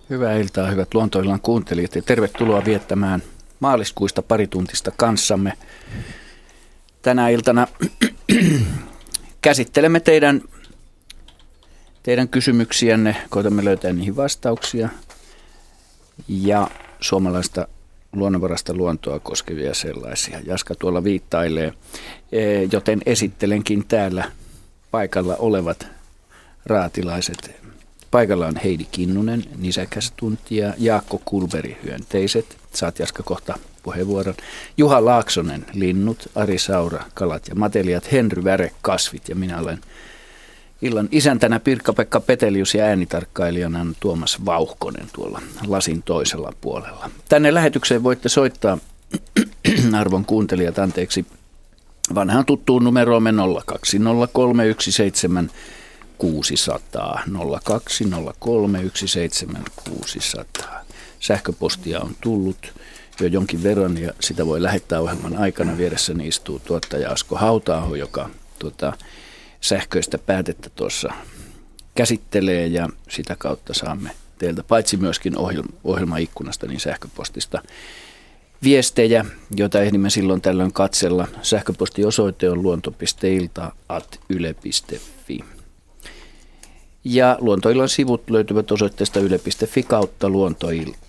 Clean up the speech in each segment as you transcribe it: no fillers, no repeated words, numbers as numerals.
Hyvää iltaa, hyvät Luontoillan kuuntelijat, ja tervetuloa viettämään maaliskuista parituntista kanssamme. Tänä iltana käsittelemme teidän kysymyksiänne, koetamme löytää niihin vastauksia ja suomalaista luonnonvarasta luontoa koskevia sellaisia. Jaska tuolla viittailee, joten esittelenkin täällä paikalla olevat raatilaiset. Paikalla on Heidi Kinnunen, nisäkästuntija, Jaakko Kulberi, hyönteiset. Saat, Jaska, kohta puheenvuoron. Juha Laaksonen, linnut, Ari Saura, kalat ja matelijat, Henry Väre, kasvit, ja minä olen illan isäntänä Pirkka-Pekka Petelius ja äänitarkkailijana on Tuomas Vauhkonen tuolla lasin toisella puolella. Tänne lähetykseen voitte soittaa, arvon kuuntelijat, anteeksi, vanhaan tuttuun numeroomme 020317600, 020317600. Sähköpostia on tullut jo jonkin verran ja sitä voi lähettää ohjelman aikana. Vieressäni istuu tuottaja Asko Hauta-aho, joka sähköistä päätettä tuossa käsittelee, ja sitä kautta saamme teiltä paitsi myöskin ohjelmaikkunasta, niin sähköpostista viestejä, joita ehdimme silloin tällöin katsella. Sähköpostiosoite on luonto.ilta@yle.fi. Ja Luontoillan sivut löytyvät osoitteesta yle.fi kautta luontoilta.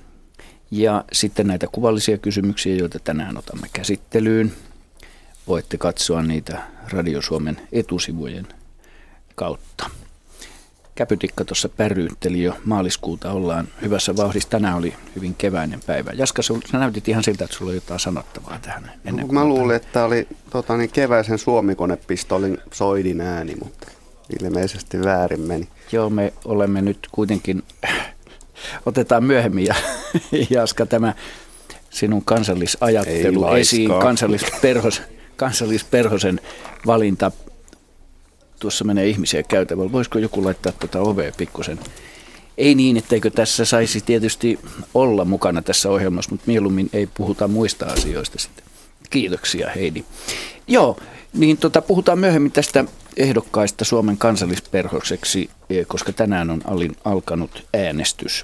Ja sitten näitä kuvallisia kysymyksiä, joita tänään otamme käsittelyyn. Voitte katsoa niitä Radio Suomen etusivujen kautta. Käpytikka tuossa pärryytteli jo maaliskuuta, ollaan hyvässä vauhdissa. Tänään oli hyvin keväinen päivä. Jaska, sä näytit ihan siltä, että sulla oli jotain sanottavaa tähän. Mä luulin, että oli keväisen suomikonepistolin soidin ääni, mutta ilmeisesti väärin meni. Joo, me olemme nyt kuitenkin, otetaan myöhemmin, ja Jaska, tämä sinun kansallisajattelu esiin, kansallisperhosen valinta. Tuossa menee ihmisiä käytävällä. Voisiko joku laittaa tuota ovea pikkusen? Ei niin, etteikö tässä saisi tietysti olla mukana tässä ohjelmassa, mutta mieluummin ei puhuta muista asioista sitten. Kiitoksia, Heidi. Joo, niin puhutaan myöhemmin tästä ehdokkaista Suomen kansallisperhoseksi, koska tänään on alkanut äänestys,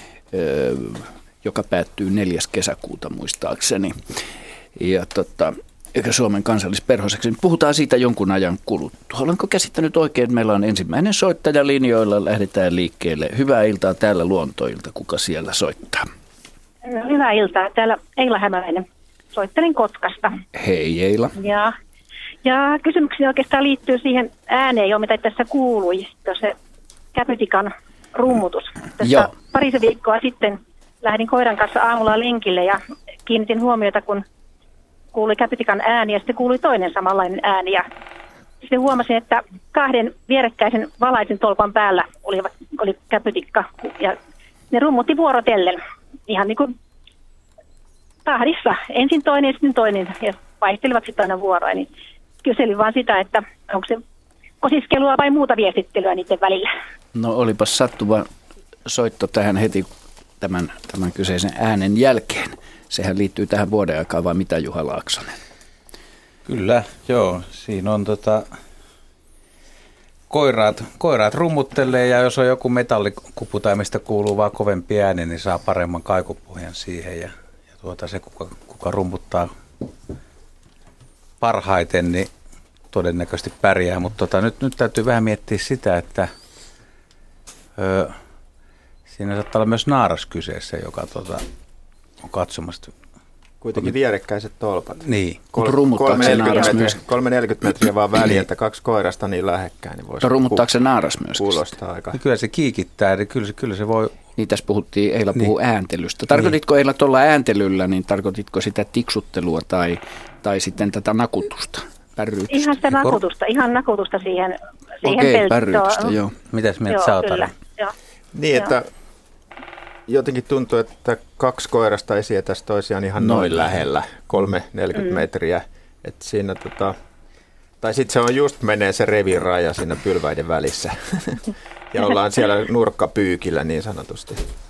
joka päättyy 4. kesäkuuta muistaakseni. Ja eikä Suomen kansallisperhoseksi. Puhutaan siitä jonkun ajan kuluttua. Olenko käsittänyt oikein? Meillä on ensimmäinen soittaja linjoilla. Lähdetään liikkeelle. Hyvää iltaa täällä Luontoilta. Kuka siellä soittaa? Hyvää iltaa. Täällä Eila Hämäläinen. Soittelen Kotkasta. Hei Eila. Ja kysymykseni oikeastaan liittyy siihen ääneen, mitä tässä kuului. Tuossa käpytikan rummutus. Tässä parisen viikkoa sitten lähdin koiran kanssa aamulla lenkille ja kiinnitin huomiota, kun kuului käpytikan ääni ja sitten kuului toinen samanlainen ääni. Ja sitten huomasin, että 2 vierekkäisen valaisin tolpan päällä oli käpytikka ja ne rummutti vuorotellen ihan niin kuin tahdissa. Ensin toinen ja sitten toinen ja vaihtelivat sitten aina vuoroa. Niin kyselin vaan sitä, että onko se kosiskelua vai muuta viestittelyä niiden välillä. No olipas sattuva soitto tähän heti tämän kyseisen äänen jälkeen. Sehän liittyy tähän vuoden aikaan, vai mitä, Juha Laaksonen? Kyllä, joo. Siinä on koiraat rummuttelee, ja jos on joku metallikupu tai mistä kuuluu vaan kovempi ääni, niin saa paremman kaikupohjan siihen. Ja se, kuka rummuttaa parhaiten, niin todennäköisesti pärjää. Mutta nyt täytyy vähän miettiä sitä, että siinä saattaa olla myös naaras kyseessä, joka on katsomasta. Kuitenkin vierekkäiset tolpat. Niin. 340 metriä vaan väliä, että 2 koirasta niin lähekkäin. Niin rummuttaako se naaras myös? Kuulostaa aika. No kyllä se kiikittää, eli kyllä se voi. Niin tässä Eila puhuu ääntelystä. Tarkoititko Eila tuolla ääntelyllä, niin tarkoititko sitä tiksuttelua tai sitten tätä nakutusta? Pärrytystä? Ihan sitä nakutusta, siihen Okei, pärrytystä, joo. Mitäs mieltä sä oot? Niin, että jotenkin tuntuu, että 2 koirasta ei sietäisi toisiaan ihan noin lähellä, 340 metriä. Että siinä tai sitten se on just menee se revirraja siinä pylväiden välissä. Ja ollaan siellä nurkkapyykillä niin sanotusti.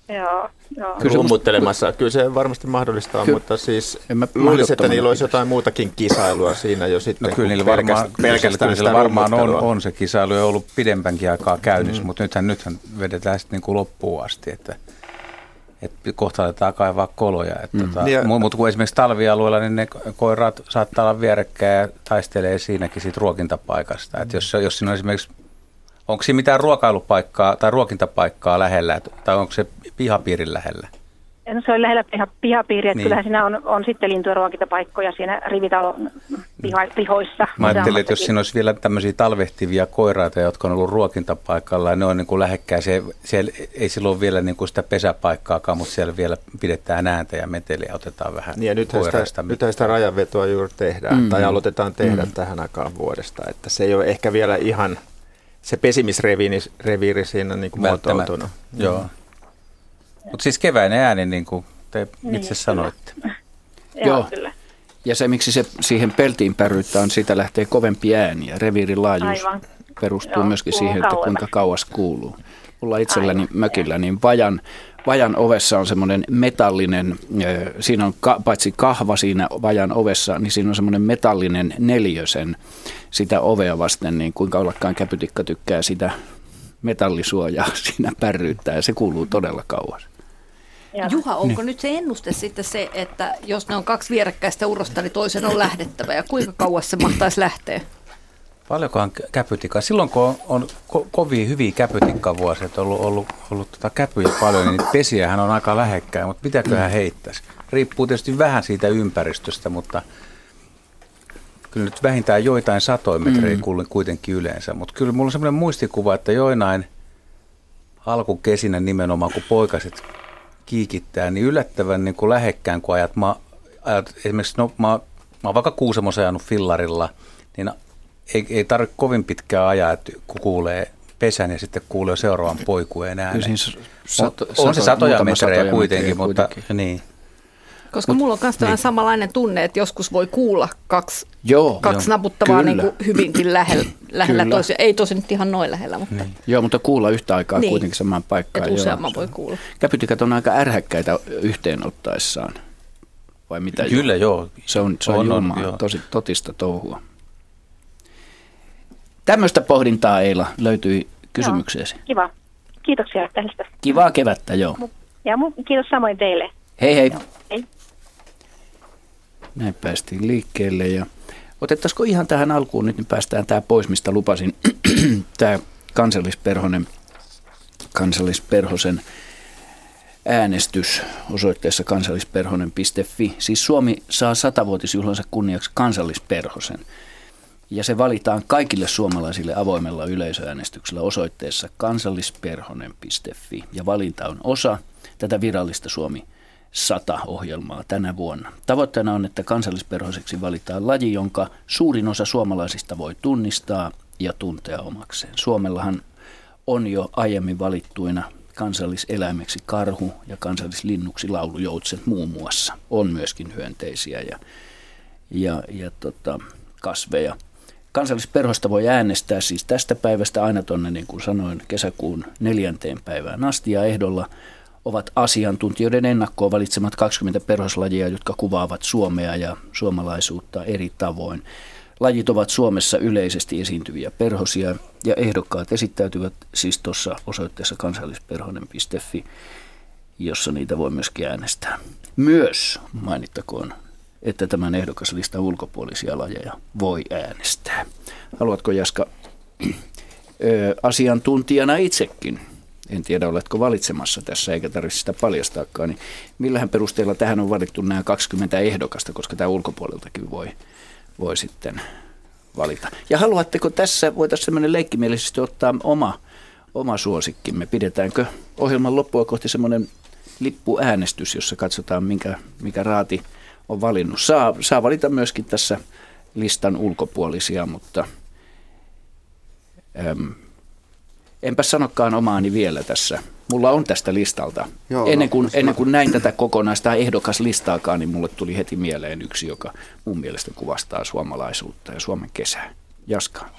Joo. Rummuttelemassa. Kyllä se varmasti mahdollista on, mutta siis luulisin, että niillä olisi jotain muutakin kisailua siinä jo sitten. No kyllä niillä varmaan on se kisailu jo ollut pidempänkin aikaa käynnissä, mutta nythän vedetään sitten niin kuin loppuun asti, että kohta aletaan kaivaa koloja. Mutta kun esimerkiksi talvialueella, niin ne koirat saattaa olla vierekkäin ja taistelee siinäkin siitä ruokintapaikasta. Että jos siinä on esimerkiksi, onko siinä mitään ruokailupaikkaa tai ruokintapaikkaa lähellä, tai onko se pihapiirin lähellä? No, se on lähellä pihapiiriä, että kyllähän siinä on sitten lintujen ruokintapaikkoja siinä rivitalon pihoissa. Mä ajattelin, että jos siinä olisi vielä tämmöisiä talvehtivia koiraita, jotka on ollut ruokintapaikalla, ja ne on niin kuin lähekkäin, siellä ei silloin vielä niin kuin sitä pesäpaikkaakaan, mutta siellä vielä pidetään ääntä ja meteliä ja otetaan vähän niin, nythän sitä rajanvetoa juuri tehdään, tai aloitetaan tehdä tähän aikaan vuodesta, että se ei ole ehkä vielä ihan se pesimisreviiri siinä niin kuin muotoutunut. Joo. Mutta siis keväinen ääni, niin kuin te itse sanoitte. Joo, kyllä. Ja se, miksi se siihen peltiin päryyttää, on siitä lähtee kovempi ääni. Ja reviirin laajuus perustuu myöskin siihen, että kuinka kauas kuuluu. Mulla itselläni mökillä, niin vajan ovessa on semmoinen metallinen, siinä on paitsi kahva siinä vajan ovessa, niin siinä on semmoinen metallinen neliö sitä ovea vasten, niin kuinka ollakaan käpytikka tykkää sitä metallisuojaa siinä pärryyttää, ja se kuuluu todella kauas. Juha, onko nyt se ennuste sitten se, että jos ne on kaksi vierekkäistä urosta, niin toisen on lähdettävä, ja kuinka kauas se mahtaisi lähteä? Paljonkaan käpytikkaa. Silloin kun on kovin hyviä käpytikkavuosia, että on ollut käpyjä paljon, niin niitä pesiähän on aika lähekkäin, mutta mitäköhän heittäisi? Riippuu tietysti vähän siitä ympäristöstä, mutta kyllä nyt vähintään joitain satoja metrejä kuitenkin yleensä. Mutta kyllä mulla on sellainen muistikuva, että joinain alkukesinä nimenomaan, kun poikaset kiikittää, niin yllättävän niin kuin lähekkään, kun ajat esimerkiksi, mä oon vaikka Kuusamossa ajanut fillarilla, niin ei tarvitse kovin pitkää ajaa, että kun kuulee pesän ja sitten kuulee seuraavan poikueen äänen. On se satoja metrejä kuitenkin, mutta niin. Koska mulla on myös samanlainen tunne, että joskus voi kuulla kaksi naputtavaa niin kuin hyvinkin lähellä toisia. Ei tosi nyt ihan noin lähellä. Mutta. Niin. Joo, mutta kuulla yhtä aikaa kuitenkin samaan paikkaan. Että useamman voi kuulla. Käpytikät on aika ärhäkkäitä yhteen ottaessaan. Vai mitä? Kyllä, joo. Se on tosi totista touhua. Tämmöistä pohdintaa, Eila, löytyi kysymykseesi. Joo, kiva. Kiitoksia tästä. Kivaa kevättä, joo. Ja kiitos samoin teille. Hei hei. Joo, hei. Näin päästiin liikkeelle ja otettaisiko ihan tähän alkuun nyt, niin päästään tämä pois, mistä lupasin, tämä kansallisperhosen äänestys osoitteessa kansallisperhonen.fi. Siis Suomi saa 100-vuotisjuhlansa kunniaksi kansallisperhosen. Ja se valitaan kaikille suomalaisille avoimella yleisöäänestyksellä osoitteessa kansallisperhonen.fi. Ja valinta on osa tätä virallista Suomi 100-ohjelmaa tänä vuonna. Tavoitteena on, että kansallisperhoseksi valitaan laji, jonka suurin osa suomalaisista voi tunnistaa ja tuntea omakseen. Suomellahan on jo aiemmin valittuina kansalliseläimeksi karhu ja kansallislinnuksi laulujoutsen muun muassa. On myöskin hyönteisiä ja kasveja. Kansallisperhosta voi äänestää siis tästä päivästä aina tuonne, niin kuin sanoin, kesäkuun 4. päivään asti, ja ehdolla ovat asiantuntijoiden ennakkoon valitsemat 20 perhoslajia, jotka kuvaavat Suomea ja suomalaisuutta eri tavoin. Lajit ovat Suomessa yleisesti esiintyviä perhosia, ja ehdokkaat esittäytyvät siis tuossa osoitteessa kansallisperhonen.fi, jossa niitä voi myöskin äänestää. Myös mainittakoon, että tämän ehdokaslistan ulkopuolisia lajeja voi äänestää. Haluatko, Jaska, asiantuntijana itsekin, en tiedä oletko valitsemassa tässä eikä tarvitse sitä paljastaakaan, niin millähän perusteella tähän on valittu nämä 20 ehdokasta, koska tämä ulkopuoleltakin voi sitten valita. Ja haluatteko tässä, voitaisiin semmoinen leikkimielisesti ottaa oma suosikkimme, pidetäänkö ohjelman loppua kohti semmoinen lippuäänestys, jossa katsotaan mikä raati on valinnut. Saa valita myöskin tässä listan ulkopuolisia, mutta enpä sanokaan omaani vielä tässä. Mulla on tästä listalta. Joo, ennen kuin näin tätä kokonaista ehdokaslistaakaan, niin mulle tuli heti mieleen yksi, joka mun mielestä kuvastaa suomalaisuutta ja Suomen kesää. Jaska.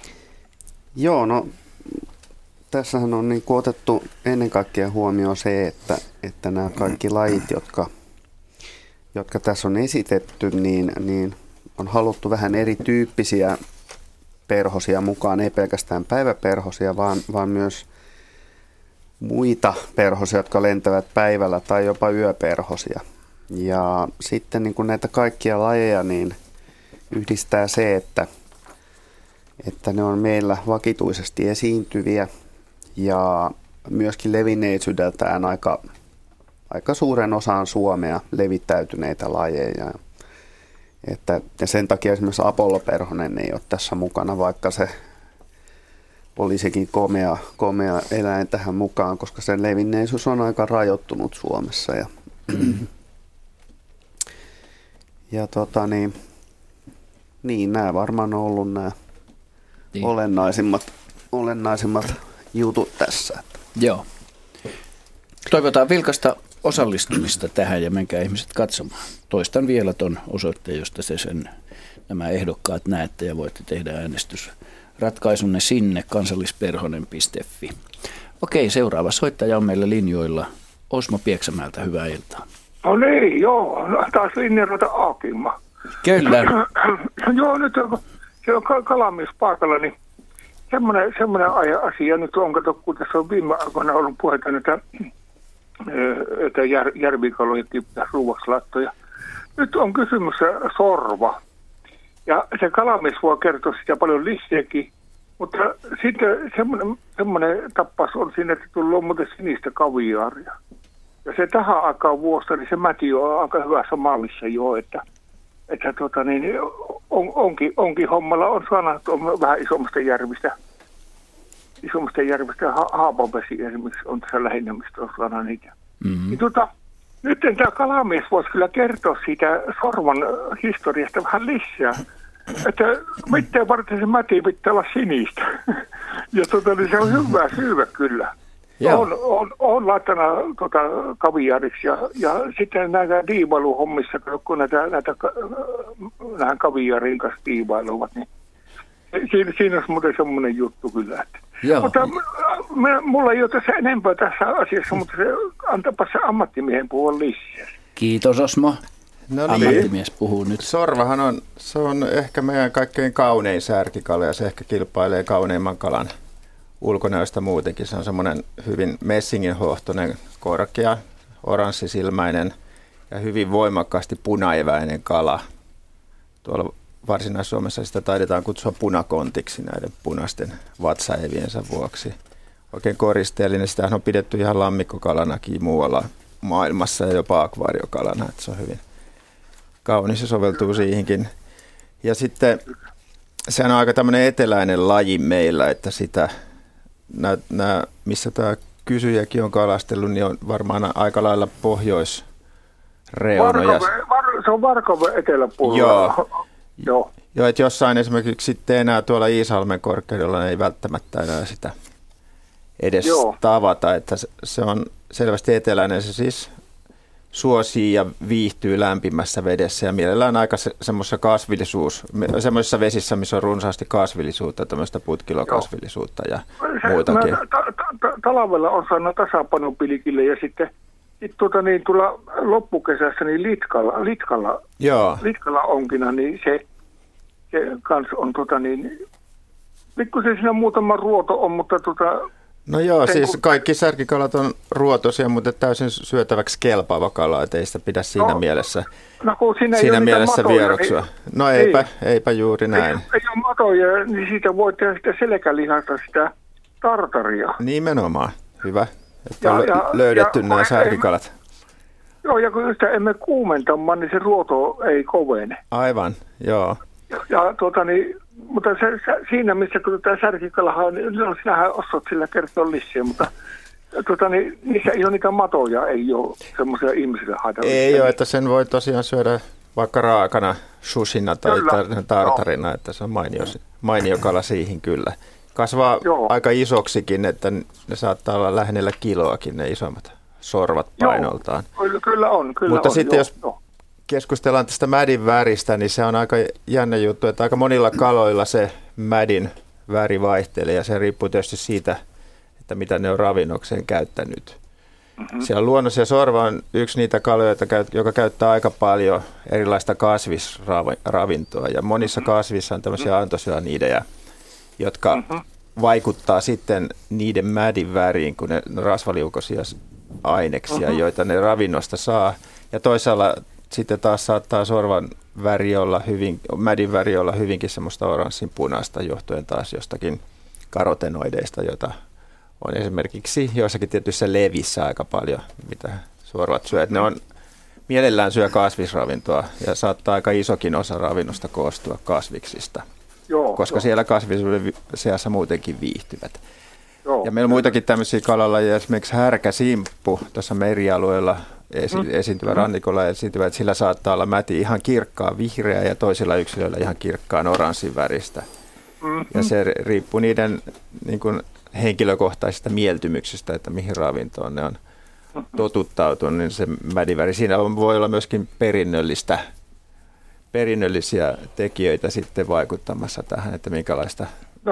Joo, no tässähän on niin otettu ennen kaikkea huomioon se, että että nämä kaikki lajit, jotka tässä on esitetty, niin on haluttu vähän erityyppisiä perhosia mukaan, ei pelkästään päiväperhosia, vaan myös muita perhosia, jotka lentävät päivällä tai jopa yöperhosia. Ja sitten niin kuin näitä kaikkia lajeja niin yhdistää se, että ne on meillä vakituisesti esiintyviä ja myöskin levinneisyydeltään aika suuren osaan Suomea levittäytyneitä lajeja. Ja sen takia esimerkiksi apolloperhonen ei ole tässä mukana, vaikka se olisikin komea eläin tähän mukaan, koska sen levinneisyys on aika rajoittunut Suomessa. Ja niin, nämä varmaan on ollut nämä olennaisimmat jutut tässä. Joo. Toivotaan vilkasta osallistumista tähän ja menkää ihmiset katsomaan. Toistan vielä tuon osoitteen, josta nämä ehdokkaat näette ja voitte tehdä äänestysratkaisunne sinne kansallisperhonen.fi. Okei, seuraava soittaja on meillä linjoilla. Osmo Pieksämäeltä, hyvää iltaa. No niin, joo. No, taas linjalla Aakimma. Kyllä. Joo, nyt siellä on kalamiespaikalla, niin semmoinen asia nyt on, kun tässä on viime aikoina ollut puhetta, että järvikalojakin pitäisi ruuaksi laittaa. Nyt on kysymys sorva. Ja se kalamies voi kertoa sitä paljon lisääkin, mutta sitten semmoinen tappaus on siinä, että tullut muuten sinistä kaviaaria. Ja se tähän aikaan vuosta, niin se mäti on aika hyvässä mallissa jo, että onkin hommalla on saanut vähän isommasta järvistä Haapavesi esimerkiksi on tässä lähinnä, mistä on saanut niitä. Mm-hmm. Nyt tämä kalamies voisi kyllä kertoa siitä sorvan historiasta vähän lisää, että mitään varten se mäti pitää olla sinistä. Ja niin se on hyvä syödä kyllä. On laittanut kaviaariksi ja sitten näitä diivailuhommissa, kun näitä kaviaarin kanssa diivailuvat, niin siinä olisi muuten semmoinen juttu kyllä. Mutta mulla ei ole tässä enempää tässä asiassa, mutta antapa se ammattimiehen puhua lisää. Kiitos Osmo. No niin. Ammattimies puhuu nyt. Sorvahan on ehkä meidän kaikkein kaunein särkikala ja se ehkä kilpailee kauneimman kalan ulkonäöstä muutenkin. Se on semmoinen hyvin messinginhohtoinen, korkea, oranssisilmäinen ja hyvin voimakkaasti punaiväinen kala. Tuolla Varsinais-Suomessa sitä taidetaan kutsua punakontiksi näiden punaisten vatsaeviensä vuoksi. Oikein koristeellinen. Sitähän on pidetty ihan lammikkokalanakin muualla maailmassa ja jopa akvaariokalana. Että se on hyvin kaunis ja soveltuu siihenkin. Ja sitten sehän on aika tämmöinen eteläinen laji meillä, että sitä, missä tämä kysyjäkin on kalastellut, niin on varmaan aika lailla pohjoisreuna. Se on Varkove eteläpuolella. Joo, että jossain esimerkiksi sitten enää tuolla Iisalmen korkeudella ei välttämättä enää sitä edes tavata, että se on selvästi eteläinen, se siis suosii ja viihtyy lämpimässä vedessä ja mielellään aika semmoisessa vesissä, missä on runsaasti kasvillisuutta, tämmöistä putkilokasvillisuutta ja muutakin. Talvella on saanut tasapainopilikille ja sitten tuolla loppukesässä niin litkalla onkina, niin se kans on pikkusen siinä muutama ruoto on, mutta No joo, siis kaikki särkikalat on ruotoisia, mutta täysin syötäväksi kelpaava kala, et ei sitä pidä siinä mielessä, siinä mielessä vieroksua. Niin, no eipä juuri näin. Ei ole matoja, niin siitä voi tehdä sitä selkälihasta sitä tartaria. Nimenomaan, hyvä, että on löydetty nämä särkikalat. Joo, ja kun sitä emme kuumentamaan, niin se ruoto ei kovene. Aivan, joo. Ja mutta siinä missä kun tämä särkikalahan, niin sinähän osat sillä kertoo lisää, mutta niissä ei ole niitä matoja, ei ole semmoisia ihmisille haitallisia. Ei ole, että sen voi tosiaan syödä vaikka raakana sushina tai tartarina, että se on mainio kala siihen kyllä. Kasvaa aika isoksikin, että ne saattaa olla lähellä kiloakin ne isommat sorvat painoltaan. Kyllä on. Mutta sitten jos keskustellaan tästä mädin väristä, niin se on aika jännä juttu, että aika monilla kaloilla se mädin väri vaihtelee ja se riippuu tietysti siitä, että mitä ne on ravinnokseen käyttänyt. Siellä luonnossa ja sorva on yksi niitä kaloja, joka käyttää aika paljon erilaista kasvisravintoa. Ja monissa kasvissa on tämmöisiä antosyanidejä, jotka vaikuttaa sitten niiden mädin väriin, kun ne rasvaliukoisia aineksia, joita ne ravinnosta saa. Ja toisaalla sitten taas saattaa sorvan väri olla mädin väri olla hyvinkin semmoista oranssin punaista, johtuen taas jostakin karotenoideista, joita on esimerkiksi joissakin tietyissä levissä aika paljon, mitä sorvat syö. Ne on mielellään syö kasvisravintoa ja saattaa aika isokin osa ravinnosta koostua kasviksista, koska siellä kasvisuuden seassa muutenkin viihtyvät. Ja meillä on muitakin tämmöisiä kalalajeja, esimerkiksi härkäsimppu tuossa merialueella esiintyvä rannikolla esiintyvä, että sillä saattaa olla mäti ihan kirkkaan vihreä ja toisilla yksilöillä ihan kirkkaan oranssin väristä. Ja se riippuu niiden niin kuin henkilökohtaisista mieltymyksistä, että mihin ravintoon ne on totuttautunut, niin se mädiväri. Siinä voi olla myöskin perinnöllisiä tekijöitä sitten vaikuttamassa tähän, että minkälaista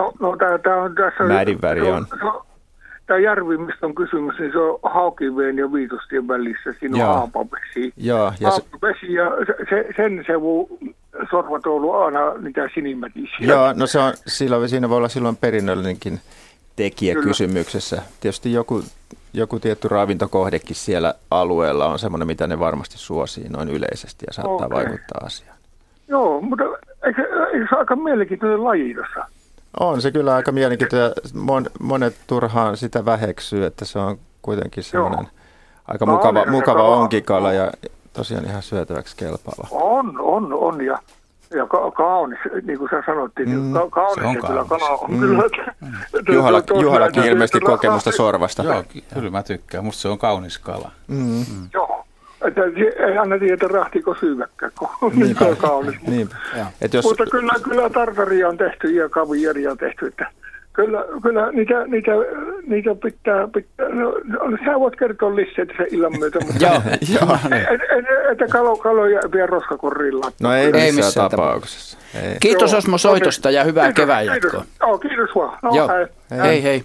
mädiväri on. Tämä järvi, mistä on kysymys, niin se on Haukiveen ja Viitostien välissä. Siinä on Haapavesi. Haapavesi ja sen sevun sorvat on ollut aina niitä sinimätisiä. Joo, no siinä voi olla silloin perinnöllinenkin tekijä kysymyksessä. Tietysti joku tietty ravintokohdekin siellä alueella on semmoinen, mitä ne varmasti suosii noin yleisesti ja saattaa vaikuttaa asiaan. Joo, mutta eikö se aika mielenkiintoinen laji tuossa? On se kyllä aika mielenkiintoinen. Monet turhaan sitä väheksyy, että se on kuitenkin semmoinen aika mukava onkikala ja tosiaan ihan syötäväksi kelpaava. On ja kaunis, niin kuin sä sanottiin, kaunis ja kyllä kala on kyllä. Juhallakin ilmeisesti kokemusta sorvasta. Joo, kyllä mä tykkään. Musta se on kaunis kala. Joo. Että ei aina tiedä rahtiko syväkään, kun niitä on kaunis. Mutta kyllä tartaria on tehty ja kaviaria on tehty, että kyllä niitä pitää sä voit kertoa lisää sen illan myötä, mutta että kaloja ei pidä roskakorilla. No ei missään tapauksessa. Kiitos Osmo soitosta ja hyvää kevään jatkoa. Kiitos vaan. Hei.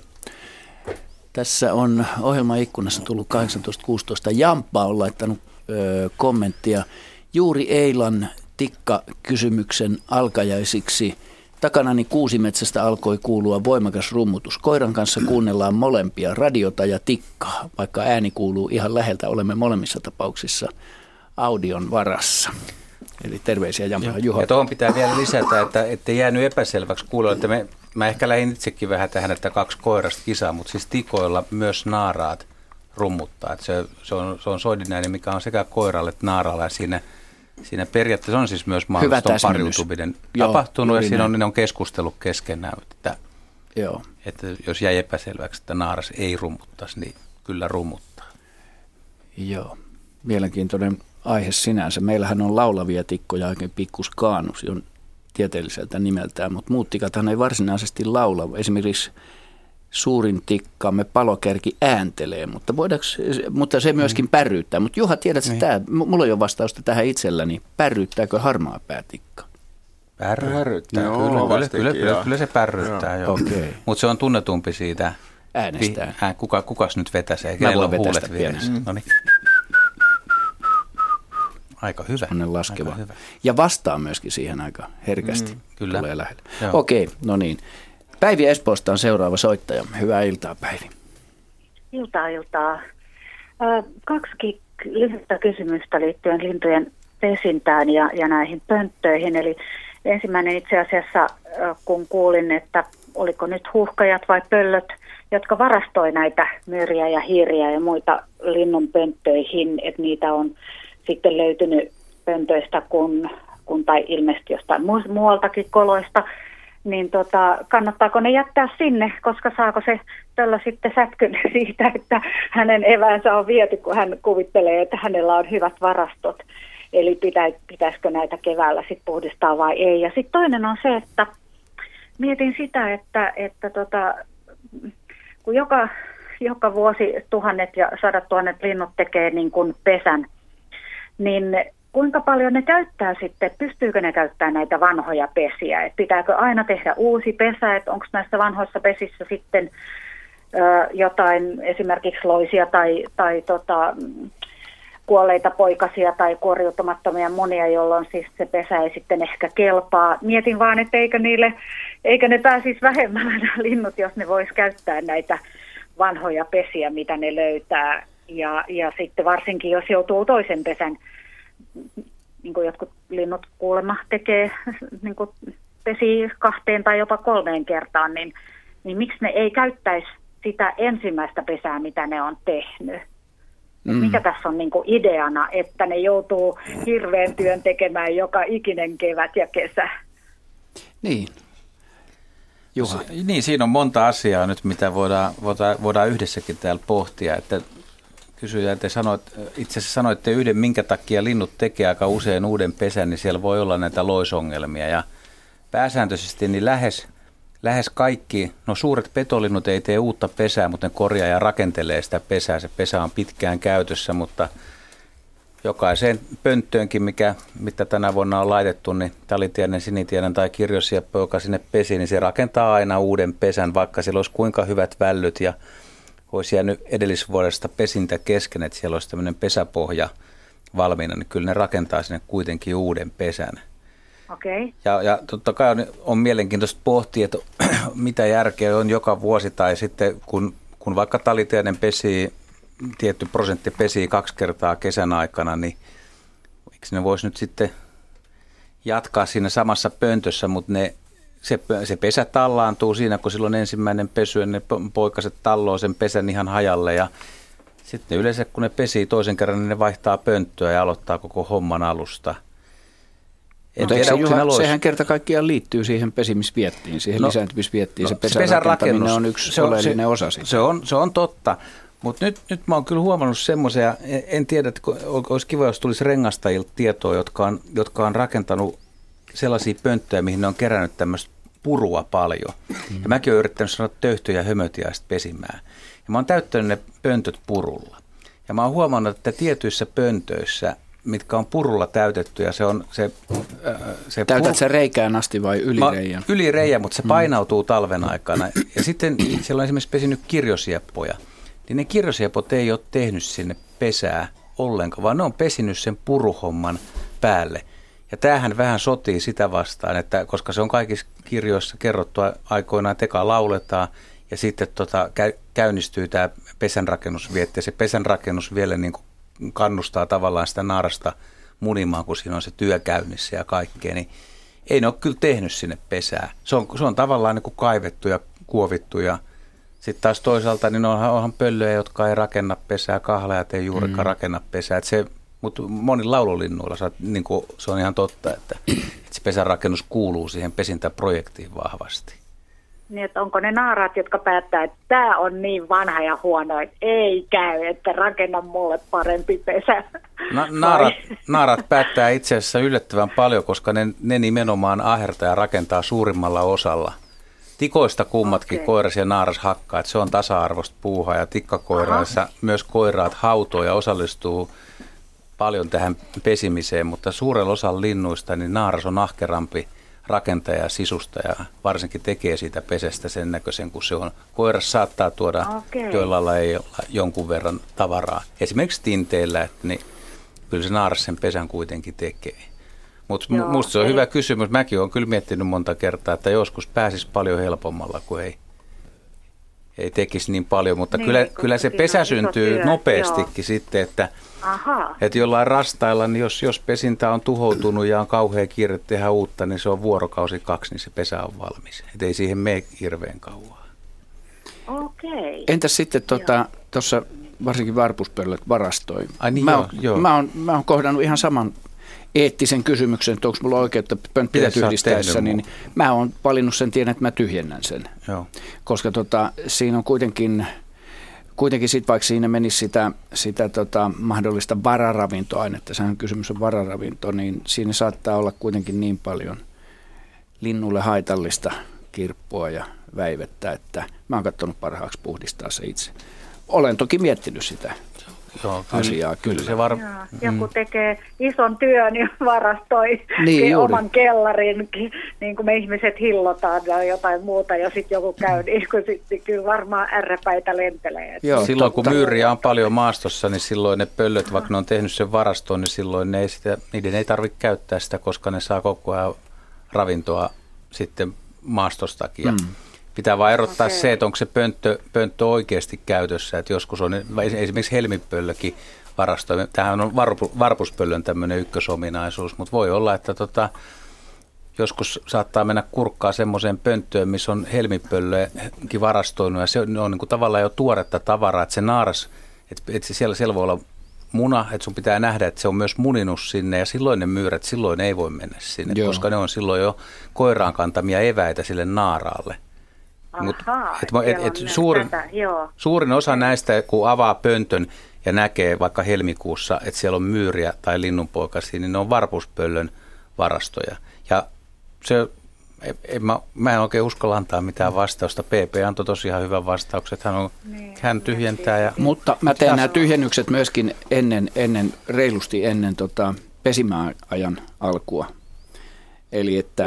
Tässä on ohjelmaikkunassa tullut 18.16. Jamppa on laittanut kommenttia. Juuri Eilan tikka-kysymyksen alkajaisiksi takanani Kuusimetsästä alkoi kuulua voimakas rummutus. Koiran kanssa kuunnellaan molempia, radiota ja tikkaa. Vaikka ääni kuuluu ihan läheltä, olemme molemmissa tapauksissa audion varassa. Eli terveisiä Jamppa. Juha. Ja tuohon pitää vielä lisätä, että ettei jäänyt epäselväksi kuulla, että mä ehkä lähdin itsekin vähän tähän, että 2 koirasta kisaa, mutta siis tikoilla myös naaraat rummuttaa. Että se on soidinääni, mikä on sekä koiralle että naaralle. Siinä periaatteessa on siis myös mahdollista pariutuminen tapahtunut ja siinä on keskustellut keskenään. Että jos jäi epäselväksi, että naaras ei rummuttaisi, niin kyllä rummuttaa. Joo, mielenkiintoinen aihe sinänsä. Meillähän on laulavia tikkoja, oikein pikkuskaanus on tieteelliseltä nimeltään, mutta muut tikathan ei varsinaisesti laula. Esimerkiksi suurin tikkamme palokärki ääntelee, mutta se myöskin pärryyttää. Mutta Juha, tiedätkö, mulla ei ole vastausta tähän itselläni. Pärryyttääkö harmaa päätikka? Pärryyttää, kyllä se pärryyttää. Okay. Mutta se on tunnetumpi siitä äänestään. Kukas nyt vetäsee? Kenellä on huulet vieressä? Aika hyvä. Laskeva. Aika hyvä. Ja vastaa myöskin siihen aika herkästi. Kyllä. Tulee lähelle. Okei, no niin. Päivi Espoosta on seuraava soittaja. Hyvää iltaa, Päivi. Iltaa. 2 lyhyttä kysymystä liittyen lintujen pesintään ja näihin pönttöihin. Eli ensimmäinen itse asiassa, kun kuulin, että oliko nyt huuhkajat vai pöllöt, jotka varastoi näitä myriä ja hiiriä ja muita linnun pönttöihin, että niitä on sitten löytynyt pöntöistä tai ilmeisesti jostain muualtakin koloista, niin kannattaako ne jättää sinne, koska saako se tällä sitten sätkyn siitä, että hänen eväänsä on viety, kun hän kuvittelee, että hänellä on hyvät varastot. Eli pitäisikö näitä keväällä sitten puhdistaa vai ei. Ja sitten toinen on se, että mietin sitä, että kun joka vuosi tuhannet ja 100 000 linnut tekee niin kuin pesän, niin kuinka paljon ne käyttää sitten, pystyykö ne käyttämään näitä vanhoja pesiä? Et pitääkö aina tehdä uusi pesä, että onko näissä vanhoissa pesissä sitten jotain esimerkiksi loisia tai kuolleita poikasia tai kuoriutumattomia munia, jolloin siis se pesä ei sitten ehkä kelpaa. Mietin vaan, että eikö ne pääsisi vähemmällä nämä linnut, jos ne vois käyttää näitä vanhoja pesiä, mitä ne löytää. Ja sitten varsinkin, jos joutuu toisen pesän, niin kuin jotkut linnut kuulemma tekee, niin kuin pesi 2 tai jopa 3 kertaan, niin miksi ne ei käyttäisi sitä ensimmäistä pesää, mitä ne on tehnyt? Mikä tässä on niin kuin ideana, että ne joutuu hirveän työn tekemään joka ikinen kevät ja kesä? Niin. Juha. Niin, siinä on monta asiaa nyt, mitä voidaan yhdessäkin täällä pohtia. Että kysyjä, itse asiassa sanoitte yhden, minkä takia linnut tekee aika usein uuden pesän, niin siellä voi olla näitä loisongelmia. Ja pääsääntöisesti niin lähes kaikki, suuret petolinnut ei tee uutta pesää, mutta ne korjaa ja rakentelee sitä pesää. Se pesä on pitkään käytössä, mutta jokaiseen pönttöönkin, mitä tänä vuonna on laitettu, niin talitiainen, sinitiainen tai kirjosieppo, joka sinne pesi, niin se rakentaa aina uuden pesän, vaikka siellä olisi kuinka hyvät vällyt ja olisi jäänyt edellisvuodesta pesintä kesken, että siellä olisi tämmöinen pesäpohja valmiina, niin kyllä ne rakentaa sinne kuitenkin uuden pesän. Okay. Ja totta kai on mielenkiintoista pohtia, että mitä järkeä on joka vuosi, tai sitten kun vaikka talitiainen tietty prosentti pesii 2 kertaa kesän aikana, niin miksi ne voisi nyt sitten jatkaa siinä samassa pöntössä, mutta se pesä tallaantuu siinä, kun silloin ensimmäinen pesy, ja ne poikaset talloo sen pesän ihan hajalle, ja sitten yleensä kun ne pesii toisen kerran, niin ne vaihtaa pönttöä ja aloittaa koko homman alusta. Sehän kerta kaikkiaan liittyy siihen pesimisviettiin, siihen lisääntymisviettiin. Se pesän rakentaminen on yksi oleellinen osa sitä. Se on totta, mutta nyt mä oon kyllä huomannut semmoisia, en tiedä, että olisi kiva, jos tulisi rengastajilta tietoa, jotka on rakentanut sellaisia pönttöjä, mihin ne on kerännyt tämmöistä purua paljon. Ja mäkin olen yrittänyt saada töyhtöjä ja hömötiaista pesimään. Ja mä oon täyttänyt ne pöntöt purulla. Ja mä oon huomannut, että tietyissä pöntöissä, mitkä on purulla täytetty, ja se täytät sen reikään asti vai yli reijän? Yli reijän, mutta se painautuu talven aikana. Ja sitten siellä on esimerkiksi pesinyt kirjosieppoja. Niin ne kirjosiepot ei ole tehnyt sinne pesää ollenkaan, vaan ne on pesinyt sen puruhomman päälle. Ja tämähän vähän sotii sitä vastaan, että koska se on kaikissa kirjoissa kerrottu aikoinaan, että eka lauletaan ja sitten käynnistyy tämä pesänrakennusvietti. Ja se pesänrakennus vielä niin kuin kannustaa tavallaan sitä naarasta munimaan, kun siinä on se työ käynnissä ja kaikkea, niin ei ne ole kyllä tehnyt sinne pesää. Se on tavallaan niin kuin kaivettu ja kuovittu ja sitten taas toisaalta niin onhan pöllöjä, jotka ei rakenna pesää, kahlajat ei juurikaan rakenna pesää. Mutta monilla laululinnuilla niin se on ihan totta, että se pesänrakennus kuuluu siihen pesintäprojektiin vahvasti. Niin, että onko ne naaraat, jotka päättää, että tämä on niin vanha ja huono, että ei käy, että rakenna mulle parempi pesä. Naarat päättää itse asiassa yllättävän paljon, koska ne nimenomaan ahertaa ja rakentaa suurimmalla osalla. Tikoista kummatkin koiras ja naaras hakkaa, että se on tasa-arvoista puuhaa ja tikkakoiraissa myös koiraat hautoo ja osallistuu paljon tähän pesimiseen, mutta suurella osalla linnuista niin naaras on ahkerampi rakentaja ja sisustaja, varsinkin tekee siitä pesästä sen näköisen, kun se on. Koiras saattaa tuoda joillain ei olla jonkun verran tavaraa. Esimerkiksi tinteillä, niin kyllä se naaras sen pesän kuitenkin tekee. Mutta musta se on hyvä kysymys. Mäkin olen kyllä miettinyt monta kertaa, että joskus pääsisi paljon helpommalla, kun ei tekisi niin paljon. Mutta kyllä se pesä syntyy nopeastikin sitten, että jollain rastailla, niin jos pesintä on tuhoutunut ja on kauhea kiire tehdä uutta, niin se on vuorokausi 2, niin se pesä on valmis. Että ei siihen mene hirveän kauan. Entäs sitten tuossa varsinkin varpuspöllöt varastoi? Ai niin, mä oon kohdannut ihan saman eettisen kysymyksen, että onko mulla oikeutta pönttöjä yhdistäessä, niin mä oon valinnut sen tien, että mä tyhjennän sen. Joo. Koska siinä on kuitenkin sit, vaikka siinä menisi sitä mahdollista vararavintoainetta, sehän kysymys on vararavinto, niin siinä saattaa olla kuitenkin niin paljon linnulle haitallista kirppua ja väivettä, että mä oon katsonut parhaaksi puhdistaa se itse. Olen toki miettinyt sitä. asiaa. Kyllä. Se joku tekee ison työn ja varastoi oman kellarin, niin kuin me ihmiset hillotaan ja jotain muuta, ja sitten joku käy, niin sitten kyllä varmaan ärräpäitä lentelee. Silloin kun myyriä on paljon maastossa, niin silloin ne pöllöt, vaikka ne on tehnyt sen varastoon, niin silloin niiden ei tarvitse käyttää sitä, koska ne saa koko ajan ravintoa sitten maastostakin. Pitää vaan erottaa se, että onko se pönttö oikeasti käytössä, että joskus on esimerkiksi helmipöllökin varastoi. Tämähän on varpuspöllön tämmöinen ykkösominaisuus, mutta voi olla, että joskus saattaa mennä kurkkaa semmoiseen pönttöön, missä on helmipöllöäkin varastoinut, ja se on niin kuin tavallaan jo tuoretta tavaraa, että se naaras, että siellä voi olla muna, että sun pitää nähdä, että se on myös muninut sinne, ja silloin ne myyrät, silloin ei voi mennä sinne, koska ne on silloin jo koiraan kantamia eväitä sille naaraalle. Suurin osa näistä, kun avaa pöntön ja näkee vaikka helmikuussa, että siellä on myyriä tai linnunpoikasia, niin ne on varpuspöllön varastoja. Ja mä en oikein uskalla antaa mitään vastausta. PP antoi tosiaan hyvän vastauksen, että hän tyhjentää. Mutta mä teen nämä tyhjennykset myöskin reilusti ennen pesimäajan alkua. Eli että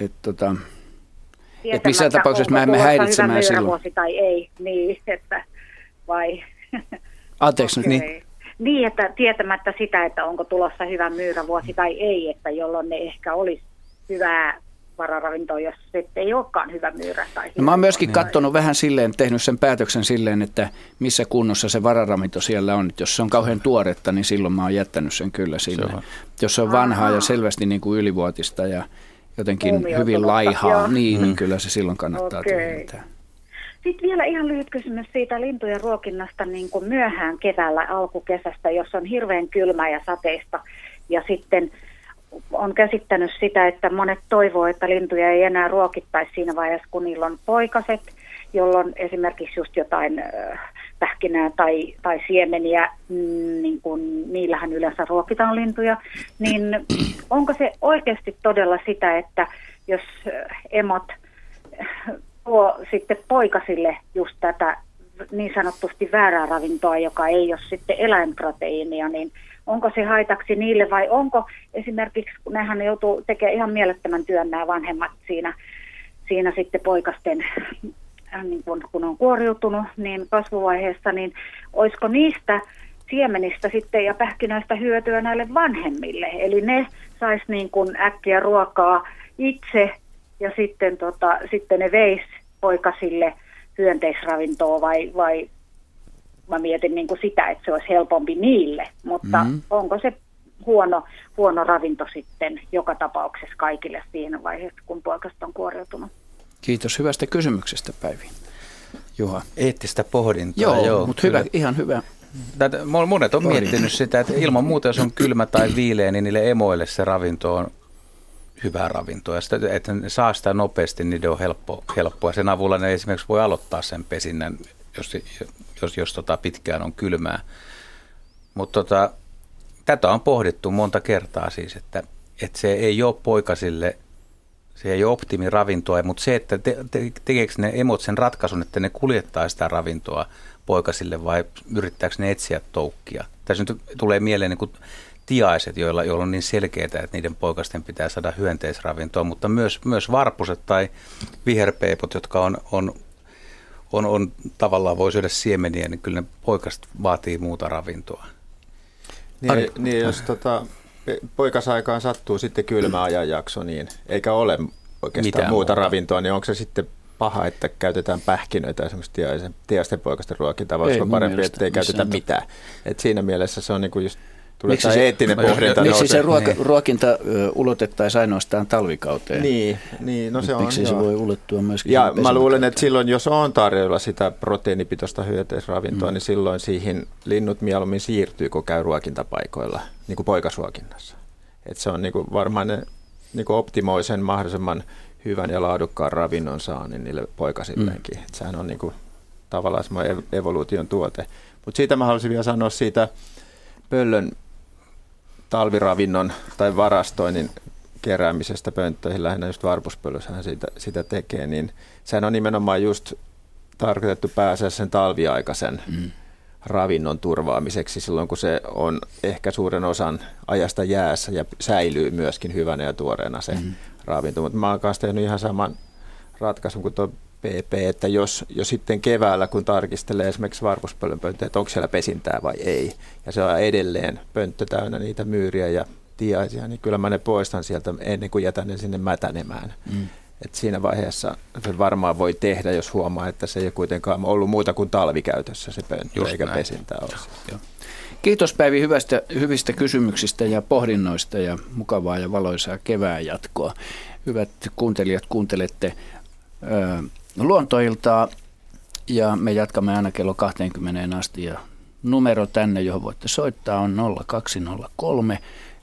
missään tapauksessa mä emme häiritsemään silloin. Tai ei, niin, että vai? Anteeksi nyt, niin. Niin, että tietämättä sitä, että onko tulossa hyvä myyrävuosi tai ei, että jolloin ne ehkä olisi hyvää vararavintoa, jos se ei olekaan hyvä myyrä. Tai mä oon myöskin katsonut vähän silleen, tehnyt sen päätöksen silleen, että missä kunnossa se vararavinto siellä on. Jos se on kauhean tuoretta, niin silloin mä oon jättänyt sen kyllä sinne. Jos se on vanhaa ja selvästi niin kuin ylivuotista ja jotenkin hyvin laihaa, niin kyllä se silloin kannattaa tyhjentää. Sitten vielä ihan lyhyt kysymys siitä lintujen ruokinnasta niin kuin myöhään keväällä alkukesästä, jos on hirveän kylmää ja sateista. Ja sitten on käsittänyt sitä, että monet toivoo, että lintuja ei enää ruokittaisi siinä vaiheessa, kun niillä on poikaset, jolloin esimerkiksi just jotain pähkinää tai siemeniä, niin kun niillähän yleensä ruokitaan lintuja, niin onko se oikeasti todella sitä, että jos emot tuo sitten poikasille just tätä niin sanottusti väärää ravintoa, joka ei ole sitten eläinproteiinia, niin onko se haitaksi niille vai onko esimerkiksi, kun nehän joutuu tekemään ihan mielettömän työn nämä vanhemmat siinä sitten poikasten, niin kun on kuoriutunut, niin kasvuvaiheessa, niin olisiko niistä siemenistä sitten ja pähkinöistä hyötyä näille vanhemmille? Eli ne sais niin kuin äkkiä ruokaa itse ja sitten ne veis poikasille hyönteisravintoa vai mä mietin niin kuin sitä, että se olisi helpompi niille, mutta onko se huono ravinto sitten joka tapauksessa kaikille siinä vaiheessa, kun poikasta on kuoriutunut? Kiitos hyvästä kysymyksestä, Päivi. Juha. Eettistä pohdintaa. Joo, mutta ihan hyvä. Monet on miettinyt sitä, että ilman muuta, jos on kylmä tai viileä, niin niille emoille se ravinto on hyvää ravintoa. Ja että ne saa sitä nopeasti, niin ne on helppoa. Sen avulla ne esimerkiksi voi aloittaa sen pesinnän, jos pitkään on kylmää. Mutta tätä on pohdittu monta kertaa siis, että se ei ole poikasille, se ei ole optimiravintoa, mutta se, että tekeekö ne emot sen ratkaisun, että ne kuljettaa sitä ravintoa poikasille vai yrittääkö ne etsiä toukkia. Tässä nyt tulee mieleen niin kuin tiaiset, joilla on niin selkeää, että niiden poikasten pitää saada hyönteisravintoa, mutta myös varpuset tai viherpeipot, jotka on tavallaan voi syödä siemeniä, niin kyllä ne poikasta vaatii muuta ravintoa. Niin jos poikasaikaan sattuu sitten kylmä ajanjakso, niin eikä ole oikeastaan muuta ravintoa, niin onko se sitten paha, että käytetään pähkinöitä esimerkiksi tiaisten poikasten ruokintaan, vai olisiko parempi, että ei käytetä mitään. Et siinä mielessä se on niinku just tulee tämä eettinen pohdinta. Miksi se ruokinta ulotettaisiin ainoastaan talvikauteen? Niin, no se on. Miksi se voi ulottua myöskin? Ja mä luulen, että silloin, jos on tarjolla sitä proteiinipitoista hyönteisravintoa, niin silloin siihen linnut mieluummin siirtyy, kun käy ruokintapaikoilla, niin kuin poikasruokinnassa. Et se on niin kuin varmaan ne niin kuin optimoi sen mahdollisimman hyvän ja laadukkaan ravinnon saannin niille poikasilleenkin. Et sehän on niin kuin tavallaan semmoinen evoluution tuote. Mutta siitä mä haluaisin vielä sanoa siitä pöllön talviravinnon tai varastoinnin keräämisestä pönttöihin, lähinnä just varpuspöllössähän sitä tekee, niin sehän on nimenomaan just tarkoitettu pääasiassa sen talviaikaisen ravinnon turvaamiseksi silloin, kun se on ehkä suuren osan ajasta jäässä ja säilyy myöskin hyvänä ja tuoreena se ravinto. Mutta mä oon kanssa tehnyt ihan saman ratkaisun kuin tuo PP, että jos sitten keväällä, kun tarkistelee esimerkiksi varpuspölynpönttöä, että onko siellä pesintää vai ei, ja se on edelleen pönttö täynnä niitä myyriä ja tiaisia, niin kyllä mä ne poistan sieltä ennen kuin jätän ne sinne mätänemään. Et siinä vaiheessa se varmaan voi tehdä, jos huomaa, että se ei ole kuitenkaan ollut muuta kuin talvikäytössä se pönttö, just eikä näin. Pesintää ole. Joo. Kiitos Päivi hyvistä kysymyksistä ja pohdinnoista ja mukavaa ja valoisaa kevään jatkoa. Hyvät kuuntelijat, kuuntelette Luontoiltaa ja me jatkamme aina kello 20 asti ja numero tänne, johon voitte soittaa on 0203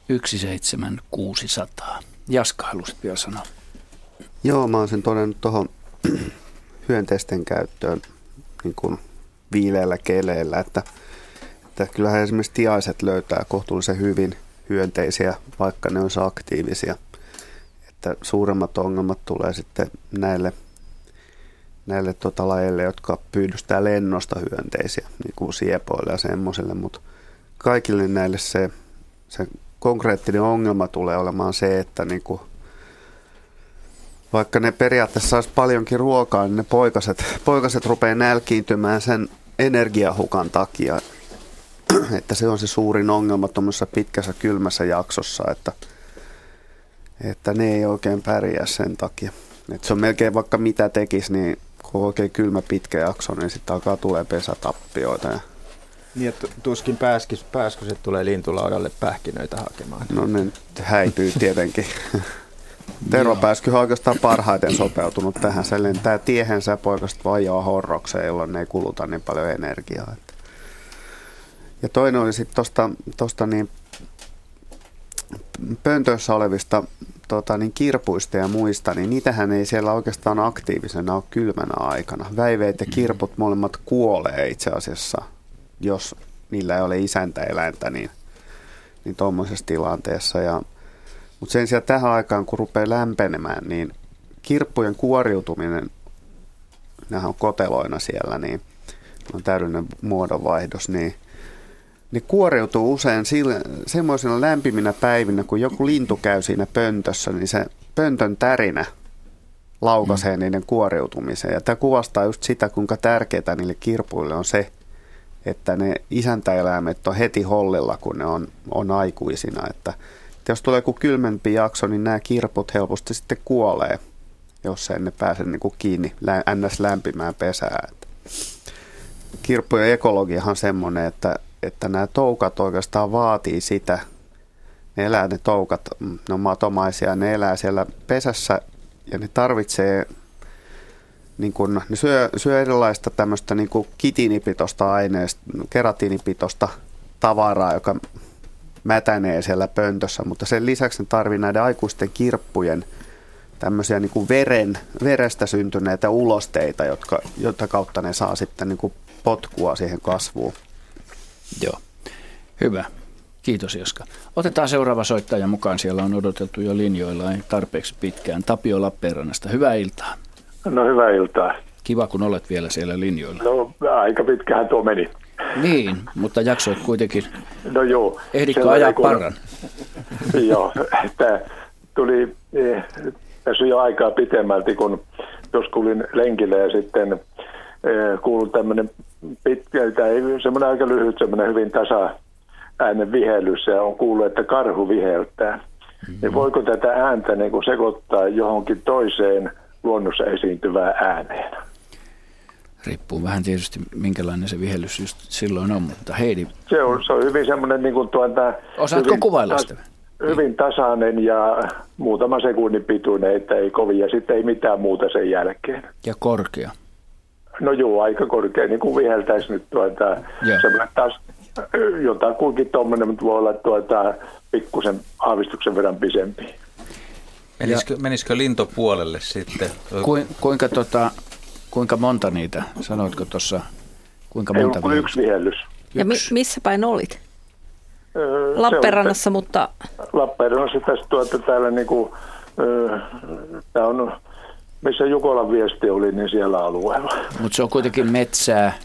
17600. Jaska, haluaisit vielä sanoa? Joo, mä oon sen todennut tuohon hyönteisten käyttöön niin kuin viileällä keleillä, että kyllähän esimerkiksi tiaiset löytää kohtuullisen hyvin hyönteisiä, vaikka ne olisi aktiivisia. Että suuremmat ongelmat tulee sitten näille lajeille, jotka pyydystää lennosta hyönteisiä, niin kuin siepoille ja semmoiselle, mutta kaikille näille se konkreettinen ongelma tulee olemaan se, että niin kuin, vaikka ne periaatteessa saisi paljonkin ruokaa, niin ne poikaset rupeaa nälkiintymään sen energiahukan takia, että se on se suurin ongelma tuommoisessa pitkässä kylmässä jaksossa, että ne ei oikein pärjää sen takia. Että se on melkein vaikka mitä tekisi, niin kun on oikein kylmä pitkä jakso, niin sitten alkaa tulee pesätappioita. Niin, että tuskin pääskyset tulee lintulaudalle pähkinöitä hakemaan. No ne häipyy tietenkin. Tero Pääsky on oikeastaan parhaiten sopeutunut tähän. Se lentää tiehensä poikasta vajaa horrokseen, jolloin ne ei kuluta niin paljon energiaa. Ja toinen oli sitten tuosta niin pöntössä olevista niin kirpuista ja muista, niin niitähän ei siellä oikeastaan aktiivisena ole kylmänä aikana. Väiveet ja kirput molemmat kuolee itse asiassa, jos niillä ei ole isäntäeläintä, niin tuommoisessa tilanteessa. Mutta sen sijaan tähän aikaan, kun rupeaa lämpenemään, niin kirppujen kuoriutuminen, nehän on koteloina siellä, niin on täydellinen muodonvaihdos, niin ne kuoriutuu usein semmoisina lämpiminä päivinä, kun joku lintu käy siinä pöntössä, niin se pöntön tärinä laukaisee niiden kuoriutumiseen. Ja tämä kuvastaa just sitä, kuinka tärkeää niille kirpuille on se, että ne isäntäeläimet on heti hollilla, kun ne on aikuisina. Että jos tulee joku kylmempi jakso, niin nämä kirput helposti sitten kuolee, jos ei ne pääse niin kuin kiinni ns. Lämpimään pesään. Kirppujen ekologiahan on semmoinen, että nämä toukat oikeastaan vaatii sitä. Ne toukat, ne on matomaisia, ne elää siellä pesässä ja ne tarvitsee, niin kun, ne syö erilaista tämmöistä niin kuin kitiinipitoista aineesta, keratiinipitoista tavaraa, joka mätänee siellä pöntössä, mutta sen lisäksi ne tarvitsee näiden aikuisten kirppujen tämmöisiä niin kuin verestä syntyneitä ulosteita, jotta kautta ne saa sitten niin kuin potkua siihen kasvuun. Joo, hyvä. Kiitos Jaska. Otetaan seuraava soittaja mukaan. Siellä on odoteltu jo linjoilla tarpeeksi pitkään. Tapio Lappeenrannasta. Hyvää iltaa. No hyvää iltaa. Kiva, kun olet vielä siellä linjoilla. No aika pitkähän tuo meni. Niin, mutta jaksoit kuitenkin. No joo. Ehditkö ajaa parran? Joo, että tuli tässä jo aikaa pitemmälti, kun tuossa kuulin lenkille ja sitten kuului tämmöinen pitkä, tai semmoinen aika lyhyt, semmoinen hyvin tasa-äänen vihellys, ja on kuullut, että karhu viheltää. Niin voiko tätä ääntä niin kuin sekoittaa johonkin toiseen luonnossa esiintyvään ääneen? Riippuu vähän tietysti, minkälainen se vihellys just silloin on, mutta Heidi. Se on hyvin semmoinen niin kuin osaatko kuvailla sitä? Hyvin tasainen ja muutama sekunnin pituinen, että ei kovin, ja sitten ei mitään muuta sen jälkeen. Ja korkea. No joo, aika korkea, niin kuin viheltäisi nyt semmoinen taas jotain kuinkin tuommoinen, mutta voi olla pikkusen aavistuksen verran pisempi. Menisikö lintopuolelle sitten? Kuinka monta niitä? Sanoitko tuossa? Kuinka monta? Ei ollut yksi vihellys. Ja missä päin olit? Lappeenrannassa, mutta... Lappeenrannassa tästä täällä niinku, tää on, missä Jukolan viesti oli, niin siellä alueella. Mutta se on kuitenkin metsää.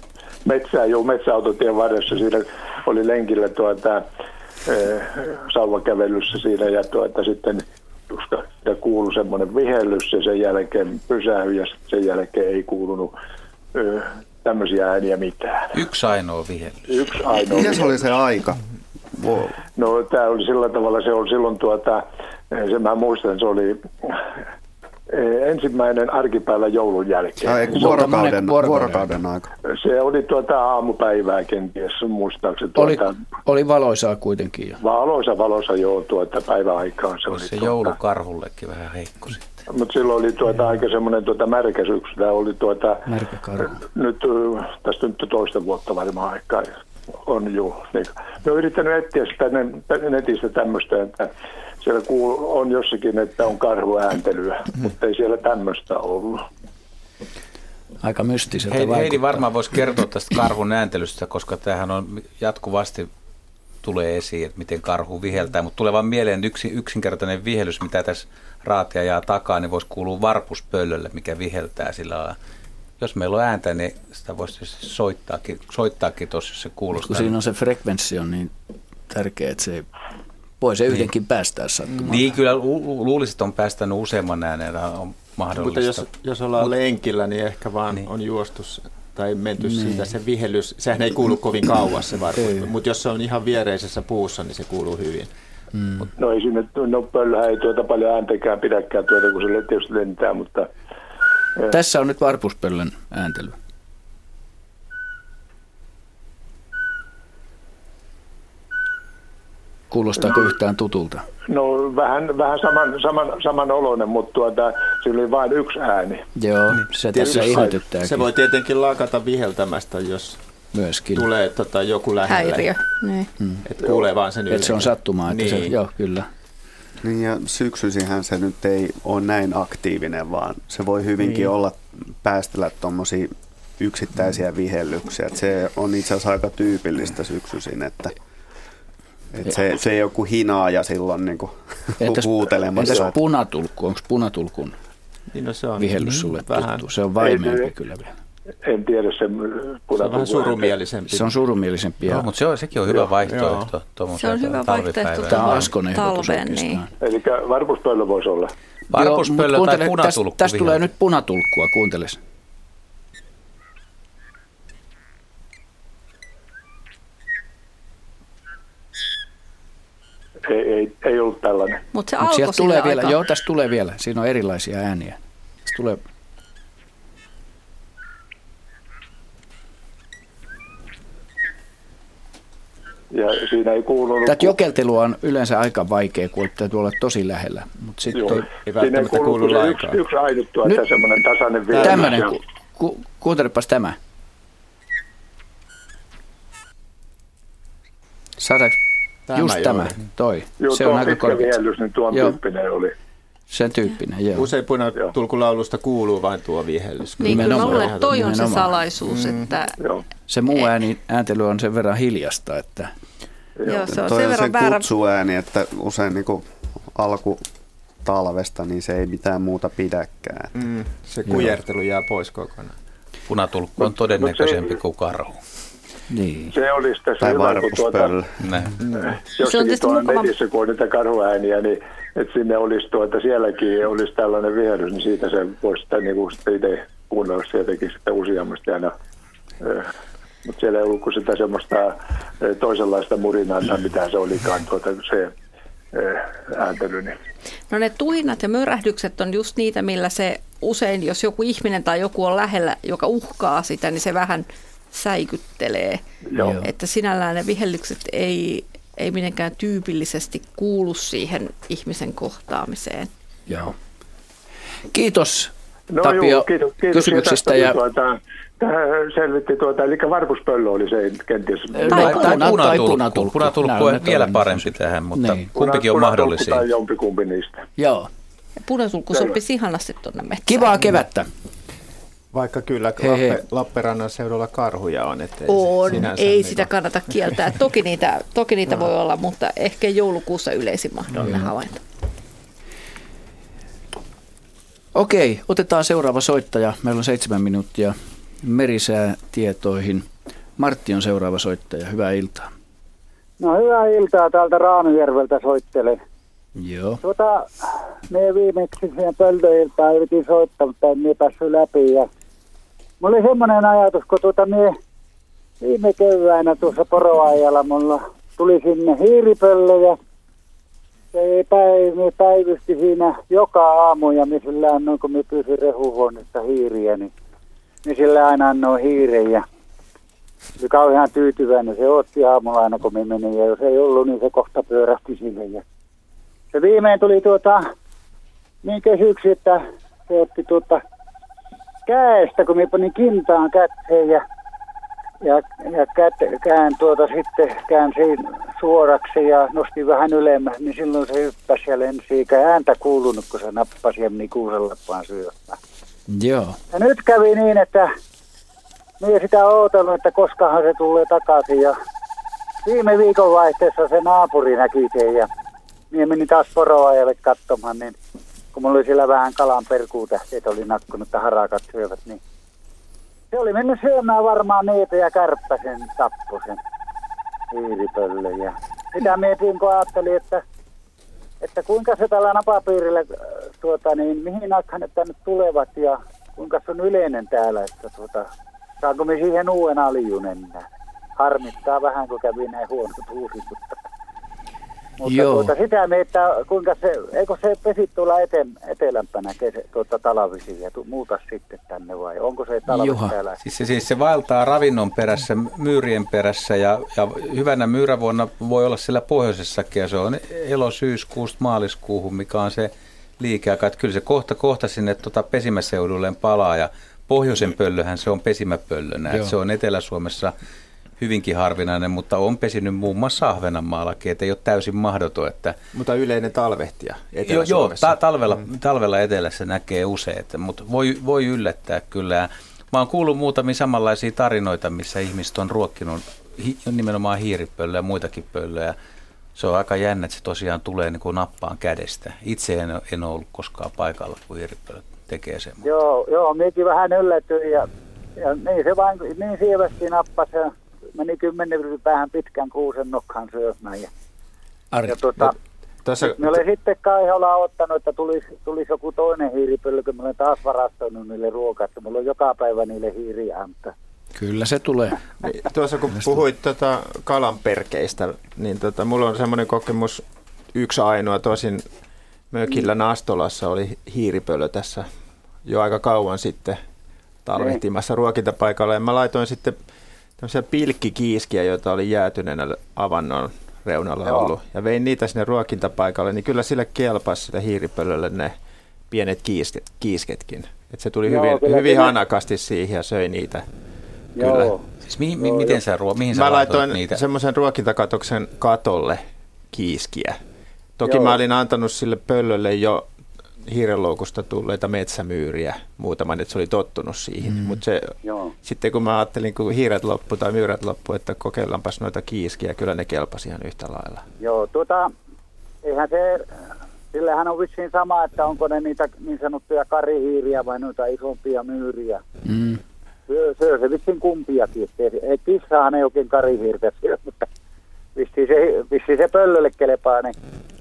metsäautotien varressa. Siinä oli lenkillä sauvakävelyssä siinä ja sitten kuului semmoinen vihellys ja sen jälkeen pysähyi ja sen jälkeen ei kuulunut tämmöisiä ääniä mitään. Yksi ainoa vihellys. Mikä se oli se aika? Wow. No tämä oli sillä tavalla, se oli silloin se mä muistan, se oli ensimmäinen arkipäivä joulun jälkeen. Vuorokauden aika. Se oli aamupäivää kenties, muistaakseni. Oli valoisaa kuitenkin jo. Valoisa joo, päiväaikaan. Se joulukarhullekin vähän heikko sitten. Mutta silloin oli aika semmoinen märkä syksy. Tämä oli märkä karhu. Tästä nyt toista vuotta varmaan aikaa on juu. Niin. Me olen yrittänyt etsiä sitä netistä tämmöistä, että siellä on jossakin, että on karhuääntelyä, mutta ei siellä tämmöistä ollut. Aika mystiseltä vaikuttaa. Heidi varmaan voisi kertoa tästä karhun ääntelystä, koska tämähän on jatkuvasti tulee esiin, että miten karhu viheltää, mutta tulee vaan mieleen yksinkertainen vihellys, mitä tässä raatia jää takaa, niin voisi kuulua varpuspöllölle, mikä viheltää sillä lailla. Jos meillä on ääntä, niin sitä voisi soittaakin tuossa, jos se kuulostaa. Kun siinä on se frekvenssi on niin tärkeä, että se voi se yhdenkin päästää sattumaan. Niin, kyllä luulisin, että on päästänyt useamman ääneen, on mahdollista. Mutta jos ollaan lenkillä, niin ehkä vaan on juostu tai menty siitä se vihellys. Sehän ei kuulu kovin kauas se varpuspöllö, mutta jos se on ihan viereisessä puussa, niin se kuuluu hyvin. No ei sinne, pöllöhän ei paljon ääntäkään pidäkään kun se tietysti lentää, mutta... Tässä on nyt varpuspöllön ääntely. Kuulostaako yhtään tutulta? No vähän saman oloinen, mutta sillä oli vain yksi ääni. Joo, se tässä ihmetyttääkin. Se voi tietenkin lakata viheltämästä, jos myöskin tulee joku lähelle. Häiriö. Niin. Että kuulee vaan sen yhden. Että se on sattumaa, että niin. se, joo, kyllä. Niin ja syksyisinhän se nyt ei ole näin aktiivinen, vaan se voi hyvinkin olla päästellä tuommoisia yksittäisiä vihellyksiä. Että se on itse asiassa aika tyypillistä syksyisin, että se ei joku hinaaja silloin niin huutelemassa. Entäs punatulkku? Onko punatulkun vihellys sulle tuttu? Se on vaimempi kyllä vielä. En tiedä se on vähän surumielisempi. Se on surumielisempi. Joo, mutta sekin on hyvä vaihtoehto. Se on hyvä vaihtoehto talveen. Niin. Eli varpuspöllö voisi olla. Varpuspöllö tai punatulkku. Tästä tulee nyt punatulkkua, kuunteles. Ei ollut tällainen. Mutta se alkoi tulee vielä. Joo, tästä tulee vielä. Siinä on erilaisia ääniä. Tästä tulee... Ja siinä ei kuulunut... Tätä jokeltelua on yleensä aika vaikea, kun täytyy olla tosi lähellä. Mutta sitten ei välttämättä kuulu lainkaan. Yksi ainuttua, että semmoinen tasainen vielä. Tämmöinen, kuuntelepas tämä. Saadaanko just tämä, toi. Joo, se on aika korkea vihellys, niin tuon tyyppinen oli. Sen tyyppinen, joo. Usein punatulkulaulusta kuuluu vain tuo vihellys. Niin, kyllä mulle toi on se salaisuus, että... Se muu ääntely on sen verran hiljasta, että... Joo, se on toi sen verran se kutsuääni, että usein niin alkutalvesta niin se ei mitään muuta pidäkään. Se kujertelu jää pois kokonaan. Punatulkku on todennäköisempi kuin karhu. Niin. Se olisi tässä tai hyvä, kun jossakin netissä, kun on niitä karhuääniä, niin että sinne olisi sielläkin olisi tällainen vihellys, niin siitä se voisi sitä niin sitten itse kuunnella sieltäkin sitä useammasti aina. Mutta siellä ei ollut kuin sitä semmoista toisenlaista murinaa, mitä se olikaan se ääntely. Niin. No ne tuhinat ja myrähdykset on just niitä, millä se usein, jos joku ihminen tai joku on lähellä, joka uhkaa sitä, niin se vähän säikyttelee. Joo. Että sinällään ne vihellykset ei mitenkään tyypillisesti kuulu siihen ihmisen kohtaamiseen. Joo. Kiitos Tapio kysymyksistä. Tämä selvitti, eli varpuspöllö oli se kenties. Tai punatulkku. Punatulkku on vielä parempi tähän, mutta niin. Kumpikin on mahdollisia. Tai jompikumpi niistä. Joo. Punatulkku sopisi ihanasti tuonne metsään. Kivaa kevättä. Vaikka kyllä Lappeenrannan seudulla karhuja on. Ei sitä kannata kieltää. Toki niitä voi olla, mutta ehkä joulukuussa yleisin mahdollinen havainto. Okei, otetaan seuraava soittaja. Meillä on 7 minuuttia merisäätietoihin. Martti on seuraava soittaja. Hyvää iltaa. No hyvää iltaa, täältä Raanujärveltä soittelen. Joo. Me viimeksi siinä pöldöiltaan yritin soittaa, mutta en päässyt läpi. Ja mulla oli semmoinen ajatus, kun me viime keväänä tuossa poroajalla mulla tuli sinne hiiripöllöjä. Me päivysti siinä joka aamu ja me sillä annoin, kun me pyysin rehuhuoneesta hiiriä, niin me sillä aina annoin hiiren ja se kauhean tyytyväinen. Se otti aamulla aina, kun me menin, ja jos ei ollut, niin se kohta pyörähti sille. Ja se viimein tuli niin kesyksi, että se otti käestä, kun me panin kintaan käteen ja sitten käänsin suoraksi ja nosti vähän ylemmäs, niin silloin se hyppäsi ja lensi, eikä ääntä kuulunut, kun se nappasi ja meni kuusenlappaan syömään. Joo. Ja nyt kävi niin, että minä sitä ootellut, että koskahan se tulee takaisin. Ja viime viikonvaihteessa se naapuri näki sen ja minä menin taas poroajalle katsomaan, niin kun mulla oli siellä vähän kalan perkuutähteet oli nakkunut, että harakat syövät, niin se oli mennyt syömään varmaan niitä ja kärppäsen tappoi sen hiiripöllön. Ja sitä mietin, kun ajattelin, että kuinka se tällä napapiirillä, mihin aikaan ne tänne tulevat ja kuinka se on yleinen täällä, että saanko me siihen uuden alijun enää. Harmittaa vähän, kun kävi näin huonot uusikut. Mutta sitä miettää, kuinka eikö se pesi tuolla etelämpänä talvisiin ja muuta sitten tänne vai onko se talvi täällä? Siis se vaeltaa ravinnon perässä, myyrien perässä ja hyvänä myyrävuonna voi olla siellä pohjoisessakin ja se on elo-syyskuusta maaliskuuhun, mikä on se liikeaika. Että kyllä se kohta sinne pesimäseudulleen palaa ja pohjoisen pöllöhän se on pesimäpöllönä. Että se on Etelä-Suomessa hyvinkin harvinainen, mutta on pesinyt muun muassa Ahvenanmaallakin, että ei ole täysin mahdoton. Mutta yleinen talvehtija Etelä-Suomessa. Joo, talvella etelässä näkee usein, mutta voi yllättää kyllä. Mä oon kuullut muutamia samanlaisia tarinoita, missä ihmiset on ruokkinut nimenomaan hiiripöllöä ja muitakin pöllöjä. Se on aika jännä, että se tosiaan tulee niin kuin nappaan kädestä. Itse en ole ollut koskaan paikalla, kun hiiripöllö tekee sen. Joo, minäkin vähän yllätyin ja niin se vain niin sievästi nappasi ja meni 10 päähän pitkän kuusen nokkaan syömään. Me olen sitten Kaiholla ottanut, että tulisi joku toinen hiiripöllö, kun mä olen taas varastanut niille ruokaa, että mulla on joka päivä niille hiiriä antaa. Kyllä se tulee. Tuossa kun puhuit kalanperkeistä, niin mulla on semmoinen kokemus, yksi ainoa, tosin mökillä Nastolassa oli hiiripöllö tässä jo aika kauan sitten talvehtimassa ruokintapaikalla. Ja mä laitoin sitten tämmöisiä pilkkikiiskiä, joita oli jäätyneenä avannon reunalla ollut. Ja vein niitä sinne ruokintapaikalle, niin kyllä sille kelpasi sille hiiripöllölle ne pienet kiisketkin. Että se tuli hyvin hanakasti siihen ja söi niitä. Kyllä. Siis miten mihin sä mä laitoin semmoisen ruokintakatoksen katolle kiiskiä. Toki mä olin antanut sille pöllölle jo hiirenloukusta tulleita metsämyyriä muutaman, että se oli tottunut siihen. Mutta sitten kun mä ajattelin, kun hiiret loppu tai myyrät loppu, että kokeillaanpas noita kiiskiä, kyllä ne kelpasi ihan yhtä lailla. Joo, eihän sillähän on vissiin sama, että onko ne niitä niin sanottuja karihiiriä vai noita isompia myyriä. Se vissiin kumpiakin. Kissahan ei oikein karihiirtä syö, mutta vissiin se pöllölle kelepaa ne.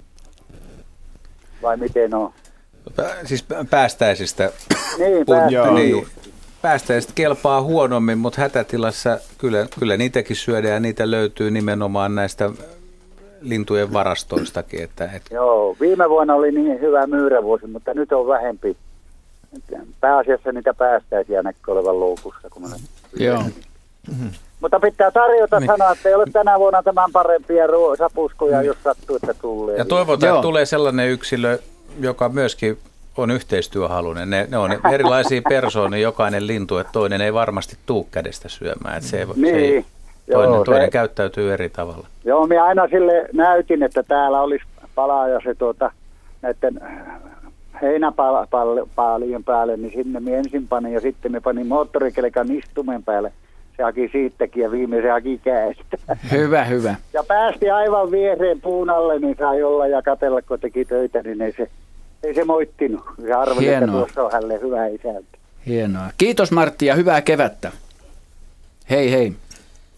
Vai miten on? Siis päästäisistä. Niin. Päästäisistä kelpaa huonommin, mutta hätätilassa kyllä niitäkin syödään ja niitä löytyy nimenomaan näistä lintujen varastoistakin. Joo, viime vuonna oli niin hyvä myyrävuosi, mutta nyt on vähempi. Pääasiassa niitä päästäisiä näkyy olevan loukussa. Joo. Mutta pitää tarjota sanoa, että ei ole tänä vuonna tämän parempia sapuskuja, jos sattuu, että tulee. Ja toivotaan, että tulee sellainen yksilö, joka myöskin on yhteistyöhaluinen. Ne on erilaisia persoonia, jokainen lintu, että toinen ei varmasti tuu kädestä syömään. Että toinen käyttäytyy eri tavalla. Joo, minä aina sille näytin, että täällä olisi palaaja se näiden heinäpaalien päälle, niin sinne minä ensin panin ja sitten me panin moottorikelkan istumen päälle. Se haki siitäkin ja viimeisen haki käestä. Hyvä. Ja päästi aivan viereen puun alle, niin sai olla ja katsella, kun teki töitä, niin ei se moittinut. Se arveli, että tuossa on hänelle hyvä isältä. Hienoa. Kiitos Martti ja hyvää kevättä. Hei.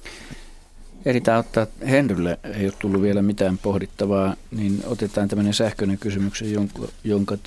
ehditään ottaa, Henrylle ei ole tullut vielä mitään pohdittavaa, niin otetaan tämmöinen sähköinen kysymys, jonka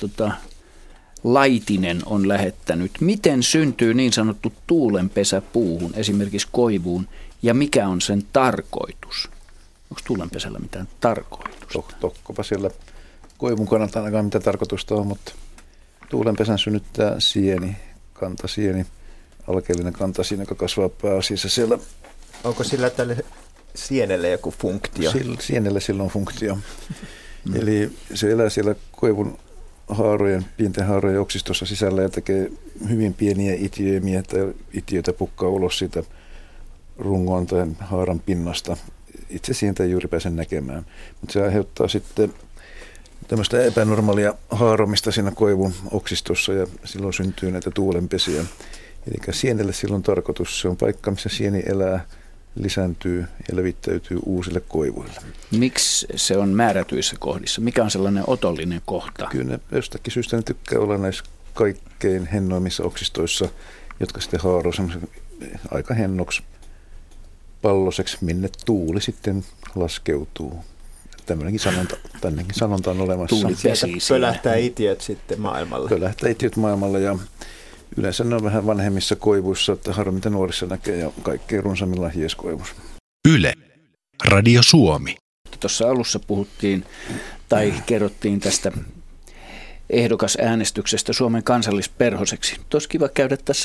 Laitinen on lähettänyt. Miten syntyy niin sanottu tuulenpesä puuhun, esimerkiksi koivuun, ja mikä on sen tarkoitus? Onko tuulenpesällä mitään tarkoitusta? Tokkopa siellä koivun kannalta ainakaan mitä tarkoitusta on, mutta tuulenpesän synnyttää sieni, alkeellinen kantasieni, joka kasvaa pääasiassa siellä. Onko sillä tälle sienelle joku funktio? Sienelle sillä on funktio. Eli se elää siellä koivun pienten haarojen oksistossa sisällä ja tekee hyvin pieniä itiöimiä tai itiöitä pukkaa ulos siitä rungon tai haaran pinnasta. Itse sientä ei juuri pääse näkemään, mutta se aiheuttaa sitten tämmöistä epänormaalia haaromista siinä koivun oksistossa ja silloin syntyy näitä tuulenpesiä. Eli sienelle silloin tarkoitus, se on paikka, missä sieni elää, lisääntyy ja levittäytyy uusille koivuille. Miksi se on määrätyissä kohdissa? Mikä on sellainen otollinen kohta? Kyllä ne jostakin syystä ne tykkää olla näissä kaikkein hennoimmissa oksistoissa, jotka sitten haaroo semmoisen aika hennoksi palloseksi, minne tuuli sitten laskeutuu. Tämmöinenkin sanonta on olemassa. Pölähtää itiöt sitten maailmalle. Pölähtää itiöt maailmalle ja yleensä ne on vähän vanhemmissa koivuissa, että harvemmin nuorissa näkee ja kaikkein runsaimmillaan hieskoivussa. Yle. Radio Suomi. Tuossa alussa puhuttiin tai kerrottiin tästä ehdokasäänestyksestä Suomen kansallisperhoseksi. Olisi kiva käydä tässä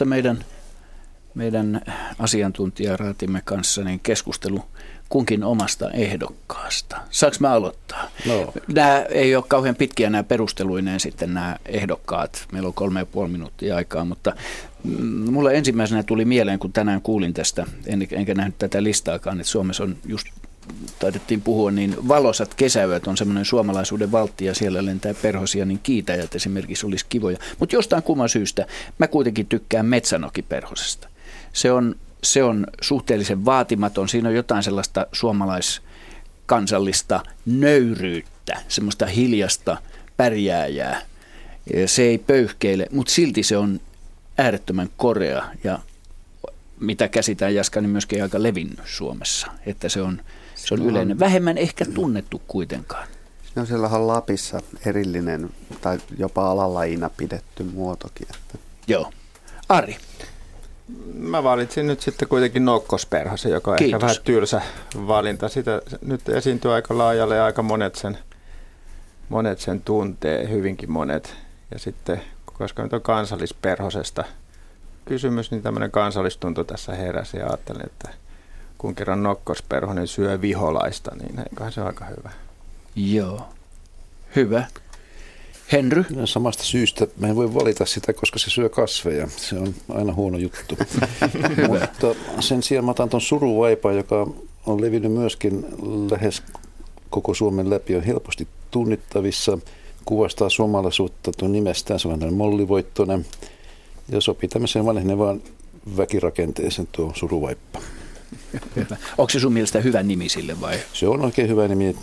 meidän asiantuntijaraatimme kanssa niin keskustelu kunkin omasta ehdokkaasta. Saanko mä aloittaa? No. Nämä ei ole kauhean pitkiä nämä perusteluineen sitten nämä ehdokkaat. Meillä on 3,5 minuuttia aikaa, mutta mulle ensimmäisenä tuli mieleen, kun tänään kuulin tästä, enkä nähnyt tätä listaakaan, että Suomessa on just, taidettiin puhua, niin valosat kesäyöt on semmoinen suomalaisuuden valtti ja siellä lentää perhosia, niin kiitäjät esimerkiksi olisi kivoja. Mutta jostain kumman syystä mä kuitenkin tykkään metsänokiperhosesta. Se on suhteellisen vaatimaton. Siinä on jotain sellaista suomalaiskansallista nöyryyttä, semmoista hiljasta pärjääjää. Se ei pöyhkeile, mutta silti se on äärettömän korea ja mitä käsitään Jaska, niin myöskin aika levinnyt Suomessa. Että se on yleinen. Vähemmän ehkä tunnettu kuitenkaan. Se on siellä Lapissa erillinen tai jopa alalajina pidetty muotokin. Joo. Ari. Mä valitsin nyt sitten kuitenkin nokkosperhosen, joka on ehkä vähän tylsä valinta. Sitä nyt esiintyy aika laajalle ja aika monet sen tuntee, hyvinkin monet. Ja sitten, koska nyt on kansallisperhosesta kysymys, niin tämmöinen kansallistunto tässä heräsi ja ajattelin, että kun kerran nokkosperhonen syö viholaista, niin eiköhän se ole aika hyvä. Joo, hyvä. Henry? Samasta syystä mä en voi valita sitä, koska se syö kasveja. Se on aina huono juttu. Mutta sen sijaan mä otan tuon suruvaipan, joka on levinnyt myöskin lähes koko Suomen läpi, on helposti tunnittavissa. Kuvastaa suomalaisuutta tuon nimestään, se on tämmöinen mollivoittoinen ja sopii tämmöiseen vanhenevaan väkirakenteeseen tuo suruvaippa. Hyvä. Onko se sun mielestä hyvä nimi sille vai? Se on oikein hyvä nimi,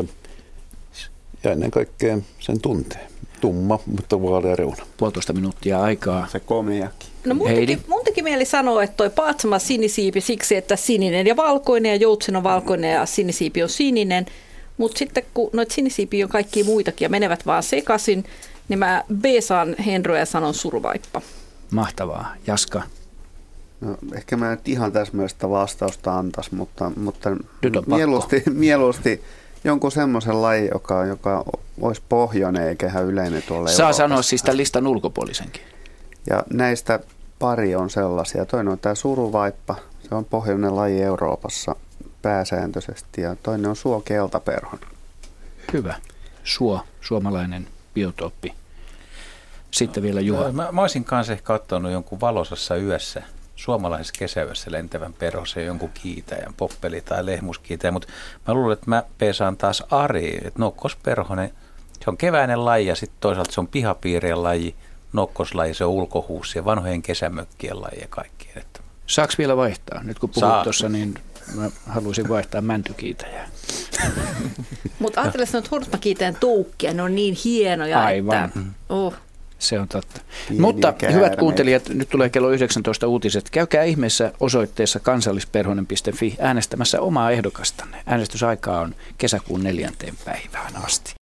ja ennen kaikkea sen tuntee. Tumma, mutta vaalea reuna. 1,5 minuuttia aikaa. Se komeakin. No mun teki mieli sanoa, että toi Paatsama sinisiipi siksi, että sininen ja valkoinen ja joutsen on valkoinen ja sinisiipi on sininen. Mutta sitten kun noita sinisiipiä on kaikkia muitakin ja menevät vaan sekaisin, niin mä beesaan Henryä ja sanon suruvaippa. Mahtavaa. Jaska? No, ehkä mä nyt ihan täsmällistä vastausta antaisi, mutta mieluusti jonkun semmoisen lajin, joka olisi pohjoinen eikä ihan yleinen tuolla Saa Euroopassa. sanoa siis tämän listan ulkopuolisenkin. Ja näistä pari on sellaisia. Toinen on tämä suruvaippa. Se on pohjoinen laji Euroopassa pääsääntöisesti. Ja toinen on suokeltaperhonen. Hyvä. Suomalainen biotooppi. Sitten vielä Juha. Mä olisin kanssa ehkä ottanut jonkun valosassa yössä, suomalaisessa kesäyössä lentävän perhosen, jonkun kiitäjän, poppeli tai lehmuskiitäjän, mutta mä luulen, että mä peesaan taas Ari, että nokkosperhonen, se on keväinen laji ja sitten toisaalta se on pihapiirien laji, nokkoslaji, se on ulkohuussi ja vanhojen kesämökkien laji ja kaikki. Saaks vielä vaihtaa? Nyt kun puhut tuossa, niin mä haluaisin vaihtaa mäntykiitäjää. Mutta ajattelen, että hortmakiitäjän toukkia, ne on niin hienoja. Aivan. Että, Se on totta. Mutta hyvät kuuntelijat, nyt tulee kello 19 uutiset. Käykää ihmeessä osoitteessa kansallisperhonen.fi äänestämässä omaa ehdokastanne. Äänestysaikaa on kesäkuun 4. päivään asti.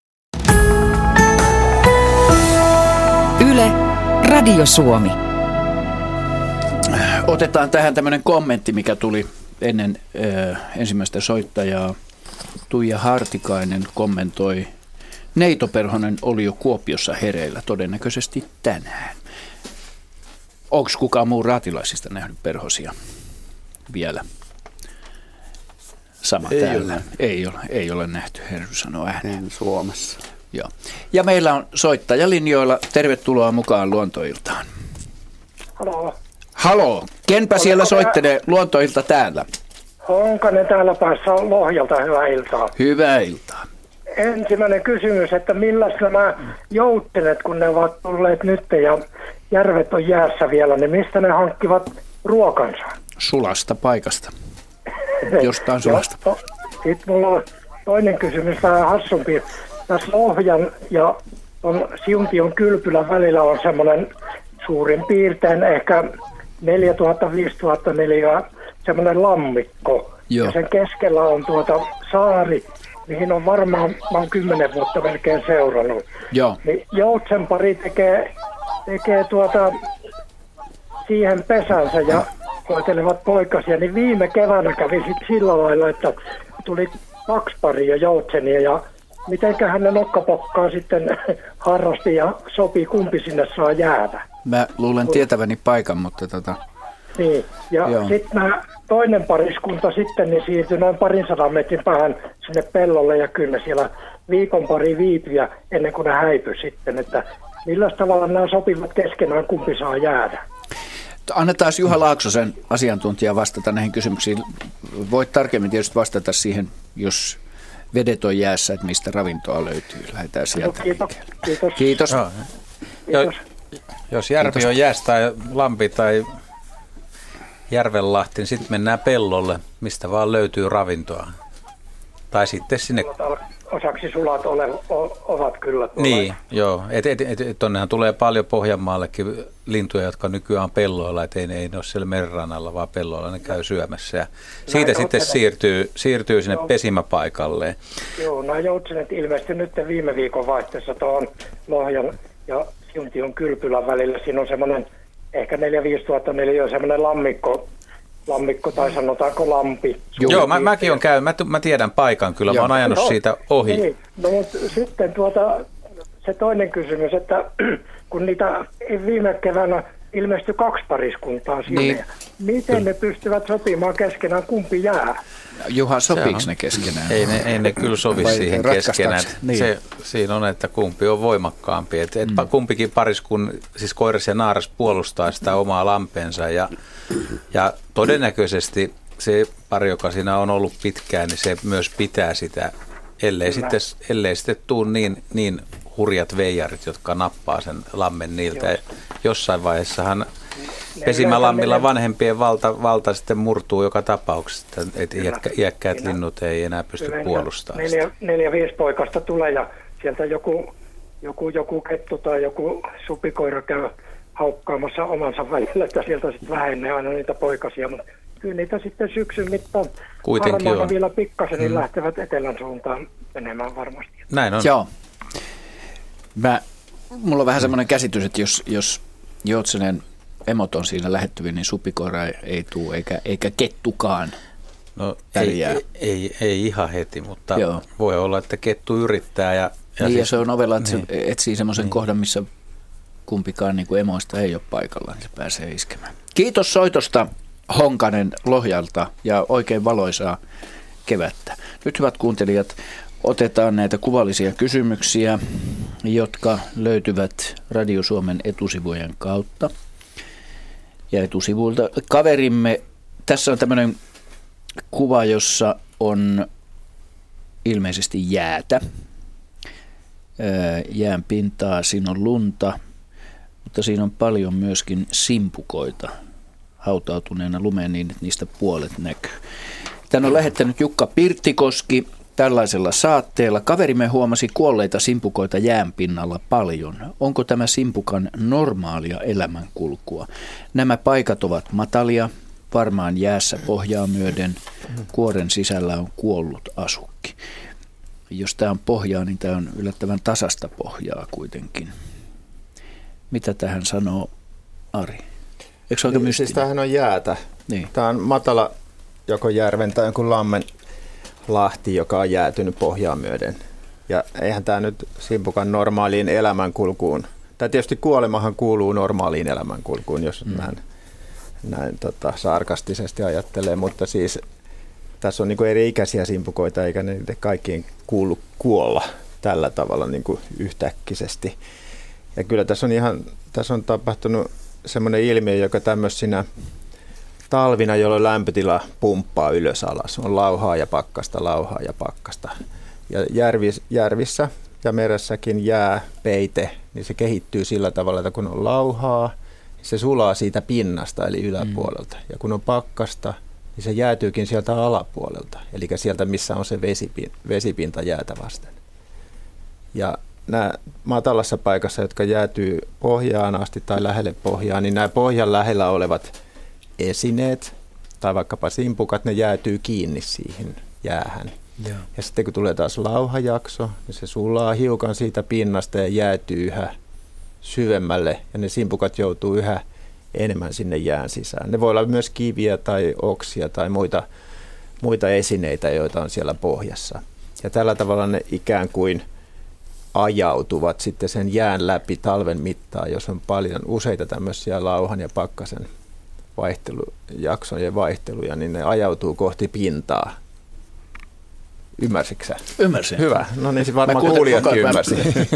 Yle, Radio Suomi. Otetaan tähän tämmöinen kommentti, mikä tuli ennen ensimmäistä soittajaa. Tuija Hartikainen kommentoi: neitoperhonen oli jo Kuopiossa hereillä, todennäköisesti tänään. Onko kukaan muu raatilaisista nähnyt perhosia vielä? Sama ei täällä. Ei ole nähty, Herry sanoo ääneen. En Suomessa. Joo. Ja meillä on soittajalinjoilla. Tervetuloa mukaan Luontoiltaan. Halo. Kenpä siellä soittelee Luontoilta täällä? Honkanen täällä päässä on Lohjalta. Hyvää iltaa. Hyvää iltaa. Ensimmäinen kysymys, että milläs nämä joutsenet, kun ne ovat tulleet nyt ja järvet on jäässä vielä, niin mistä ne hankkivat ruokansa? Sulasta paikasta. Jostain sulasta. Sitten mulla on toinen kysymys, vähän hassumpi. Tässä Lohjan ja Siuntion kylpylän välillä on semmoinen suurin piirtein ehkä 4000-5000 neliöä semmoinen lammikko. Joo. Ja sen keskellä on saari, mihin on varmaan, mä oon 10 vuotta melkein seurannut. Joo. Niin joutsenpari tekee siihen pesänsä ja hoitelevat poikasia, niin viime keväänä kävi sitten sillä lailla, että tuli 2 paria joutsenia ja mitenköhän ne nokkapokkaa sitten harrasti ja sopii, kumpi sinne saa jäädä. Mä luulen tietäväni paikan, mutta Niin, ja sitten toinen pariskunta sitten niin siirtyi noin 200 metrin päähän sinne pellolle ja kyllä siellä viikon pari viipyjä ennen kuin ne häipyi sitten, että millä tavalla nämä sopivat keskenään, kumpi saa jäädä. Annetaan Juha Laaksosen asiantuntija vastata näihin kysymyksiin. Voit tarkemmin tietysti vastata siihen, jos vedet on jäässä, että mistä ravintoa löytyy. Lähdetään sieltä. Kiitos. Jos järvi on jäässä tai lampi tai järvenlahti, niin sitten mennään pellolle, mistä vaan löytyy ravintoa. Tai sitten sinne... Osaksi sulat ovat kyllä tuolla. Niin, joo. Tonnehan tulee paljon Pohjanmaallekin lintuja, jotka nykyään on pelloilla, että ei ne ole siellä merenrannalla, vaan pelloilla ne käy syömässä. Ja siitä sitten siirtyy sinne pesimäpaikalleen. Joo, nämä joutsenet ilmestyi nyt viime viikon vaihteessa tuohon Lohjan ja Siuntion kylpylän välillä. Siinä on semmoinen ehkä 4-5 tuhatta neliöä semmoinen lammikko tai sanotaanko lampi. Joo, mäkin olen käynyt. Mä tiedän paikan kyllä. Mä oon ajanut siitä ohi. Niin, no mutta sitten se toinen kysymys, että kun niitä viime keväänä ilmestyi 2 pariskuntaa sinne, niin, miten ne pystyvät sopimaan keskenään, kumpi jää? Juha, sopiiko ne keskenään? Ei ne kyllä sovi siihen keskenään. Niin. Siinä on, että kumpi on voimakkaampi. Kumpikin siis koiras ja naaras puolustaa sitä omaa lampeensa ja todennäköisesti se pari, joka siinä on ollut pitkään, niin se myös pitää sitä, ellei sitten tuu niin hurjat veijarit, jotka nappaa sen lammen niiltä. Ja jossain vaiheessahan pesimälammilla vanhempien valta sitten murtuu joka tapauksessa, että iäkkäät linnut ei enää pysty puolustamaan sitä. 4-5 poikasta tulee ja sieltä joku kettu tai joku supikoira käy haukkaamassa omansa välillä, että sieltä sitten vähenee aina niitä poikasia, mutta kyllä niitä sitten syksyn mittaan harmaana vielä pikkasen, niin lähtevät etelän suuntaan menemään varmasti. Näin on. Joo. Mulla on vähän semmoinen käsitys, että jos joutsenen emot on siinä lähettyvin, niin supikoira ei tule eikä kettukaan. No ei ihan heti, mutta voi olla, että kettu yrittää. Ja se on ovella, että se etsii semmoisen kohdan, missä kumpikaan niin kuin emoista ei ole paikalla, niin se pääsee iskemään. Kiitos soitosta Honkanen Lohjalta ja oikein valoisaa kevättä. Nyt hyvät kuuntelijat, otetaan näitä kuvallisia kysymyksiä, jotka löytyvät Radio Suomen etusivujen kautta ja etusivuilta. Kaverimme, tässä on tämmöinen kuva, jossa on ilmeisesti jäätä, jään pintaa, siinä on lunta, mutta siinä on paljon myöskin simpukoita hautautuneena lumeen niin, että niistä puolet näkyy. Tän on lähettänyt Jukka Pirttikoski. tällaisella saatteella. Kaverimme huomasi kuolleita simpukoita jään pinnalla paljon. Onko tämä simpukan normaalia elämänkulkua? Nämä paikat ovat matalia, varmaan jäässä pohjaa myöden. Kuoren sisällä on kuollut asukki. Jos tämä on pohjaa, niin tämä on yllättävän tasasta pohjaa kuitenkin. Mitä tähän sanoo Ari? Eikö se ole aika mystinen? Siis tämähän on jäätä. Niin. Tämä on matala joko järven tai jonkun lammen lahti, joka on jäätynyt pohjaan myöden. Ja eihän tämä nyt simpukan normaaliin elämänkulkuun. Tai tietysti kuolemahan kuuluu normaaliin elämänkulkuun, jos näin sarkastisesti ajattelee. Mutta siis tässä on niin kuin eri ikäisiä simpukoita, eikä niitä kaikkiin kuulu kuolla tällä tavalla niin kuin yhtäkkisesti. Ja kyllä tässä on tapahtunut semmoinen ilmiö, joka tämmöisinä talvina, jolloin lämpötila pumppaa ylös alas. On lauhaa ja pakkasta. Ja järvissä ja meressäkin jääpeite, niin se kehittyy sillä tavalla, että kun on lauhaa, niin se sulaa siitä pinnasta, eli yläpuolelta. Ja kun on pakkasta, niin se jäätyykin sieltä alapuolelta, eli sieltä, missä on se vesipinta jäätä vasten. Ja nämä matalassa paikassa, jotka jäätyy pohjaan asti tai lähelle pohjaa, niin nämä pohjan lähellä olevat esineet tai vaikkapa simpukat, ne jäätyy kiinni siihen jäähän. Ja sitten kun tulee taas lauhajakso, niin se sulaa hiukan siitä pinnasta ja jäätyy yhä syvemmälle ja ne simpukat joutuu yhä enemmän sinne jään sisään. Ne voi olla myös kiviä tai oksia tai muita esineitä, joita on siellä pohjassa. Ja tällä tavalla ne ikään kuin ajautuvat sitten sen jään läpi talven mittaan, jos on paljon useita tämmöisiä lauhan ja pakkasen jaksojen vaihteluja, niin ne ajautuu kohti pintaa. Ymmärsitkö sä? Ymmärsin. Hyvä. No niin, varmaan kuulijatkin ymmärsi.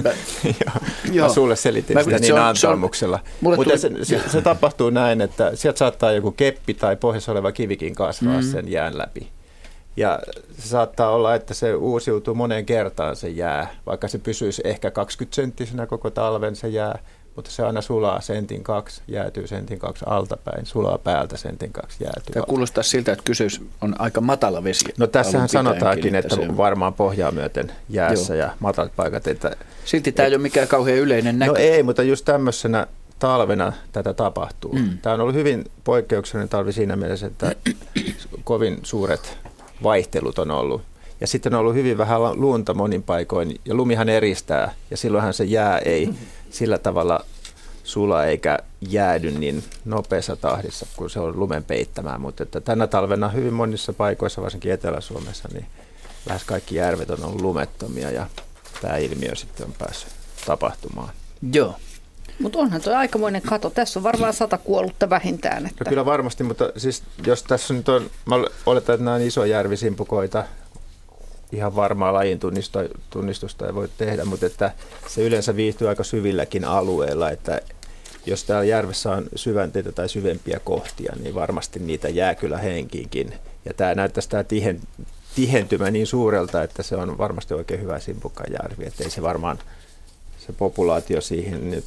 Mä sulle selitin sitä niin antamuksella. Mutta se tapahtuu näin, että sieltä saattaa joku keppi tai pohjassa oleva kivikin kasvaa sen jään läpi. Ja se saattaa olla, että se uusiutuu moneen kertaan se jää, vaikka se pysyisi ehkä 20-senttisenä koko talven se jää, mutta se aina sulaa 1-2 sentin, jäätyy 1-2 sentin altapäin, sulaa päältä 1-2 sentin, jäätyy. Tämä kuulostaa siltä, että kyseys on aika matala vesi. No tässähän sanotaankin, että varmaan pohjaa myöten jäässä ja matalat paikat. Että, silti tämä ei ole mikään kauhean yleinen näkö. No ei, mutta just tämmöisenä talvena tätä tapahtuu. Tämä on ollut hyvin poikkeuksellinen talvi siinä mielessä, että kovin suuret vaihtelut on ollut. Ja sitten on ollut hyvin vähän lunta monin paikoin, ja lumihan eristää, ja silloinhan se jää ei sillä tavalla sula eikä jäädy niin nopeassa tahdissa, kun se on lumen peittämään. Mutta että tänä talvena hyvin monissa paikoissa, varsinkin Etelä-Suomessa, niin lähes kaikki järvet on ollut lumettomia, ja tämä ilmiö sitten on päässyt tapahtumaan. Joo. Mutta onhan tuo aikamoinen kato. Tässä on varmaan 100 kuollutta vähintään. Että. No kyllä varmasti, mutta siis jos tässä nyt on, mä oletan, että nämä on isojärvisimpukoita, ihan varmaa lajin tunnistusta ei voi tehdä, mutta että se yleensä viihtyy aika syvilläkin alueella, että jos täällä järvessä on syvänteitä tai syvempiä kohtia, niin varmasti niitä jää kyllä henkiinkin. Ja tämä näyttäisi tämä tihentymä niin suurelta, että se on varmasti oikein hyvä simpukkajärvi, että ei se varmaan se populaatio siihen nyt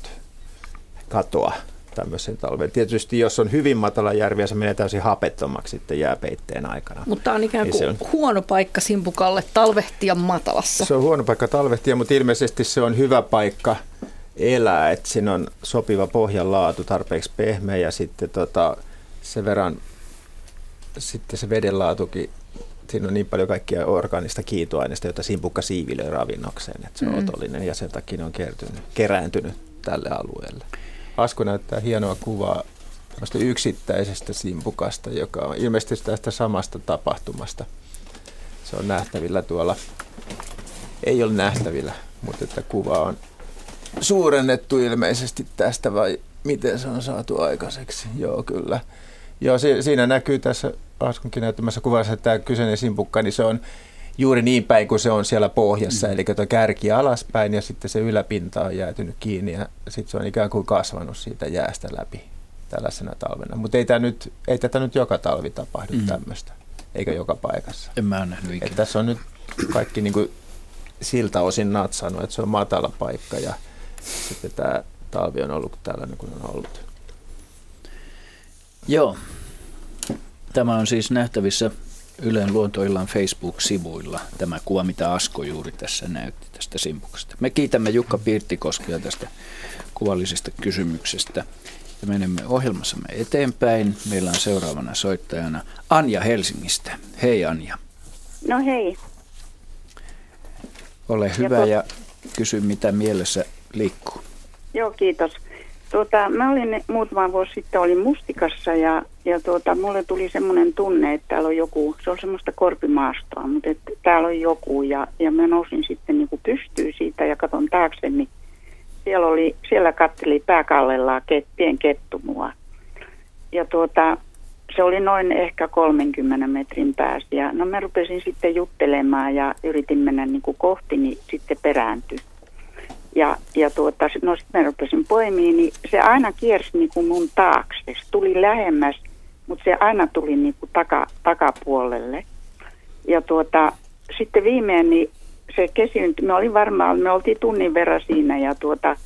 katoa tämmöisen talven. Tietysti jos on hyvin matala järvi, se menee täysin hapettomaksi sitten jääpeitteen aikana. Mutta on ikään kuin huono paikka simpukalle talvehtia matalassa. Se on huono paikka talvehtia, mutta ilmeisesti se on hyvä paikka elää, että siinä on sopiva pohjan laatu, tarpeeksi pehmeä ja sitten sen verran sitten se veden laatukin, siinä on niin paljon kaikkia orgaanista kiitoaineista, joita simpukka siivilöi ravinnokseen, että se on otollinen ja sen takia ne on kerääntynyt tälle alueelle. Asko näyttää hienoa kuvaa yksittäisestä simpukasta, joka on ilmeisesti tästä samasta tapahtumasta. Se on nähtävillä tuolla. Ei ole nähtävillä, mutta että kuva on suurennettu ilmeisesti tästä vai miten se on saatu aikaiseksi? Joo, kyllä. Joo, siinä näkyy tässä Askonkin näyttämässä kuvassa, että tämä kyseinen simpukka, niin se on juuri niin päin kuin se on siellä pohjassa, eli tuo kärki alaspäin ja sitten se yläpinta on jäätynyt kiinni ja sitten se on ikään kuin kasvanut siitä jäästä läpi tällaisena talvena. Mutta ei tätä nyt joka talvi tapahdu tämmöistä, eikä joka paikassa. En mä nähnyt ikinä. Tässä on nyt kaikki niin kuin siltä osin natsannut, että se on matala paikka ja sitten tämä talvi on ollut tällainen kuin on ollut. Joo. Tämä on siis nähtävissä Ylen Luontoillan Facebook-sivuilla tämä kuva, mitä Asko juuri tässä näytti tästä simpuksesta. Me kiitämme Jukka Pirttikoskea tästä kuvallisesta kysymyksestä ja menemme ohjelmassamme eteenpäin. Meillä on seuraavana soittajana Anja Helsingistä. Hei Anja. No hei. Ole hyvä ja kysy, mitä mielessä liikkuu. Joo, kiitos. Mä olin muutama vuosi sitten olin Mustikassa ja mulle tuli semmoinen tunne, että täällä on joku, se on semmoista korpimaastoa, mutta että täällä on joku ja mä nousin sitten niin kuin pystyyn siitä ja katon taakse, niin siellä katteli pääkallellaan pienkettu mua. Ja se oli noin ehkä 30 metrin päästä ja no mä rupesin sitten juttelemaan ja yritin mennä niin kuin kohti, niin sitten perääntyi. Ja no sitten mä rupesin poimiin, niin se aina kiersi niin kuin mun taakse. Se tuli lähemmäs, mutta se aina tuli niin kuin takapuolelle. Ja sitten viimein niin se kesyyntyi. Me oltiin tunnin verran siinä ja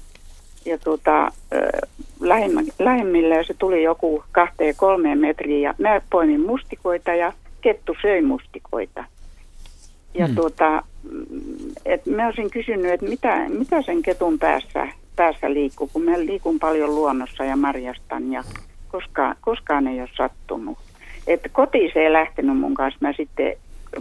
lähemmillä ja se tuli joku 2-3 metriä. Ja mä poimin mustikoita ja kettu söi mustikoita. Ja että mä olisin kysynyt, että mitä sen ketun päässä liikkuu, kun mä liikun paljon luonnossa ja marjastan ja koskaan ei ole sattunut. Että kotiin se ei lähtenyt mun kanssa, mä sitten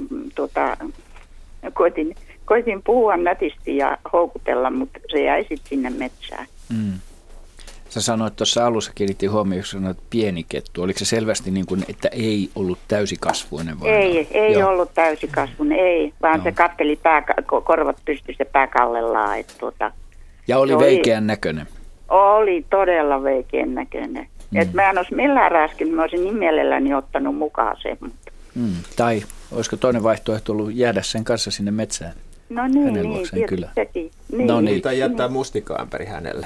koitin puhua nätisti ja houkutella, mutta se jäi sitten sinne metsään. Sä sanoit tuossa alussa, kiinnitin huomioon, kun sanoit pieni kettu. Oliko se selvästi niin kuin, että ei ollut täysikasvuinen? Vai ei ollut täysikasvuinen, ei, vaan se katteli korvat pystyssä pääkallellaan. Ja oli veikeän näköinen? Oli todella veikeän näköinen. Että mä en olisi millään raskinut, mä olisin niin mielelläni ottanut mukaan sen. Tai olisiko toinen vaihtoehto ollut jäädä sen kanssa sinne metsään? No niin, sekin. No niin. Tai jättää mustikaämpäri hänelle.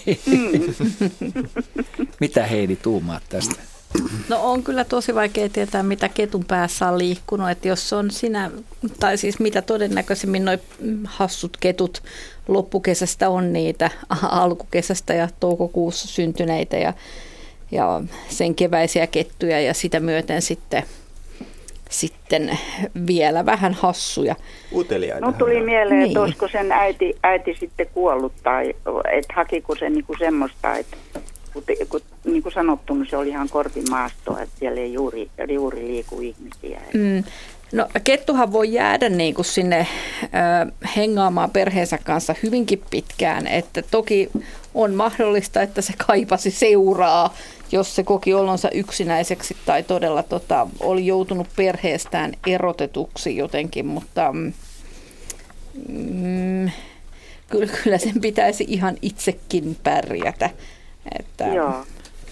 Mitä Heidi tuumaat tästä? No on kyllä tosi vaikea tietää, mitä ketun päässä on liikkunut. Että jos on tai siis mitä todennäköisemmin noi hassut ketut loppukesästä on niitä alkukesästä ja toukokuussa syntyneitä ja sen keväisiä kettuja ja sitä myöten sitten vielä vähän hassuja. Uteliaita. No tuli mieleen, että olisiko sen äiti sitten kuollut tai että hakiko se niinku semmoista, että kun niin kuin sanottu, niin se oli ihan korpimaastoa, että siellä ei juuri liiku ihmisiä. No kettuhan voi jäädä niin kuin sinne hengaamaan perheensä kanssa hyvinkin pitkään, että toki on mahdollista, että se kaipasi seuraa, jos se koki olonsa yksinäiseksi tai todella oli joutunut perheestään erotetuksi jotenkin, mutta kyllä sen pitäisi ihan itsekin pärjätä. Että, joo.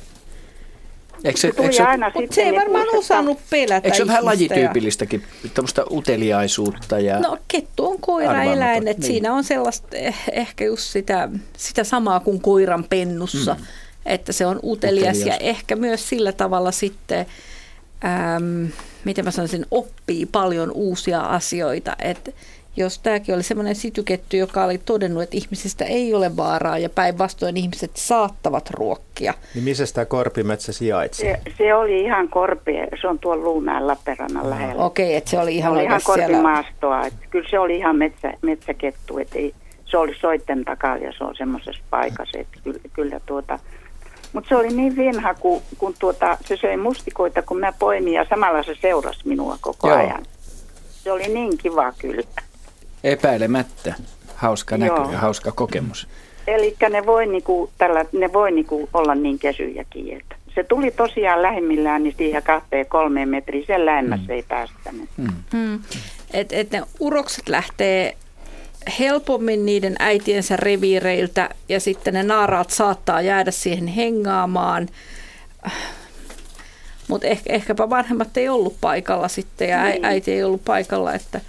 Mutta se ei varmaan osannut pelätä. Eikö se ole vähän lajityypillistäkin, tämmöistä uteliaisuutta? No kettu on koiraeläin, että niin. Siinä on sellaista ehkä just sitä samaa kuin koiran pennussa, että se on utelias ja ehkä myös sillä tavalla sitten, miten mä sanoisin, oppii paljon uusia asioita, että jos tämäkin oli semmoinen sitykettu, joka oli todennut, että ihmisistä ei ole vaaraa ja päinvastoin ihmiset saattavat ruokkia. Niin missä tämä korpimetsä sijaitsi? Se oli ihan se on tuolla Luumäen Lappeenrannan lähellä. Okei, että se oli ihan korpimaastoa. Että kyllä se oli ihan metsäkettu, että se oli soitten takana ja se on semmoisessa paikassa, että kyllä mutta se oli niin vinha, kun se söi mustikoita, kun mä poimin ja samalla se seurasi minua koko ajan. Se oli niin kiva kyllä. Epäilemättä. Hauska näkö ja hauska kokemus. Eli ne voi olla niin kesyjäkin. Että se tuli tosiaan lähimmillään niin siihen 2-3 metriä. Sen lähemmässä ei päästänyt. Et ne urokset lähtee helpommin niiden äitiensä reviireiltä ja sitten ne naaraat saattaa jäädä siihen hengaamaan. Mutta ehkäpä vanhemmat ei ollut paikalla sitten ja äiti ei ollut paikalla, että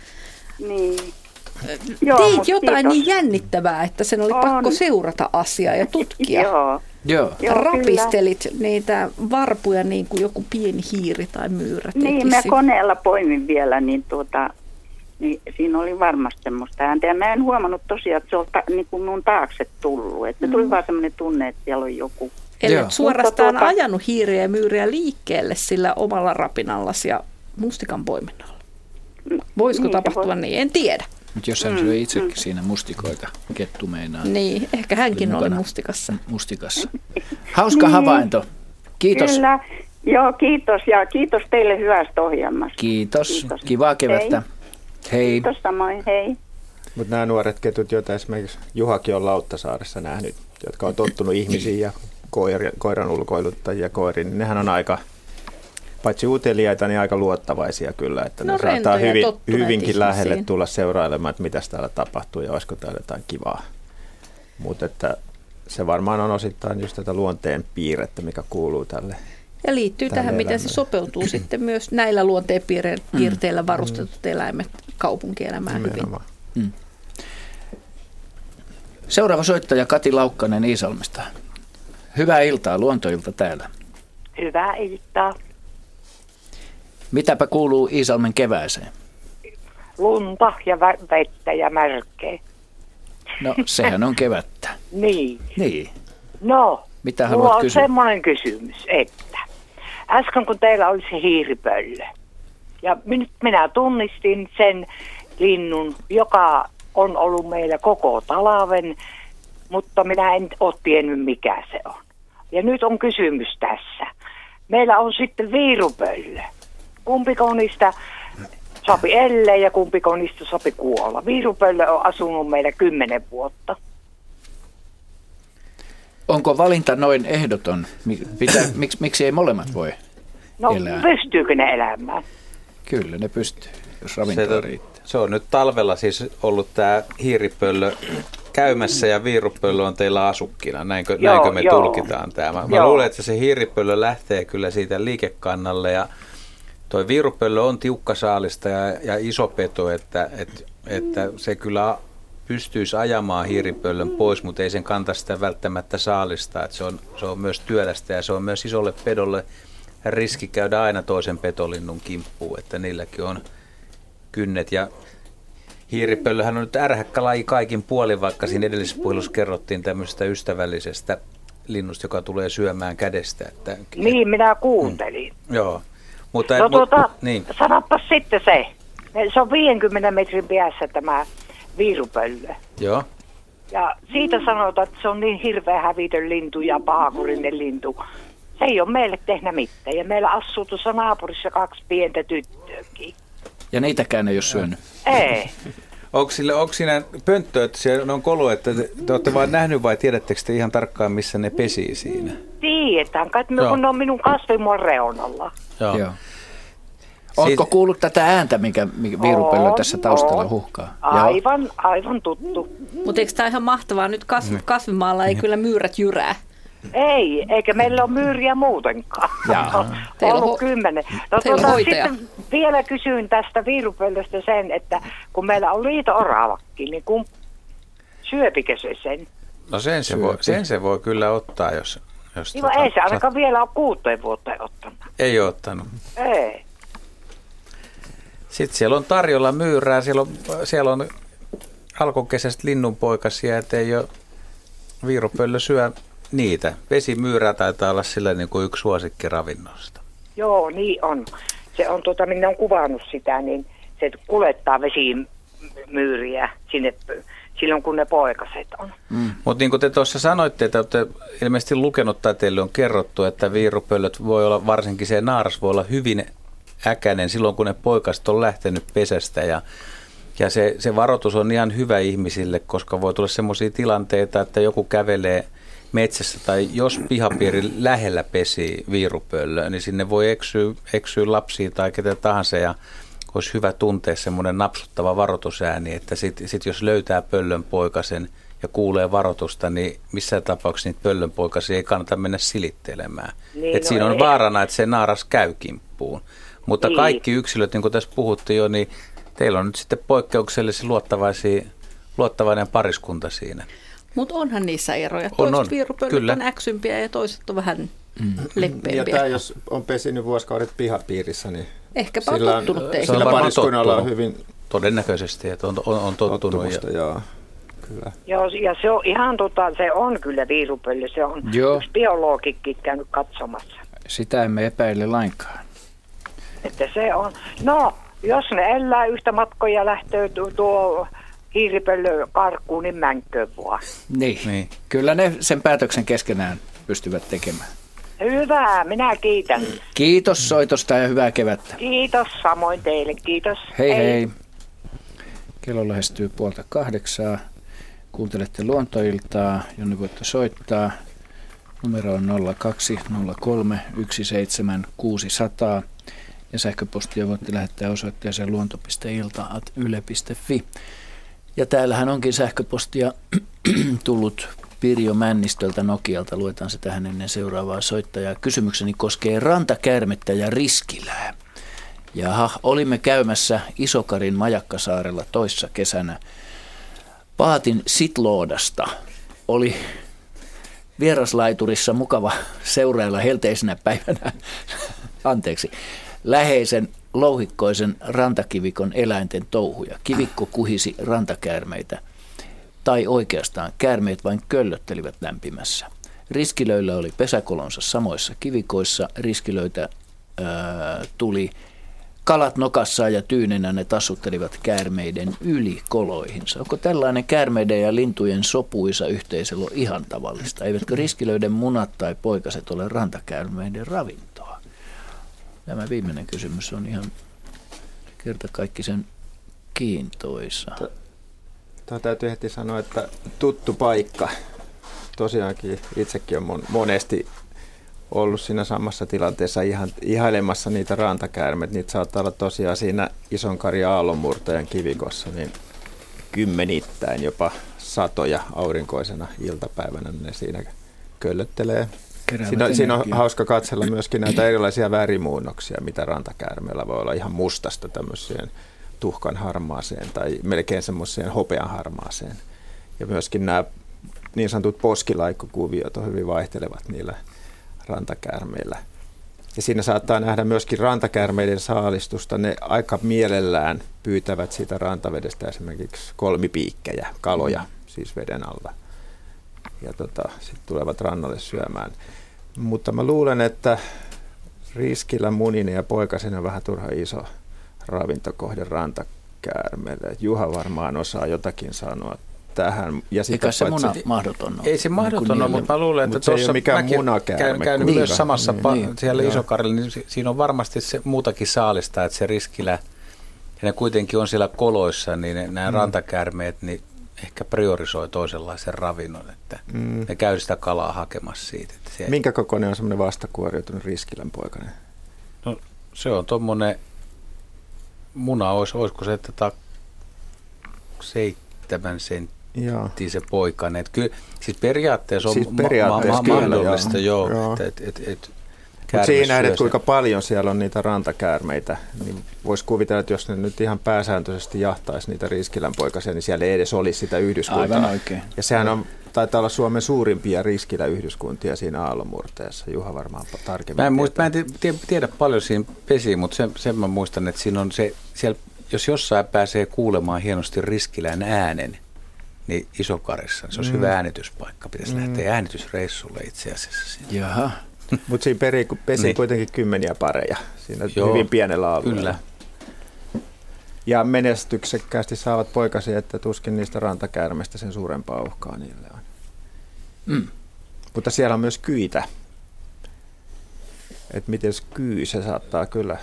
teit jotain niin jännittävää, että sen oli pakko seurata asiaa ja tutkia. Joo. Rapistelit niitä varpuja niin kuin joku pieni hiiri tai myyrä. Niin, mä koneella poimin vielä, niin siinä oli varmasti semmoista ääntä. Ja mä en huomannut tosiaan, että se on niin kuin mun taakse tullut. Että tuli vaan semmoinen tunne, että siellä on joku. Eli suorastaan ajanut hiiriä ja myyriä liikkeelle sillä omalla rapinallasi ja mustikan poiminnalla. Voisiko tapahtua niin? En tiedä. Mutta jos hän syö itsekin siinä mustikoita, kettu meinaa. Niin, ehkä hänkin oli mustikassa. Hauska havainto. Kiitos. Kyllä. Joo, kiitos ja kiitos teille hyvästä ohjelmasta. Kiitos. Kivaa kevättä. Hei. Kiitos samoin, hei. Mutta nämä nuoret ketut, joita esimerkiksi Juhakin on Lauttasaaressa nähnyt, jotka on tottunut ihmisiin ja koiran ulkoiluttajia koiriin, niin nehän on aika, paitsi uteliaita, niin aika luottavaisia kyllä, että ne saattaa hyvinkin lähelle tulla seurailemaan, että mitä täällä tapahtuu ja olisiko täällä jotain kivaa. Mutta että se varmaan on osittain just tätä luonteen piirrettä, mikä kuuluu tälle. Ja liittyy tähän, miten se sopeutuu sitten myös näillä luonteen piirteillä varustetut eläimet kaupunkielämään hyvin. Seuraava soittaja Kati Laukkanen Iisalmesta. Hyvää iltaa, luontoilta täällä. Hyvää iltaa. Mitäpä kuuluu Iisalmen kevääseen? Lunta ja vettä ja märkeä. No, sehän on kevättä. Niin. No, mitä haluat mulla on kysyä? semmoinen kysymys, että äsken kun teillä oli se hiiripöllö, ja nyt minä tunnistin sen linnun, joka on ollut meillä koko talven, mutta minä en ole tiennyt mikä se on. Ja nyt on kysymys tässä. Meillä on sitten viirupöllö. Kumpiko niistä sopi ellee ja kumpiko niistä sopi kuolla? Viirupöllö on asunut meillä 10 vuotta. Onko valinta noin ehdoton? Miksi ei molemmat voi elää? Pystyykö ne elämään? Kyllä ne pystyy, jos ravintoa riittää. Se on nyt talvella siis ollut tämä hiiripöllö käymässä ja viirupöllö on teillä asukkina. Näinkö me tulkitaan tämä? Mä luulen, että se hiiripöllö lähtee kyllä siitä liikekannalle ja toi viirupöllö on tiukka saalista ja iso peto, että se kyllä pystyisi ajamaan hiiripöllön pois, mutta ei sen kanta sitä välttämättä saalista. Että se on myös työlästä ja se on myös isolle pedolle riski käydä aina toisen petolinnun kimppuun, että niilläkin on kynnet. Ja hiiripöllöhän on nyt ärhäkkä laji kaikin puolin, vaikka siinä edellisessä puhelussa kerrottiin tämmöisestä ystävällisestä linnusta, joka tulee syömään kädestä. Niin, minä kuuntelin. Joo. Mutta, niin. Sanopas sitten se. Se on 50 metrin päässä tämä viirupöllö. Joo. Ja siitä sanotaan, että se on niin hirveä hävitön lintu ja pahakurinen lintu. Se ei ole meille tehnyt mitään. Ja meillä asuu tuossa naapurissa 2 pientä tyttöäkin. Ja niitäkään ei ole syönyt? Ei. Onko siinä pönttö, että siellä on kolo, että te olette vain nähnyt vai tiedättekö te ihan tarkkaan, missä ne pesii siinä? Tiedetään, kun ne on minun kasvimuon reunalla. Joo. Oletko kuullut tätä ääntä, mikä viirupöllö tässä taustalla huhkaa? Aivan tuttu. Mutta eikö tämä ihan mahtavaa? Nyt kasvimaalla ei kyllä myyrät jyrää. Ei, eikä meillä ole myyriä muutenkaan. Ollut 10. Sitten vielä kysyin tästä viirupöllöstä sen, että kun meillä on liito-oravakin, niin syöpikö se sen? No sen se voi kyllä ottaa, jos ei se ainakaan vielä ole 6 vuotta ottanut. Ei ole ottanut. Ei. Sitten siellä on tarjolla myyrää, siellä on alkukesästä linnunpoikasia, ettei ole viirupöllö syö niitä. Vesimyyrä taitaa olla sillä niin kuin yksi suosikki ravinnosta. Joo, niin on. Se on, minä olen kuvannut sitä, niin se kuljettaa vesimyyriä sinne silloin, kun ne poikaset on. Mutta niin kuin te tuossa sanoitte, että olette ilmeisesti lukenut tai teille on kerrottu, että viirupöllöt voi olla, varsinkin se naaras voi olla hyvin äkäinen silloin, kun ne poikaset on lähtenyt pesästä ja se varoitus on ihan hyvä ihmisille, koska voi tulla semmoisia tilanteita, että joku kävelee metsässä tai jos pihapiirin lähellä pesii viirupöllö, niin sinne voi eksyä lapsia tai ketä tahansa ja olisi hyvä tuntea semmoinen napsuttava varoitusääni, että sit jos löytää pöllön poikasen ja kuulee varoitusta, niin missään tapauksessa niitä pöllön poikasia ei kannata mennä silittelemään. Niin, siinä on vaarana, että se naaras käy kimppuun. Mutta kaikki yksilöt, niin kuin tässä puhuttiin jo, niin teillä on nyt sitten poikkeuksellisesti luottavainen pariskunta siinä. Mutta onhan niissä eroja. Toiset viirupöllöt on äksympiä ja toiset on vähän leppeämpiä. Ja tämä, jos on pesinyt vuosikaudet pihapiirissä, niin ehkäpä on tottunut teihin. Sillä pariskunnalla on hyvin todennäköisesti, että on tottunut. Kyllä. Joo, ja se on ihan se on kyllä viirupöllö. Se on yksi biologikin käynyt katsomassa. Sitä emme epäile lainkaan. Että se on, no jos ne elää yhtä matkoja lähtee tuo hiiripöllö karkuun, niin mänköön vaan. Niin. Kyllä ne sen päätöksen keskenään pystyvät tekemään. Hyvä, minä kiitän. Kiitos soitosta ja hyvää kevättä. Kiitos, samoin teille, kiitos. Hei. Kello lähestyy 7:30. Kuuntelette Luontoiltaa, jonne voitte soittaa. Numero on 0203 17600 ja sähköpostia voitte lähettää osoitteeseen luonto.ilta@yle.fi. Ja täällähän onkin sähköpostia tullut Pirjo Männistöltä Nokialta. Luetaan se tähän ennen seuraavaa soittajaa. Kysymykseni koskee rantakäärmettä ja riskilää. Jaha, olimme käymässä Isokarin Majakkasaarella toissa kesänä. Paatin Sitloodasta oli vieraslaiturissa mukava seurailla helteisenä päivänä läheisen louhikkoisen rantakivikon eläinten touhuja. Kivikko kuhisi rantakäärmeitä, tai oikeastaan käärmeet vain köllöttelivät lämpimässä. Riskilöillä oli pesäkolonsa samoissa kivikoissa. Riskilöitä tuli kalat nokassaan ja tyynenä ne tassuttelivat käärmeiden yli koloihinsa. Onko tällainen käärmeiden ja lintujen sopuisa yhteiselo ihan tavallista? Eivätkö riskilöiden munat tai poikaset ole rantakäärmeiden ravintoa? Tämä viimeinen kysymys on ihan kertakaikkisen kiintoisa. Tämä täytyy heti sanoa, että tuttu paikka. Tosiaankin itsekin on monesti ollut siinä samassa tilanteessa ihailemassa niitä rantakäärmeitä. Niitä saattaa olla tosiaan siinä Ison-Karin aallonmurtajan kivikossa niin kymmenittäin, jopa satoja aurinkoisena iltapäivänä ne siinä köllöttelee. Siinä on hauska katsella myöskin näitä erilaisia värimuunnoksia, mitä rantakäärmeellä voi olla ihan mustasta tämmöiseen tuhkan harmaaseen tai melkein semmoiseen hopean harmaaseen. Ja myöskin nämä niin sanotut poskilaikkokuviot on hyvin vaihtelevat niillä rantakäärmeillä. Ja siinä saattaa nähdä myöskin rantakäärmeiden saalistusta. Ne aika mielellään pyytävät siitä rantavedestä esimerkiksi kolmipiikkejä, kaloja siis veden alla. Ja sitten tulevat rannalle syömään. Mutta mä luulen, että riskillä muninen ja poikasena on vähän turha iso ravintokohde rantakäärmeelle. Juha varmaan osaa jotakin sanoa tähän. Ja eikä se muna mahdoton ole. Ei se mahdoton ole, mutta mä luulen, että tuossa mäkin käynyt niin, myös samassa siellä Isokarilla, niin siinä on varmasti se muutakin saalista, että se riskillä, ja ne kuitenkin on siellä koloissa, niin nämä rantakäärmeet, niin ehkä priorisoi toisenlaisen ravinnon, että ne käy sitä kalaa hakemassa siitä. Että minkä kokoinen on semmoinen vastakuoriutunut riskilän poikainen? No se on tuommoinen muna, olisiko se 7 senttiä se poikainen. Kyllä, siis periaatteessa on mahdollista, joo. Mutta siinä nähdään, kuinka paljon siellä on niitä rantakäärmeitä, niin voisi kuvitella, että jos ne nyt ihan pääsääntöisesti jahtaisi niitä riskilänpoikasia, niin siellä ei edes olisi sitä yhdyskuntaa. Aivan oikein. Ja sehän taitaa olla Suomen suurimpia riskiläyhdyskuntia siinä aallonmurteessa. Juha varmaan tarkemmin. Mä en tiedä paljon siinä pesiin, mutta sen mä muistan, että siinä on se, siellä, jos jossain pääsee kuulemaan hienosti riskilän äänen, niin Isokarissa, niin se olisi hyvä äänityspaikka. Pitäisi lähteä äänitysreissulle itse asiassa. Jaha. Mutta siinä pesi kuitenkin kymmeniä pareja siinä hyvin pienellä alueella. Kyllä. Ja menestyksekkäästi saavat poikasia, että tuskin niistä rantakäärmeistä sen suurempaa uhkaa niille on. Mutta siellä on myös kyitä. Että miten kyy, se saattaa kyllä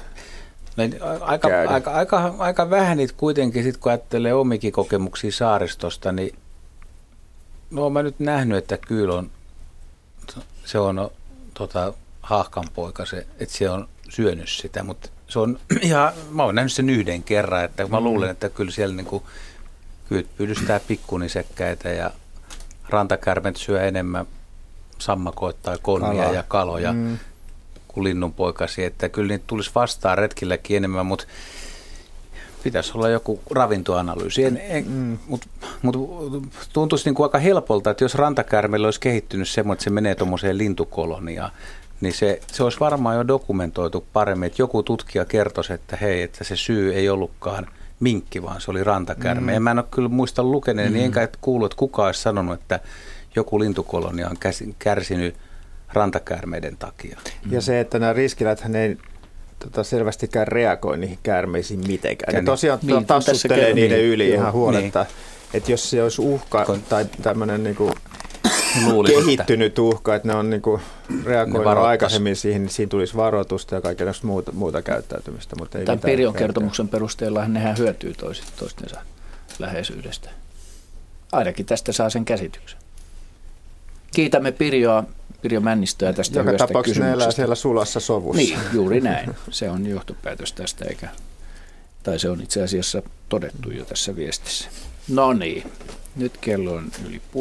aika vähän niitä kuitenkin, sit kun ajattelee omikin kokemuksia saaristosta, niin no mä nyt nähnyt, että kyy on, se on haahkanpoika, että se on syönyt sitä, mutta se on ihan, mä oon nähnyt sen yhden kerran, että mä luulen, että kyllä siellä niinku kyyt pyydystää pikkunisekkäitä ja rantakärmet syö enemmän sammakoita tai konnia ja kaloja kuin linnunpoikasi, että kyllä niitä tulisi vastaan retkilläkin enemmän, mutta pitäisi olla joku ravintoanalyysi. Mutta tuntuisi niinku aika helpolta, että jos rantakäärmeellä olisi kehittynyt semmoinen, että se menee tuommoiseen lintukoloniaan, niin se olisi varmaan jo dokumentoitu paremmin, että joku tutkija kertoisi, että hei, että se syy ei ollutkaan minkki, vaan se oli rantakäärme. Ja mä en ole kyllä muista lukeneen, niin enkä kuullut, että kukaan olisi sanonut, että joku lintukolonia on kärsinyt rantakäärmeiden takia. Ja se, että nämä riskiläthän ei selvästikään reagoi niihin käärmeisiin mitenkään. Ne tosiaan tassuttelee niiden yli ihan huoletta. Että jos se olisi uhka tai tämmöinen niinku kehittynyt uhka, että ne on niinku reagoinut aikaisemmin siihen, niin siinä tulisi varoitusta ja kaikenlaista muuta käyttäytymistä. Mutta ei tämän Pirion kertomuksen perusteella nehän hyötyy toistensa läheisyydestä. Ainakin tästä saa sen käsityksen. Kiitämme Pirjo Männistöä tästä hyvästä kysymyksestä. Joka tapauksessa ne elää siellä sulassa sovussa. Niin, juuri näin. Se on johtopäätös tästä, tai se on itse asiassa todettu jo tässä viestissä. No niin, nyt kello on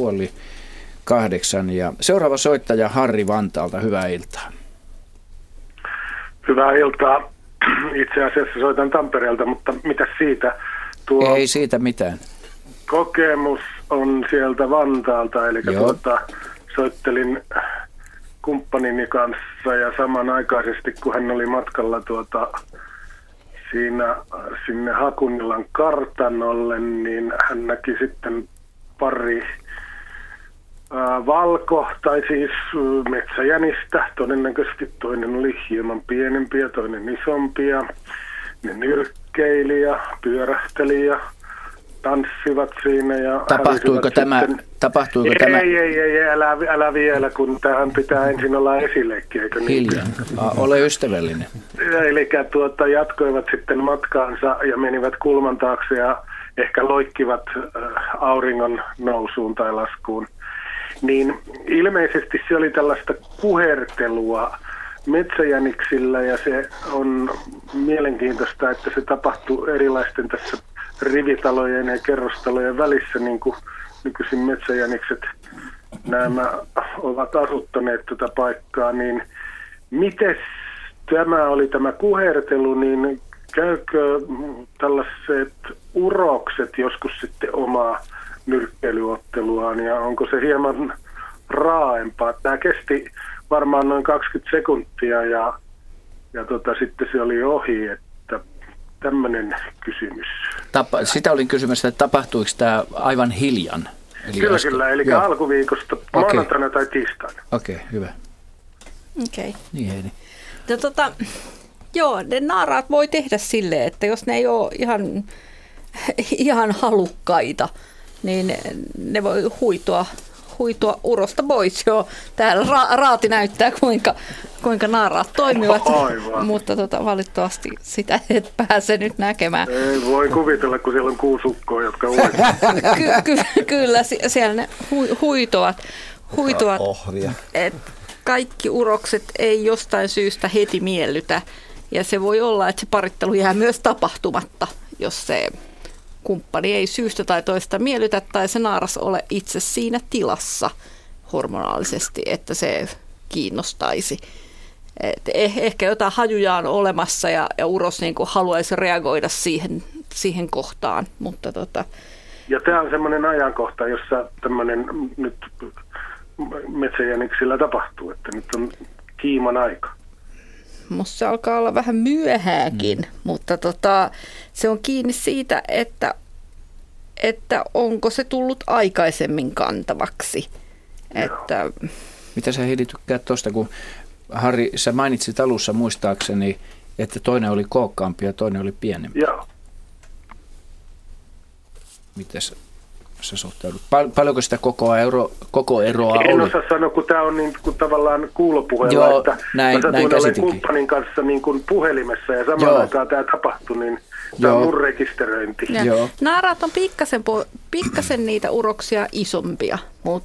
7:30 ja seuraava soittaja Harri Vantaalta, hyvää iltaa. Hyvää iltaa. Itse asiassa soitan Tampereelta, mutta mitä siitä? Ei siitä mitään. Kokemus on sieltä Vantaalta, eli soittelin kumppanini kanssa ja samanaikaisesti kun hän oli matkalla sinne Hakunilan kartanolle, niin hän näki sitten pari tai siis metsäjänistä. Todennäköisesti toinen oli hieman pienempi ja toinen isompi. Ja ne nyrkkeili ja pyörähteli ja tanssivat siinä. Ja Tapahtuiko tämä? Ei, älä vielä, kun tähän pitää ensin olla esileikki, eikö niin? Hiljaa. Ole ystävällinen. Eli jatkoivat sitten matkaansa ja menivät kulman taakse ja ehkä loikkivat auringon nousuun tai laskuun. Niin ilmeisesti se oli tällaista kuhertelua metsäjäniksillä ja se on mielenkiintoista, että se tapahtuu erilaisten tässä rivitalojen ja kerrostalojen välissä, niin kuin nykyisin metsäjänikset nämä ovat asuttaneet tätä paikkaa, niin mites tämä kuhertelu, niin käykö tällaiset urokset joskus sitten omaa nyrkkeilyotteluaan ja onko se hieman raaempaa? Tämä kesti varmaan noin 20 sekuntia ja sitten se oli ohi, että tämmöinen kysymys. Sitä olin kysymässä, että tapahtuiko tämä aivan hiljan? Kyllä, eli alkuviikosta maanantaina tai tiistaina. Okei, hyvä. Okei. Niin Heidi. Joo, ne naaraat voi tehdä silleen, että jos ne ei ole ihan halukkaita, niin ne voi huitua urosta pois. Joo, täällä Raati näyttää, kuinka naaraat toimivat, mutta valitettavasti sitä et pääse nyt näkemään. Ei voi kuvitella, kun siellä on 6 ukkoa, jotka Kyllä, siellä ne huitoat. Kaikki urokset ei jostain syystä heti miellytä, ja se voi olla, että se parittelu jää myös tapahtumatta, jos se kumppani ei syystä tai toista miellytä tai se naaras ole itse siinä tilassa hormonaalisesti, että se kiinnostaisi. Ehkä jotain hajuja on olemassa ja uros niin kuin haluaisi reagoida siihen kohtaan. Mutta Ja tämä on semmoinen ajankohta, jossa tämmöinen nyt metsäjäniksillä tapahtuu, että nyt on kiiman aika. Musta se alkaa olla vähän myöhääkin, mutta se on kiinni siitä, että onko se tullut aikaisemmin kantavaksi. Mitä sä Heidi tykkäät tuosta, kun Harri, sä mainitsit alussa muistaakseni, että toinen oli kookkaampi ja toinen oli pienempi. Joo. Mites sä suhtaudut? Paljonko sitä koko eroa oli? En osaa sanoa, kun tämä on niin kuin tavallaan kuulopuheella, joo, että näin olen kumppanin kanssa niin kuin puhelimessa ja samaan aikaan tämä tapahtui, niin tämä on mun rekisteröinti. Naaraat on pikkasen niitä uroksia isompia,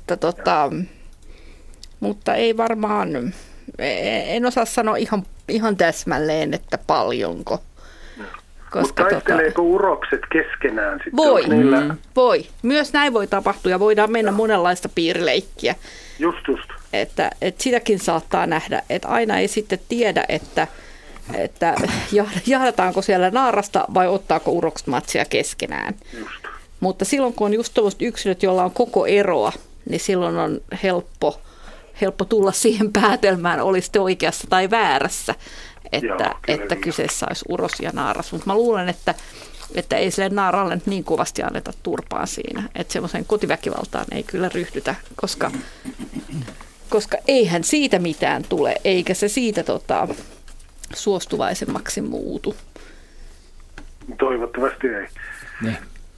mutta ei varmaan, en osaa sanoa ihan täsmälleen, että paljonko. Mutta taisteleeko urokset keskenään sitten? Voi. Myös näin voi tapahtua ja voidaan mennä monenlaista piirileikkiä. Just. Että sitäkin saattaa nähdä, että aina ei sitten tiedä, että jahdataanko siellä naarasta vai ottaako urokset matsia keskenään. Just. Mutta silloin kun on just tuollaiset yksilöt, joilla on koko eroa, niin silloin on helppo tulla siihen päätelmään, oli sitten oikeassa tai väärässä. Että kyseessä olisi uros ja naaras, mutta mä luulen, että ei sille naaralle niin kovasti anneta turpaan siinä, että semmoiseen kotiväkivaltaan ei kyllä ryhdytä, koska eihän siitä mitään tule, eikä se siitä suostuvaisemmaksi muutu. Toivottavasti ei. Ne.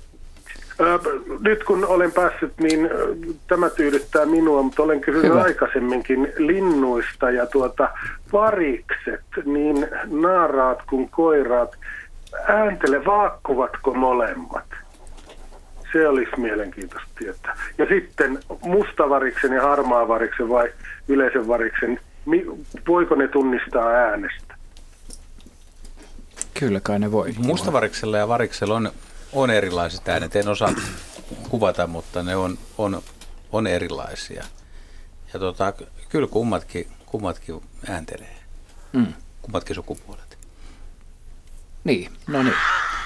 Nyt kun olen päässyt, niin tämä tyydyttää minua, mutta olen kysynyt aikaisemminkin linnuista ja varikset, niin naaraat kuin koiraat, vaakkuvatko molemmat? Se olisi mielenkiintoista tietää. Ja sitten mustavariksen ja harmaavariksen vai yleisen variksen, voiko ne tunnistaa äänestä? Kyllä kai ne voi. Mustavariksella ja variksella on erilaiset äänet. En osaa kuvata, mutta ne on erilaisia. Ja kyllä kummatkin ääntelee. Kummatkin sukupuolet. Niin, no niin.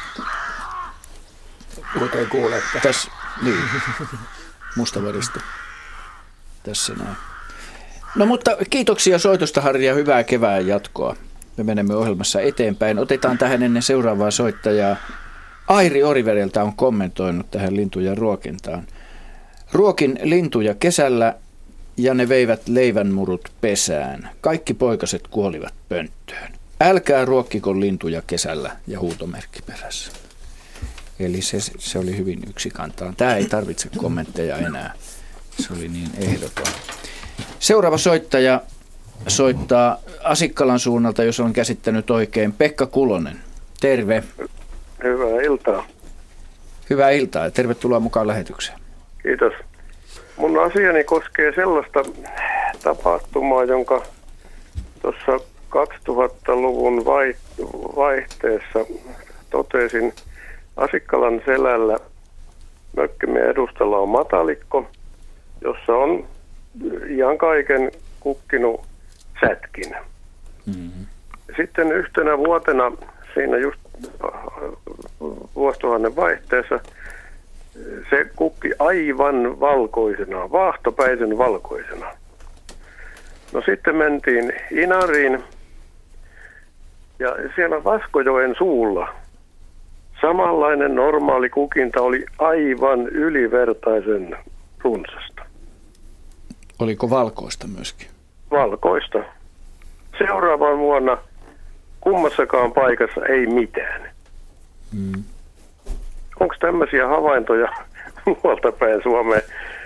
Kuten kuulette. Tässä, niin, mustavarista. Tässä näin. No mutta kiitoksia soitosta, Harri, ja hyvää kevään jatkoa. Me menemme ohjelmassa eteenpäin. Otetaan tähän ennen seuraavaa soittajaa. Airi Orivedeltä on kommentoinut tähän lintujen ruokintaan. Ruokin lintuja kesällä ja ne veivät leivänmurut pesään. Kaikki poikaset kuolivat pönttöön. Älkää ruokkiko lintuja kesällä ja huutomerkki perässä. Eli se oli hyvin yksikantaan. Tämä ei tarvitse kommentteja enää. Se oli niin ehdoton. Seuraava soittaja soittaa Asikkalan suunnalta, jos olen käsittänyt oikein. Pekka Kulonen. Terve. Hyvää iltaa. Hyvää iltaa ja tervetuloa mukaan lähetykseen. Kiitos. Mun asiani koskee sellaista tapahtumaa, jonka tuossa 2000-luvun vaihteessa totesin. Asikkalan selällä mökkimme edustalla on matalikko, jossa on ihan kaiken kukkinut sätkin. Mm-hmm. Sitten yhtenä vuotena siinä just vuosituhannen vaihteessa se kukki aivan valkoisena, vaahtopäisen valkoisena. No sitten mentiin Inariin ja siellä Vaskojoen suulla samanlainen normaali kukinta oli aivan ylivertaisen runsasta. Oliko valkoista myöskin? Valkoista. Seuraavan vuonna kummassakaan paikassa ei mitään. Mm. Onko tämmöisiä havaintoja muualta päin Suomeen?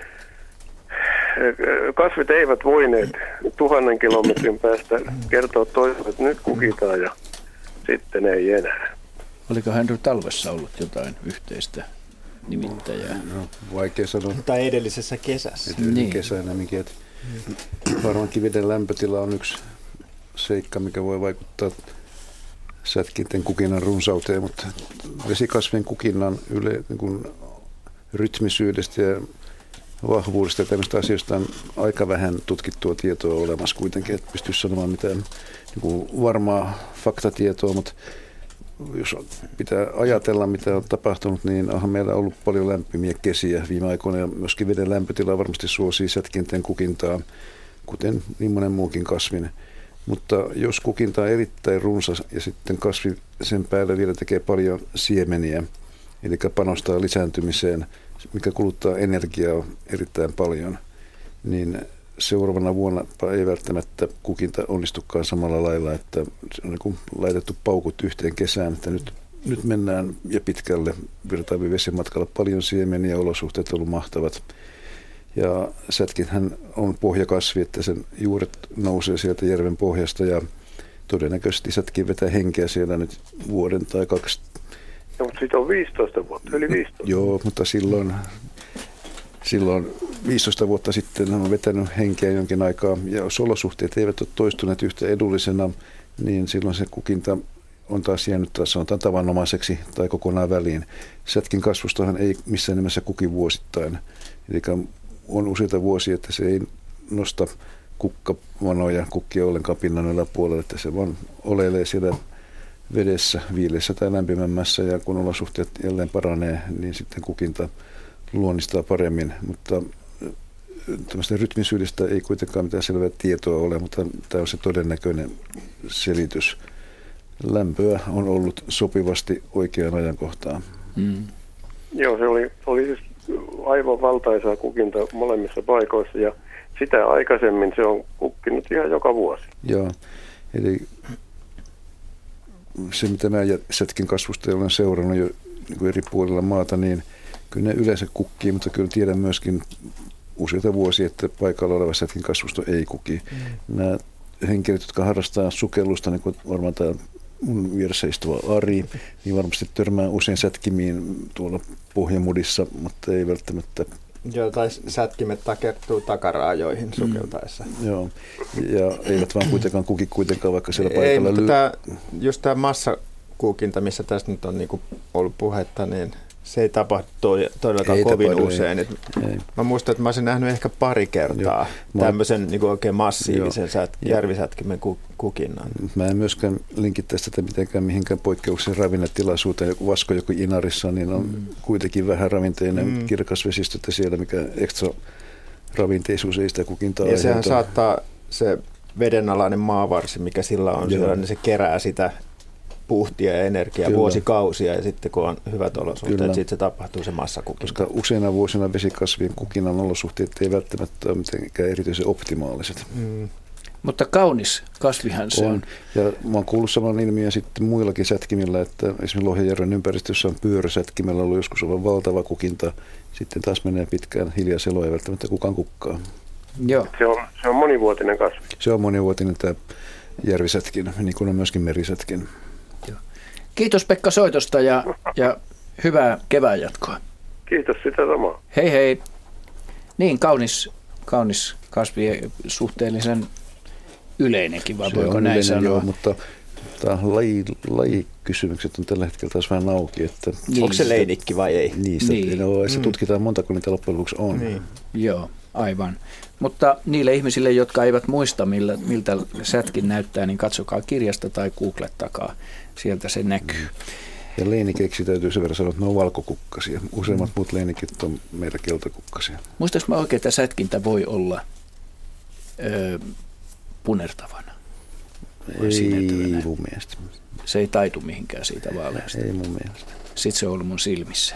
Kasvit eivät voineet 1000 kilometrin päästä kertoa toiselle, että nyt kukitaan ja sitten ei enää. Oliko Henry talvessa ollut jotain yhteistä nimittäjää? No, vaikea sanoa. Tai edellisessä kesässä. Niin. Kesänä, mikä, varmaankin veden lämpötila on yksi seikka, mikä voi vaikuttaa sätkinten kukinnan runsauteen, mutta vesikasvien kukinnan niin rytmisyydestä ja vahvuudesta ja tämmöistä asioista on aika vähän tutkittua tietoa olemassa kuitenkin, että pystyisi sanomaan mitään niin varmaa faktatietoa, mutta jos pitää ajatella, mitä on tapahtunut, niin onhan meillä ollut paljon lämpimiä kesiä viime aikoina ja myöskin veden lämpötila varmasti suosii sätkinten kukintaa, kuten niin monen muukin kasvin. Mutta jos kukinta on erittäin runsas ja sitten kasvi sen päälle vielä tekee paljon siemeniä, eli panostaa lisääntymiseen, mikä kuluttaa energiaa erittäin paljon, niin seuraavana vuonna ei välttämättä kukinta onnistukaan samalla lailla, että on niin kuin laitettu paukut yhteen kesään, että nyt mennään ja pitkälle virtaavivesimatkalla paljon siemeniä, olosuhteet on ollut mahtavat. Ja sätkithän on pohjakasvi, että sen juuret nousee sieltä järven pohjasta ja todennäköisesti sätkin vetää henkeä siellä nyt vuoden tai 2. No, mutta siitä on 15 vuotta, yli 15. Joo, mutta silloin 15 vuotta sitten on vetänyt henkeä jonkin aikaa, ja jos olosuhteet eivät ole toistuneet yhtä edullisena, niin silloin se kukinta on taas jäänyt sanotaan tavanomaiseksi tai kokonaan väliin. Sätkin kasvustahan ei missään nimessä kuki vuosittain, eli on useita vuosia, että se ei nosta kukkavanoja kukkia ollenkaan pinnan yläpuolelle, että se vaan oleilee siellä vedessä, viileessä tai lämpimämmässä, ja kun olosuhteet jälleen paranee, niin sitten kukinta luonnistaa paremmin, mutta tämmöistä rytmisyydestä ei kuitenkaan mitään selvää tietoa ole, mutta tämä on se todennäköinen selitys. Lämpöä on ollut sopivasti oikeaan ajankohtaan. Mm. Joo, se oli siis aivan valtaisaa kukinta molemmissa paikoissa, ja sitä aikaisemmin se on kukkinut ihan joka vuosi. Joo, eli se, mitä mä sätkin kasvusta olen seurannut jo niin kuin eri puolilla maata, niin kyllä ne yleensä kukkii, mutta kyllä tiedän myöskin useita vuosia, että paikalla oleva sätkin kasvusto ei kuki. Nämä henkilöt, jotka harrastaa sukellusta, niin kuin varmaan tämä mun vieressä istuva Ari, niin varmasti törmää usein sätkimiin tuolla pohjamudissa, mutta ei välttämättä. Joo, tai sätkimet takertuu takaraajoihin sukeltaessa. Joo, ja eivät vaan kuitenkaan, vaikka siellä paikalla ei, mutta just tämä massakuukinta, missä tästä nyt on niinku ollut puhetta, niin se ei tapahdu todellakaan kovin usein. Ei. Mä muistan, että mä olisin nähnyt ehkä pari kertaa tämmöisen niinku oikein massiivisen järvisätkimen kukinnan. Mä en myöskään linkittäisi tätä mitenkään mihinkään poikkeuksen ravinnetilaisuuteen. Joku Vasko, joku Inarissa, niin on kuitenkin vähän ravinteinen kirkas vesistötä siellä, mikä ekstra ravinteisuus ei sitä kukintaa aiheuta. Ja sehän saattaa se vedenalainen maavarsi, mikä sillä on siellä, niin se kerää sitä puhtia ja energiaa vuosikausia, ja sitten kun on hyvät olosuhteet, sitten se tapahtuu se massakukinta. Koska useina vuosina vesikasvien kukinnan olosuhteet ei välttämättä ole mitenkään erityisen optimaaliset. Mutta kaunis kasvihan se on. Ja mä oon kuullut saman ilmiön sitten muillakin sätkimillä, että esimerkiksi Lohjajärven ympäristössä on pyöräsätkimellä ollut joskus aivan valtava kukinta. Sitten taas menee pitkään hiljaiselo, ei välttämättä kukaan kukkaa. Joo. Se on monivuotinen kasvi. Se on monivuotinen tämä järvisätkin, niin kuin on myöskin merisätkin. Kiitos Pekka soitosta ja hyvää kevään jatkoa. Kiitos sitä samaa. Hei hei. Niin, kaunis kasvi, suhteellisen yleinenkin, vai voiko näin sanoa? Joo, mutta lajikysymykset on tällä hetkellä taas vähän auki. Että onko se leinikki vai ei? Se tutkitaan montako niitä loppujen lopuksi on. Niin. Joo, aivan. Mutta niille ihmisille, jotka eivät muista, miltä sätkin näyttää, niin katsokaa kirjasta tai googlettakaa. Sieltä se näkyy. Ja leinikeiksi täytyy sen verran sanoa, että ne on valkokukkasia. Useimmat muut leinikit on meillä keltakukkasia. Muistaaks mä oikein, että sätkintä voi olla punertavana? Ei mun mielestä. Se ei taitu mihinkään siitä vaaleasta. Ei mun mielestä. Sitten se on ollut mun silmissä.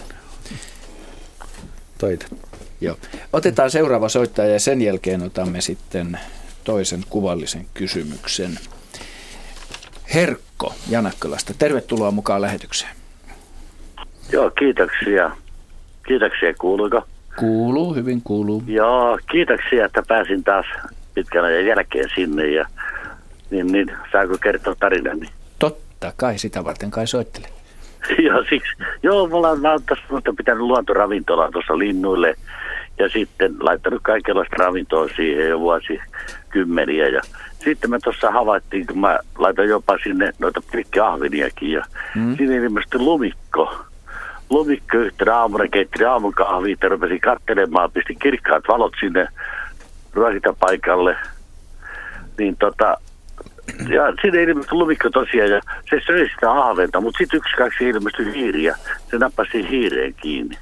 Taite. Joo. Otetaan seuraava soittaja ja sen jälkeen otamme sitten toisen kuvallisen kysymyksen. Herkko Janakkilasta, tervetuloa mukaan lähetykseen. Joo, kiitoksia. Kiitoksia, kuuluuko? Kuuluu, hyvin kuuluu. Joo, kiitoksia, että pääsin taas pitkän ajan jälkeen sinne. Ja, niin, saako kertoa tarinani? Totta kai, sitä varten kai soittele. Joo, siksi. Joo, mä oon tuossa pitänyt luontoravintolaa tuossa linnuille ja sitten laittanut kaikenlaista ravintoa siihen jo vuosikymmeniä. Ja sitten me tuossa havaittiin, kun mä laitan jopa sinne noita pilkkiahveniakin ja siinä ilmestyi lumikko. Lumikko yhtenä aamuna keitti aamukahvia ja rupesin katselemaan, pistin kirkkaat valot sinne ruokintapaikalle. Niin ja siinä ilmestyi lumikko tosiaan ja se söi sitä ahventa, mutta sitten 1-2 ilmestyi hiiriä. Se nappasi hiireen kiinni.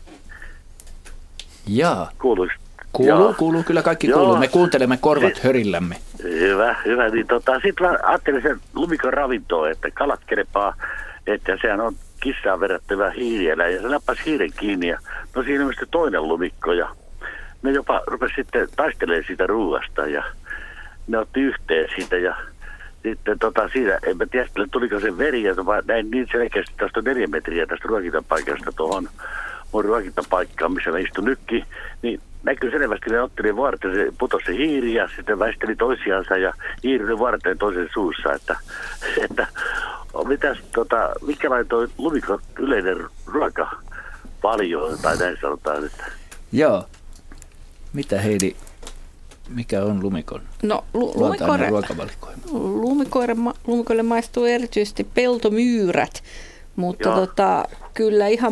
Jaa. Kuuluisi? Kuuluu, kyllä kaikki kuuluu. Me kuuntelemme korvat hörillämme. Hyvä. Niin sitten mä ajattelin sen lumikon ravintoa, että kalat kelepaa, että sehän on kissaan verrattava hiirielä ja se nappasi hiiren kiinni ja no siinä ilmestyi toinen lumikko ja ne jopa rupesi sitten taistelemaan siitä ruuasta ja ne otti yhteen siitä ja sitten siinä, en mä tiedä, tuliko se veri, ja näin niin selkeästi tästä 4 metriä tästä ruokintapaikasta tuohon mun ruokintapaikkaan, missä mä istun nytkin, niin näkyy selvästi, ne otteli vuorten, se putosi se hiiri ja sitten väisteli toisiansa ja hiiri oli vuorten toisen suussa, että mitäs, mikälainen toi lumikon yleinen ruoka paljon, tai näin sanotaan, että. Joo. Mitä Heidi, mikä on lumikon? No, ruokavalikoima? Lumikoille maistuu erityisesti peltomyyrät, mutta kyllä ihan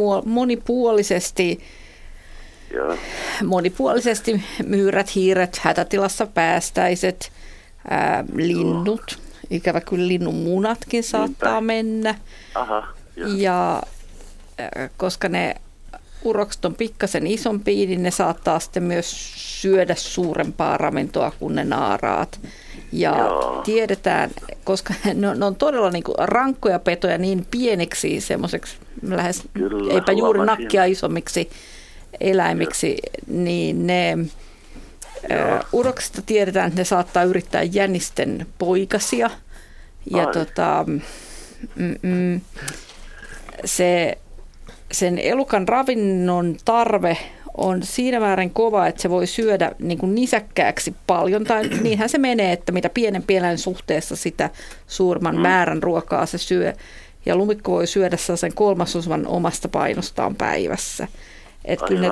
monipuolisesti myyrät, hiiret, hätätilassa päästäiset, linnut, ikävä kyllä linnun munatkin saattaa mennä. Aha, ja koska ne urokset on pikkasen isompi, niin ne saattaa sitten myös syödä suurempaa ravintoa kuin ne naaraat. Ja tiedetään, koska ne on todella niin kuin rankkoja petoja niin pieneksi, semmoiseksi lähes eipä juuri nakkia isommiksi eläimiksi, niin ne uroksista tiedetään, että ne saattaa yrittää jänisten poikasia. Ja sen elukan ravinnon tarve on siinä määrin kova, että se voi syödä niin kuin nisäkkääksi paljon, tai niinhän se menee, että mitä pienempi eläin suhteessa sitä suurman määrän ruokaa se syö. Ja lumikko voi syödä sen 1/3 omasta painostaan päivässä. Että kyllä ne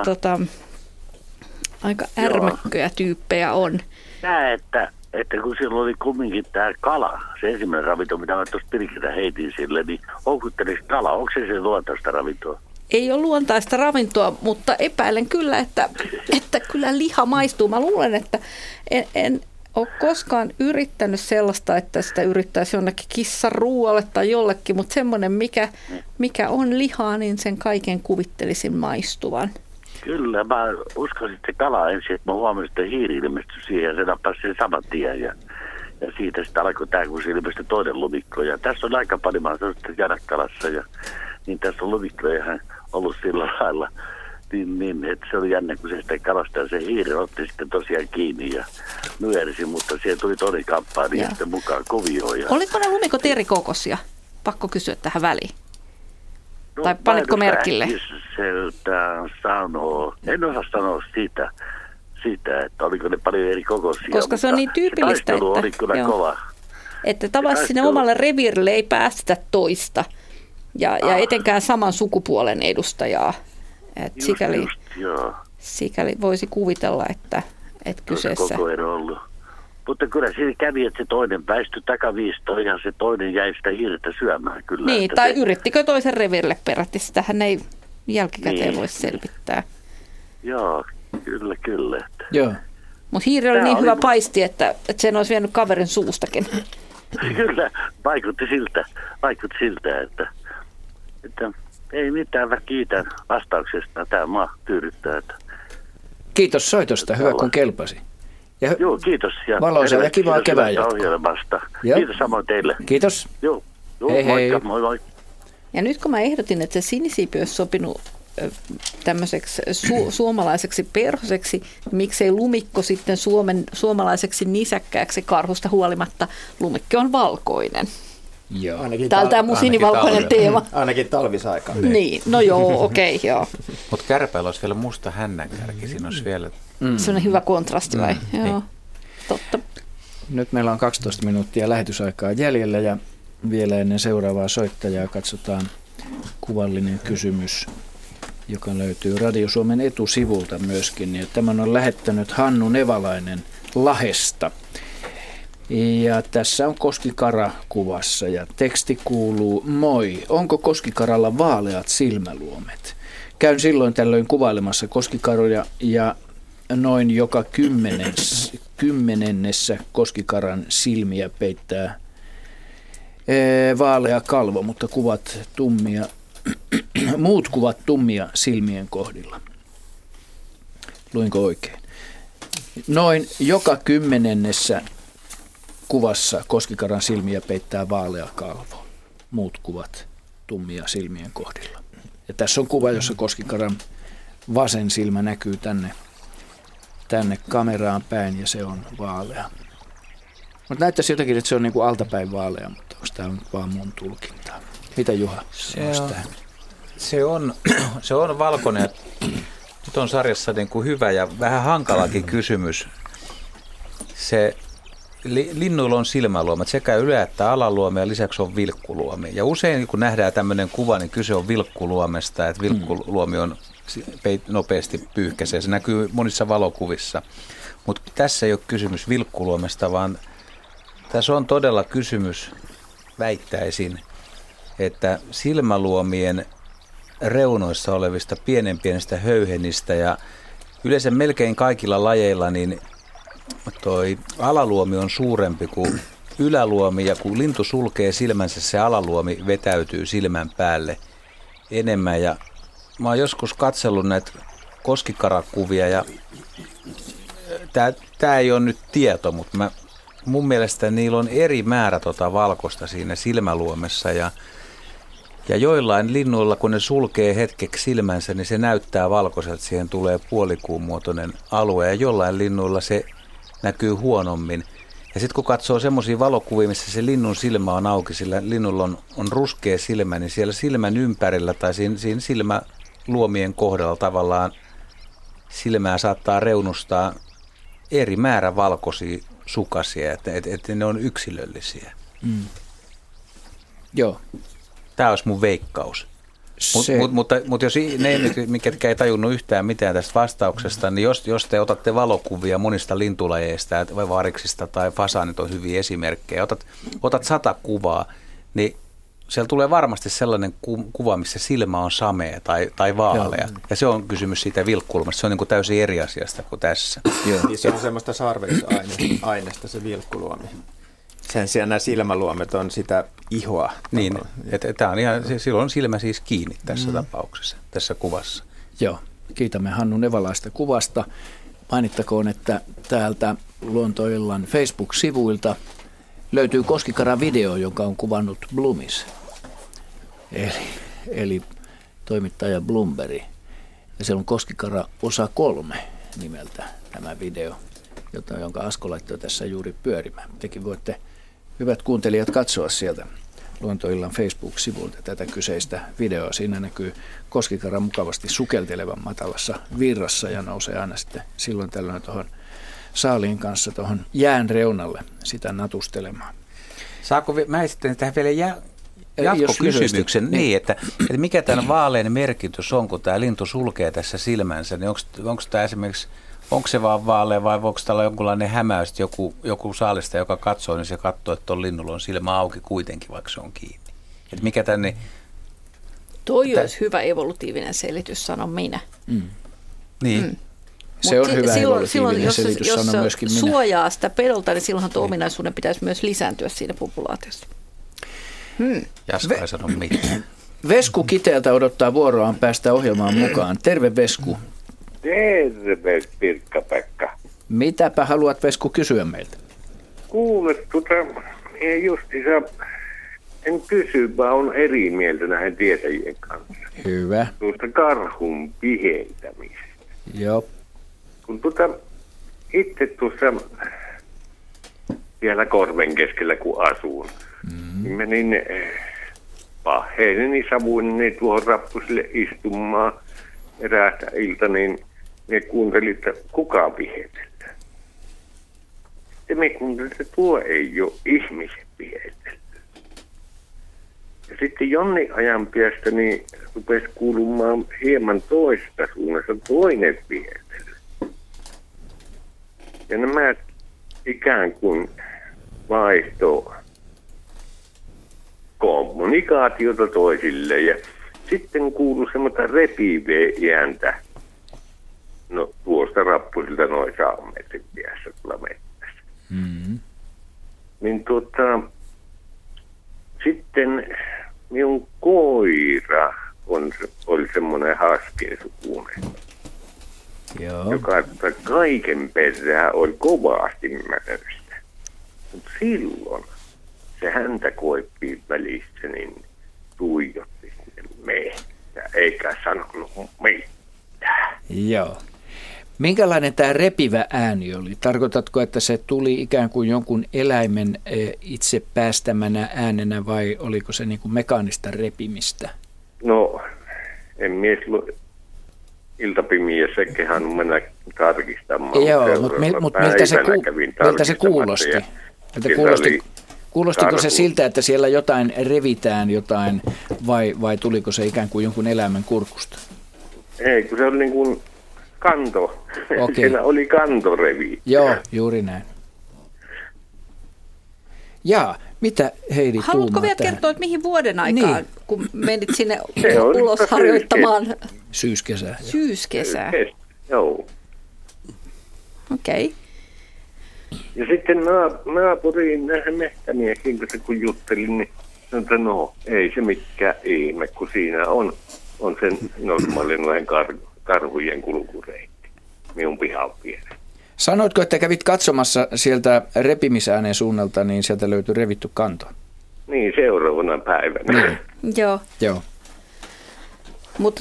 aika ärmäkköjä tyyppejä on. Tämä, että kun silloin oli kumminkin tämä kala, se ensimmäinen ravinto, mitä mä tuossa pirkitä heitin sille, niin houkuttelisi kala, onko se luontaista ravintoa? Ei ole luontaista ravintoa, mutta epäilen kyllä, että kyllä liha maistuu. Mä luulen, että en ole koskaan yrittänyt sellaista, että sitä yrittäisi jonnekin kissan ruoalle tai jollekin, mutta semmoinen, mikä on lihaa, niin sen kaiken kuvittelisin maistuvan. Kyllä, mä uskoisin, että kala ensin, että mä huomasin, että hiiri ilmestyi siihen ja se nappasi sen saman tien ja siitä sitten alkoi tämä, kun se ilmestyi toinen lumikko. Ja tässä on aika paljon, mä oon sanonut Janakkalassa ja niin tässä on lumikkoja ihan ollut sillä lailla. Niin, että se oli jännä, kun se sitten kalasta ja se hiiri otti sitten tosiaan kiinni ja myörisi, mutta siihen tuli toinen kamppaani ja sitten mukaan kovioon. Oliko ne lumikot eri kokoisia? Pakko kysyä tähän väliin. No, tai panitko merkille? En osaa sanoa siitä, että oliko ne paljon eri kokoisia. Koska se on niin tyypillistä, että oli kyllä kova. Että tavallaan sinne omalle reviirille ei päästetä toista ja etenkään saman sukupuolen edustajaa. Sikäli voisi kuvitella, että kyseessä. Koko ero ollut. Mutta kyllä siinä kävi, että se toinen väistyi takaviistoon ja se toinen jäi sitä hiirtä syömään. Kyllä, niin, tai yrittikö toisen revirille peräti, sitähän ei jälkikäteen voi selvittää. Joo, kyllä. Joo. Mutta hiiri oli niin hyvä paisti, että sen olisi vienyt kaverin suustakin. Kyllä, vaikutti siltä, että ei mitään, mä kiitän vastauksesta. Tämä maa tyydyttää. Kiitos soitosta, hyvä kun kelpasi. Joo, kiitos. Valoisa ja kivaa kevään jatkoa. Kiitos samoin teille. Kiitos. Joo, hei. Moi. Ja nyt kun mä ehdotin, että se sinisiipi olisi sopinut tämmöiseksi suomalaiseksi perhoseksi, niin miksei lumikko sitten suomalaiseksi nisäkkääksi karhusta huolimatta? Lumikko on valkoinen. Joo. Tämä on tämä mun sinivalkoinen teema. Ainakin talvisaikaan. Niin, no joo, okei, joo. Mutta kärpäillä olisi vielä musta hännänkärki, siinä olisi vielä. Se on hyvä kontrasti vai? Joo, niin. Totta. Nyt meillä on 12 minuuttia lähetysaikaa jäljellä ja vielä ennen seuraavaa soittajaa katsotaan kuvallinen kysymys, joka löytyy Radio Suomen etusivulta myöskin. Ja tämän on lähettänyt Hannu Nevalainen Lahesta. Ja tässä on koskikara kuvassa ja teksti kuuluu: moi, onko koskikaralla vaaleat silmäluomet? Käyn silloin tällöin kuvailemassa koskikaroja ja noin joka kymmenennessä koskikaran silmiä peittää vaalea kalvo, mutta muut kuvat tummia silmien kohdilla. Luinko oikein? Noin joka kymmenennessä kuvassa koskikaran silmiä peittää vaalea kalvo. Muut kuvat tummia silmien kohdilla. Ja tässä on kuva, jossa koskikaran vasen silmä näkyy tänne kameraan päin ja se on vaalea. Mutta näyttäisi jotenkin, että se on niin kuin altapäin vaalea, mutta onko tämä vaan mun tulkintaa? Mitä Juha se on valkoinen. Nyt on sarjassa niin kuin hyvä ja vähän hankalakin kysymys. Linnuilla on silmäluomet, sekä ylä- että alaluomi ja lisäksi on vilkkuluomi. Ja usein kun nähdään tämmöinen kuva, niin kyse on vilkkuluomesta, että vilkkuluomi on nopeasti pyyhkäisee. Se näkyy monissa valokuvissa. Mutta tässä ei ole kysymys vilkkuluomesta, vaan tässä on todella kysymys, väittäisin, että silmäluomien reunoissa olevista pienistä höyhenistä ja yleensä melkein kaikilla lajeilla niin toi alaluomi on suurempi kuin yläluomi ja kun lintu sulkee silmänsä, se alaluomi vetäytyy silmän päälle enemmän ja mä oon joskus katsellut näitä koskikarakuvia ja tää ei ole nyt tieto, mutta mun mielestä niillä on eri määrä valkoista siinä silmäluomessa ja joillain linnuilla, kun ne sulkee hetkeksi silmänsä, niin se näyttää valkoiselta, siihen tulee puolikuun muotoinen alue ja jollain linnuilla se näkyy huonommin. Ja sitten kun katsoo semmoisia valokuvia, missä se linnun silmä on auki, sillä linnulla on ruskea silmä, niin siellä silmän ympärillä tai siinä silmäluomien kohdalla tavallaan silmää saattaa reunustaa eri määrä valkoisia sukasia, että ne on yksilöllisiä. Joo. Tämä olisi mun veikkaus. Mutta jos ne, mitkä ei tajunnut yhtään mitään tästä vastauksesta, niin jos te otatte valokuvia monista lintulajeista, variksista tai fasaanit on hyviä esimerkkejä, otat 100 kuvaa, niin siellä tulee varmasti sellainen kuva, missä silmä on samea tai vaalea. Joo. Ja se on kysymys siitä vilkkulmasta. Se on niin kuin täysin eri asiasta kuin tässä. Niin se on semmoista sarvekaineesta se vilkkuluomi. Sen sijaan nämä silmäluomet on sitä ihoa. Niin, että on ihan, silloin on silmä siis kiinni tässä tapauksessa, tässä kuvassa. Joo, kiitämme Hannu Nevalaista kuvasta. Mainittakoon, että täältä Luontoillan Facebook-sivuilta löytyy Koskikara-video, joka on kuvannut Bloomis, eli toimittaja Bloomberg. Ja siellä on Koskikara osa 3 nimeltä tämä video, jonka Asko laittoi tässä juuri pyörimään. Tekin voitte, hyvät kuuntelijat, katsoa sieltä Luontoillan Facebook-sivulta tätä kyseistä videoa. Siinä näkyy Koskikara mukavasti sukeltelevan matalassa virrassa ja nousee aina sitten silloin tällöin tuohon saaliin kanssa tuohon jään reunalle sitä natustelemaan. Saako mä esitän tähän vielä jatkokysymyksen, niin, että mikä tämän vaalean merkitys on, kun tämä lintu sulkee tässä silmänsä, niin onko tämä esimerkiksi, onko se vaan vaalea vai voiko täällä jonkunlainen hämäys, että joku saalista, joka katsoo, niin se katsoo, että tuon linnulla on silmä auki kuitenkin, vaikka se on kiinni. Että mikä tänne... olisi hyvä evolutiivinen selitys, sanon minä. Niin. Se on hyvä evolutiivinen selitys, sanon myöskin minä. Jos suojaa sitä pedolta, niin silloinhan tuo ominaisuuden pitäisi myös lisääntyä siinä populaatiossa. Jaska ei sano mitään. Vesku Kiteeltä odottaa vuoroaan päästä ohjelmaan mukaan. Terve Vesku. Terve Pirkka-Pekka. Mitäpä haluat Vesku kysyä meiltä? Kuule, en kysy, vaan on eri mieltä näiden tietäjien kanssa. Hyvä. Tuosta karhun pihentämistä. Joo. Kun itse tuossa siellä korven keskellä kun asun, niin menin paheileni savuin tuohon rappusille istumaan eräästä ilta, niin me kuuntelin, että kuka vihetellä. Sitten me kuuntelin, että tuo ei ole ihmisen vihetellä. Ja sitten jonnin ajan päästä niin rupesi kuulumaan hieman toista suunnasta toinen vihetellä. Ja nämä ikään kuin vaihtoo kommunikaatiota toisille ja sitten kuului semmoista repivää ääntä tuosta rappusilta noin 100 metrin päässä tuolla mettässä. Niin sitten minun koira oli semmoinen haskeasukuinen, joka kaiken perään oli kovasti mönöstä. Mutta silloin se häntä koippiin välissä, niin tuijotti sinne mehtään, eikä sanonut mitään. Joo. Minkälainen tämä repivä ääni oli? Tarkoitatko, että se tuli ikään kuin jonkun eläimen itse päästämänä äänenä vai oliko se niin kuin mekaanista repimistä? No, en mies iltapimiessä kehannut mennä tarkistamaan. Joo, mutta miltä se kuulosti? Kuulostiko se siltä, että siellä jotain revitään jotain vai tuliko se ikään kuin jonkun eläimen kurkusta? Ei, kun se oli niin kuin kanto. Okay. Siellä oli kantorevi. Joo, juuri näin. Jaa, mitä Heidi haluatko vielä tähän? Kertoa, että mihin vuoden aikaan, kun menit sinne ulos harjoittamaan? Syyskesää. Syyskesää. Joo. Okei. Okay. Ja sitten naapuriin näihin mehtämiehiin, kun juttelin, niin sanoin, että ei se mikään ihme, kun siinä on sen normaalin karhujen kulkureitti minun pihan vieressä. Sanoitko, että kävit katsomassa sieltä repimisääneen suunnalta, niin sieltä löytyi revitty kanto? Niin, seuraavana päivänä. Joo. Mutta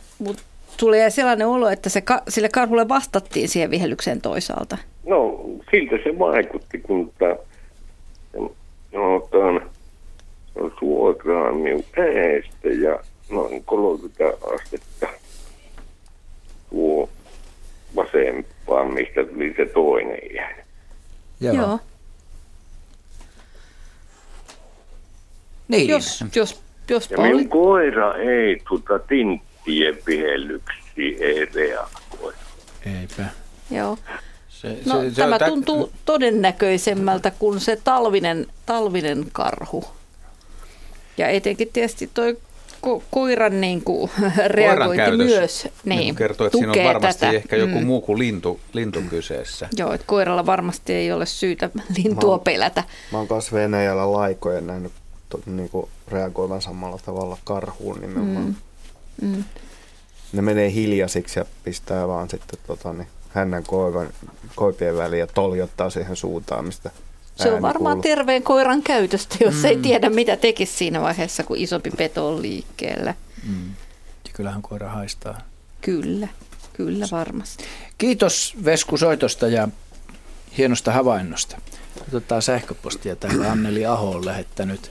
tulee sellainen olo, että sille karhulle vastattiin siihen vihellykseen toisaalta. No, miltä se vaikutti, kun se on suoraan minun äästä ja noin 30 astetta tuo vasempaan, mistä tuli se toinen ääni. Joo. Niin. Jos ja minun koira ei tinttien vihellyksiä ei reagoi. Eipä. Joo. Tämä tuntuu todennäköisemmältä kuin se talvinen karhu. Ja etenkin tietysti toi koiran niin kuin reagointi myös niin, kertoo, että siinä on varmasti tätä. Ehkä joku muu kuin lintu kyseessä. Joo, että koiralla varmasti ei ole syytä lintua pelätä. Mä oon kanssa Venäjällä laikoja nähnyt niinku reagoivan samalla tavalla karhuun nimenomaan. Ne menee hiljaisiksi ja pistää vaan sitten hännän koipien väliin ja toljottaa siihen suuntaan, mistä se on varmaan kuuluu. Terveen koiran käytöstä, jos ei tiedä mitä tekisi siinä vaiheessa, kun isompi peto on liikkeellä. Ja kyllähän koira haistaa. Kyllä varmasti. Kiitos Vesku soitosta ja hienosta havainnosta. Otetaan sähköpostia. Täällä Anneli Aho on lähettänyt.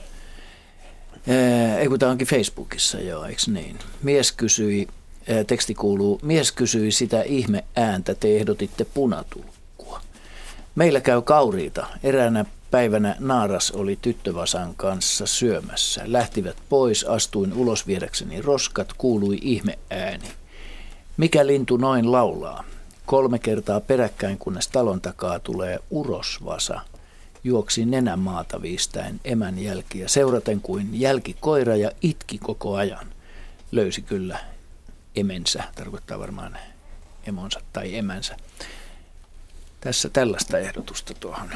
Tämä onkin Facebookissa, joo, eikö niin? Teksti kuuluu, mies kysyi sitä ihme ääntä, te ehdotitte punatulkkua. Meillä käy kauriita. Eräänä päivänä naaras oli tyttövasan kanssa syömässä. Lähtivät pois, astuin ulos viedäkseni roskat, kuului ihme ääni. Mikä lintu noin laulaa? 3 kertaa peräkkäin, kunnes talon takaa tulee urosvasa. Juoksi nenämaata viistäen emän jälkiä, seuraten kuin jälkikoira ja itki koko ajan. Löysi kyllä emensä, tarkoittaa varmaan emonsa tai emänsä. Tässä tällaista ehdotusta tuohon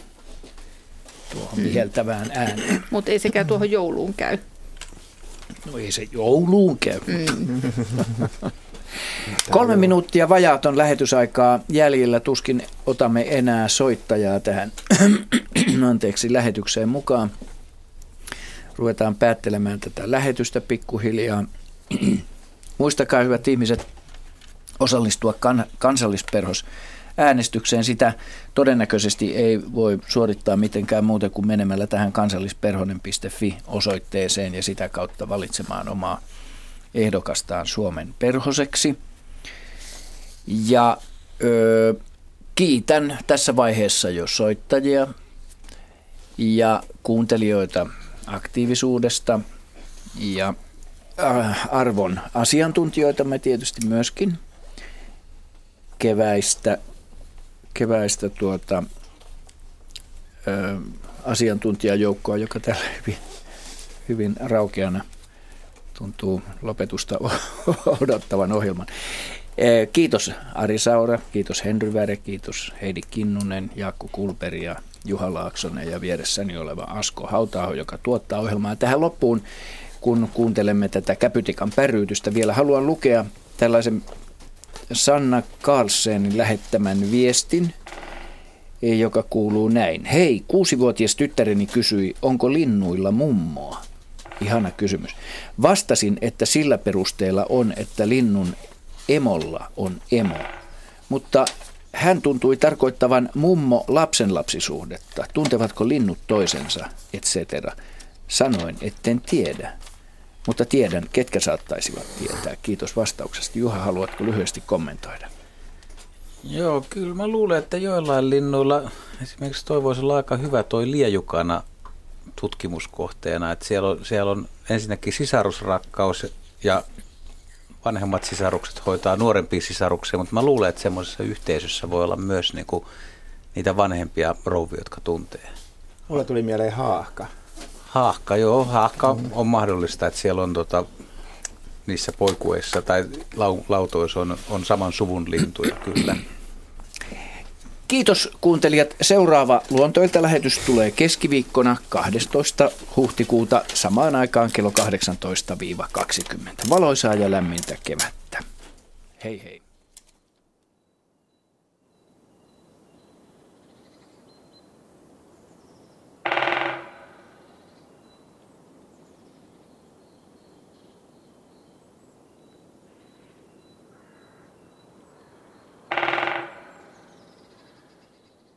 viheltävään ääneen. Mutta ei sekään tuohon jouluun käy. No ei se jouluun käy. 3 minuuttia vajaaton lähetysaikaa jäljellä, tuskin otamme enää soittajaa tähän lähetykseen mukaan. Ruvetaan päättelemään tätä lähetystä pikkuhiljaa. Muistakaa, hyvät ihmiset, osallistua kansallisperhosäänestykseen. Sitä todennäköisesti ei voi suorittaa mitenkään muuten kuin menemällä tähän kansallisperhonen.fi-osoitteeseen ja sitä kautta valitsemaan omaa ehdokastaan Suomen perhoseksi. Ja kiitän tässä vaiheessa jo soittajia ja kuuntelijoita aktiivisuudesta ja arvon asiantuntijoitamme tietysti myöskin keväistä asiantuntijajoukkoa, joka täällä hyvin raukeana tuntuu lopetusta odottavan ohjelman. Kiitos Ari Saura, kiitos Henry Väre, kiitos Heidi Kinnunen, Jaakko Kulperi ja Juha Laaksonen ja vieressäni oleva Asko Hauta-aho, joka tuottaa ohjelmaa. Tähän loppuun, kun kuuntelemme tätä käpytikan päryytystä, vielä haluan lukea tällaisen Sanna Carlsenin lähettämän viestin, joka kuuluu näin. Hei, 6-vuotias tyttäreni kysyi, onko linnuilla mummoa? Ihana kysymys. Vastasin, että sillä perusteella on, että linnun emolla on emo. Mutta hän tuntui tarkoittavan mummo-lapsenlapsisuhdetta. Tuntevatko linnut toisensa, etc. Sanoin, etten tiedä. Mutta tiedän, ketkä saattaisivat tietää. Kiitos vastauksesta. Juha, haluatko lyhyesti kommentoida? Joo, kyllä mä luulen, että joillain linnuilla, esimerkiksi toivoisella aika hyvä toi liejukana tutkimuskohteena, että siellä on ensinnäkin sisarusrakkaus ja vanhemmat sisarukset hoitaa nuorempia sisaruksia, mutta mä luulen, että semmoisessa yhteisössä voi olla myös niinku niitä vanhempia rouvia, jotka tuntee. Mulle tuli mieleen haahka. Haahka on mahdollista, että siellä on niissä poikueissa tai lautoissa on saman suvun lintuja kyllä. Kiitos kuuntelijat. Seuraava Luontoilta-lähetys tulee keskiviikkona 12. huhtikuuta samaan aikaan kello 18-20. Valoisaa ja lämmintä kevättä. Hei hei.